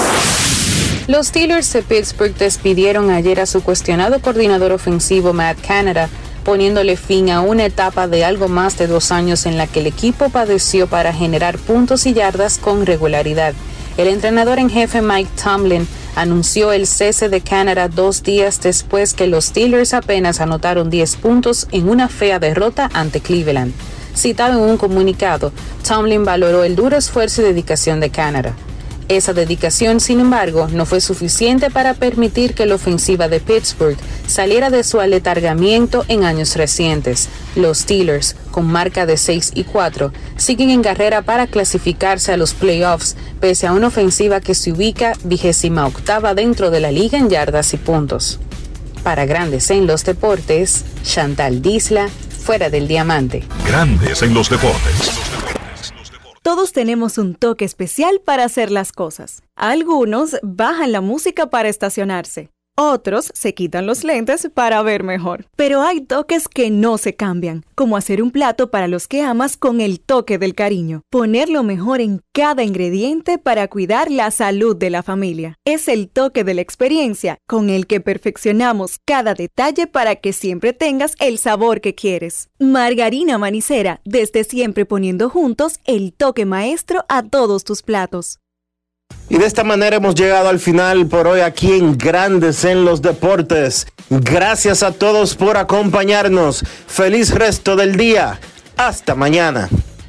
Los Steelers de Pittsburgh despidieron ayer a su cuestionado coordinador ofensivo Matt Canada, poniéndole fin a una etapa de algo más de dos años en la que el equipo padeció para generar puntos y yardas con regularidad. El entrenador en jefe Mike Tomlin anunció el cese de Canada dos días después que los Steelers apenas anotaron diez puntos en una fea derrota ante Cleveland. Citado en un comunicado, Tomlin valoró el duro esfuerzo y dedicación de Canada. Esa dedicación, sin embargo, no fue suficiente para permitir que la ofensiva de Pittsburgh saliera de su aletargamiento en años recientes. Los Steelers, con marca de seis y cuatro, siguen en carrera para clasificarse a los playoffs, pese a una ofensiva que se ubica vigésima octava dentro de la liga en yardas y puntos. Para Grandes en los Deportes, Chantal Disla, fuera del diamante. Grandes en los Deportes. Todos tenemos un toque especial para hacer las cosas. Algunos bajan la música para estacionarse. Otros se quitan los lentes para ver mejor. Pero hay toques que no se cambian, como hacer un plato para los que amas con el toque del cariño. Poner lo mejor en cada ingrediente para cuidar la salud de la familia. Es el toque de la experiencia con el que perfeccionamos cada detalle para que siempre tengas el sabor que quieres. Margarina Manicera, desde siempre poniendo juntos el toque maestro a todos tus platos. Y de esta manera hemos llegado al final por hoy aquí en Grandes en los Deportes. Gracias a todos por acompañarnos. Feliz resto del día. Hasta mañana.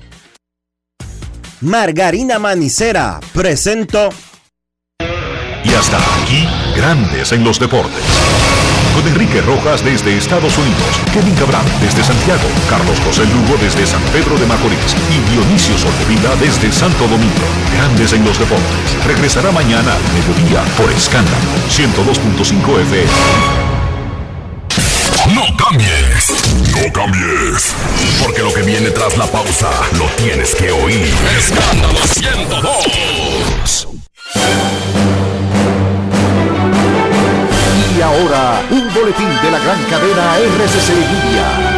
Margarina Manicera presentó. Y hasta aquí, Grandes en los Deportes. Con Enrique Rojas desde Estados Unidos, Kevin Cabral desde Santiago, Carlos José Lugo desde San Pedro de Macorís y Dionisio Soldevila desde Santo Domingo. Grandes en los Deportes. Regresará mañana al mediodía por Escándalo ciento dos punto cinco F M. No cambies, no cambies, porque lo que viene tras la pausa lo tienes que oír. Escándalo ciento dos. Y ahora, un boletín de la gran cadena R C C Media.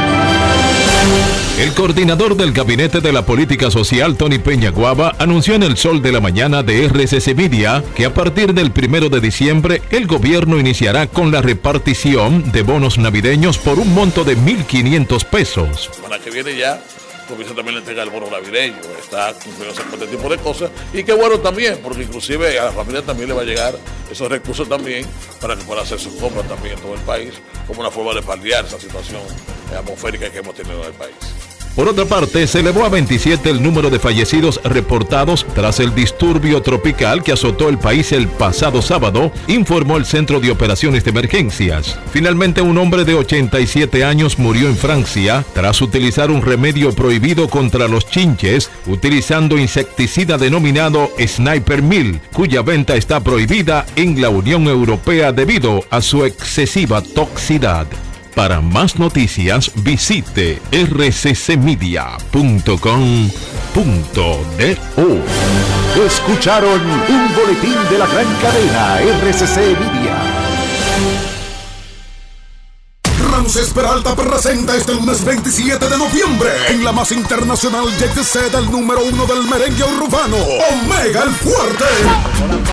El coordinador del Gabinete de la Política Social, Tony Peña Guava, anunció en el Sol de la Mañana de R C C Media que a partir del primero de diciembre el gobierno iniciará con la repartición de bonos navideños por un monto de mil quinientos pesos. Para que viene ya, el gobierno también le entrega el bono navideño, está cumpliendo este tipo de cosas, y qué bueno también, porque inclusive a la familia también le va a llegar esos recursos también para que pueda hacer sus compras también en todo el país, como una forma de paliar esa situación atmosférica que hemos tenido en el país. Por otra parte, se elevó a veintisiete el número de fallecidos reportados tras el disturbio tropical que azotó el país el pasado sábado, informó el Centro de Operaciones de Emergencias. Finalmente, un hombre de ochenta y siete años murió en Francia tras utilizar un remedio prohibido contra los chinches, utilizando insecticida denominado Sniper mil, cuya venta está prohibida en la Unión Europea debido a su excesiva toxicidad. Para más noticias, visite r c c media punto com punto d o. Escucharon un boletín de la gran cadena R C C Media. Ramses Peralta presenta este lunes veintisiete de noviembre en la más internacional Jet Set, el número uno del merengue urbano, Omega el Fuerte.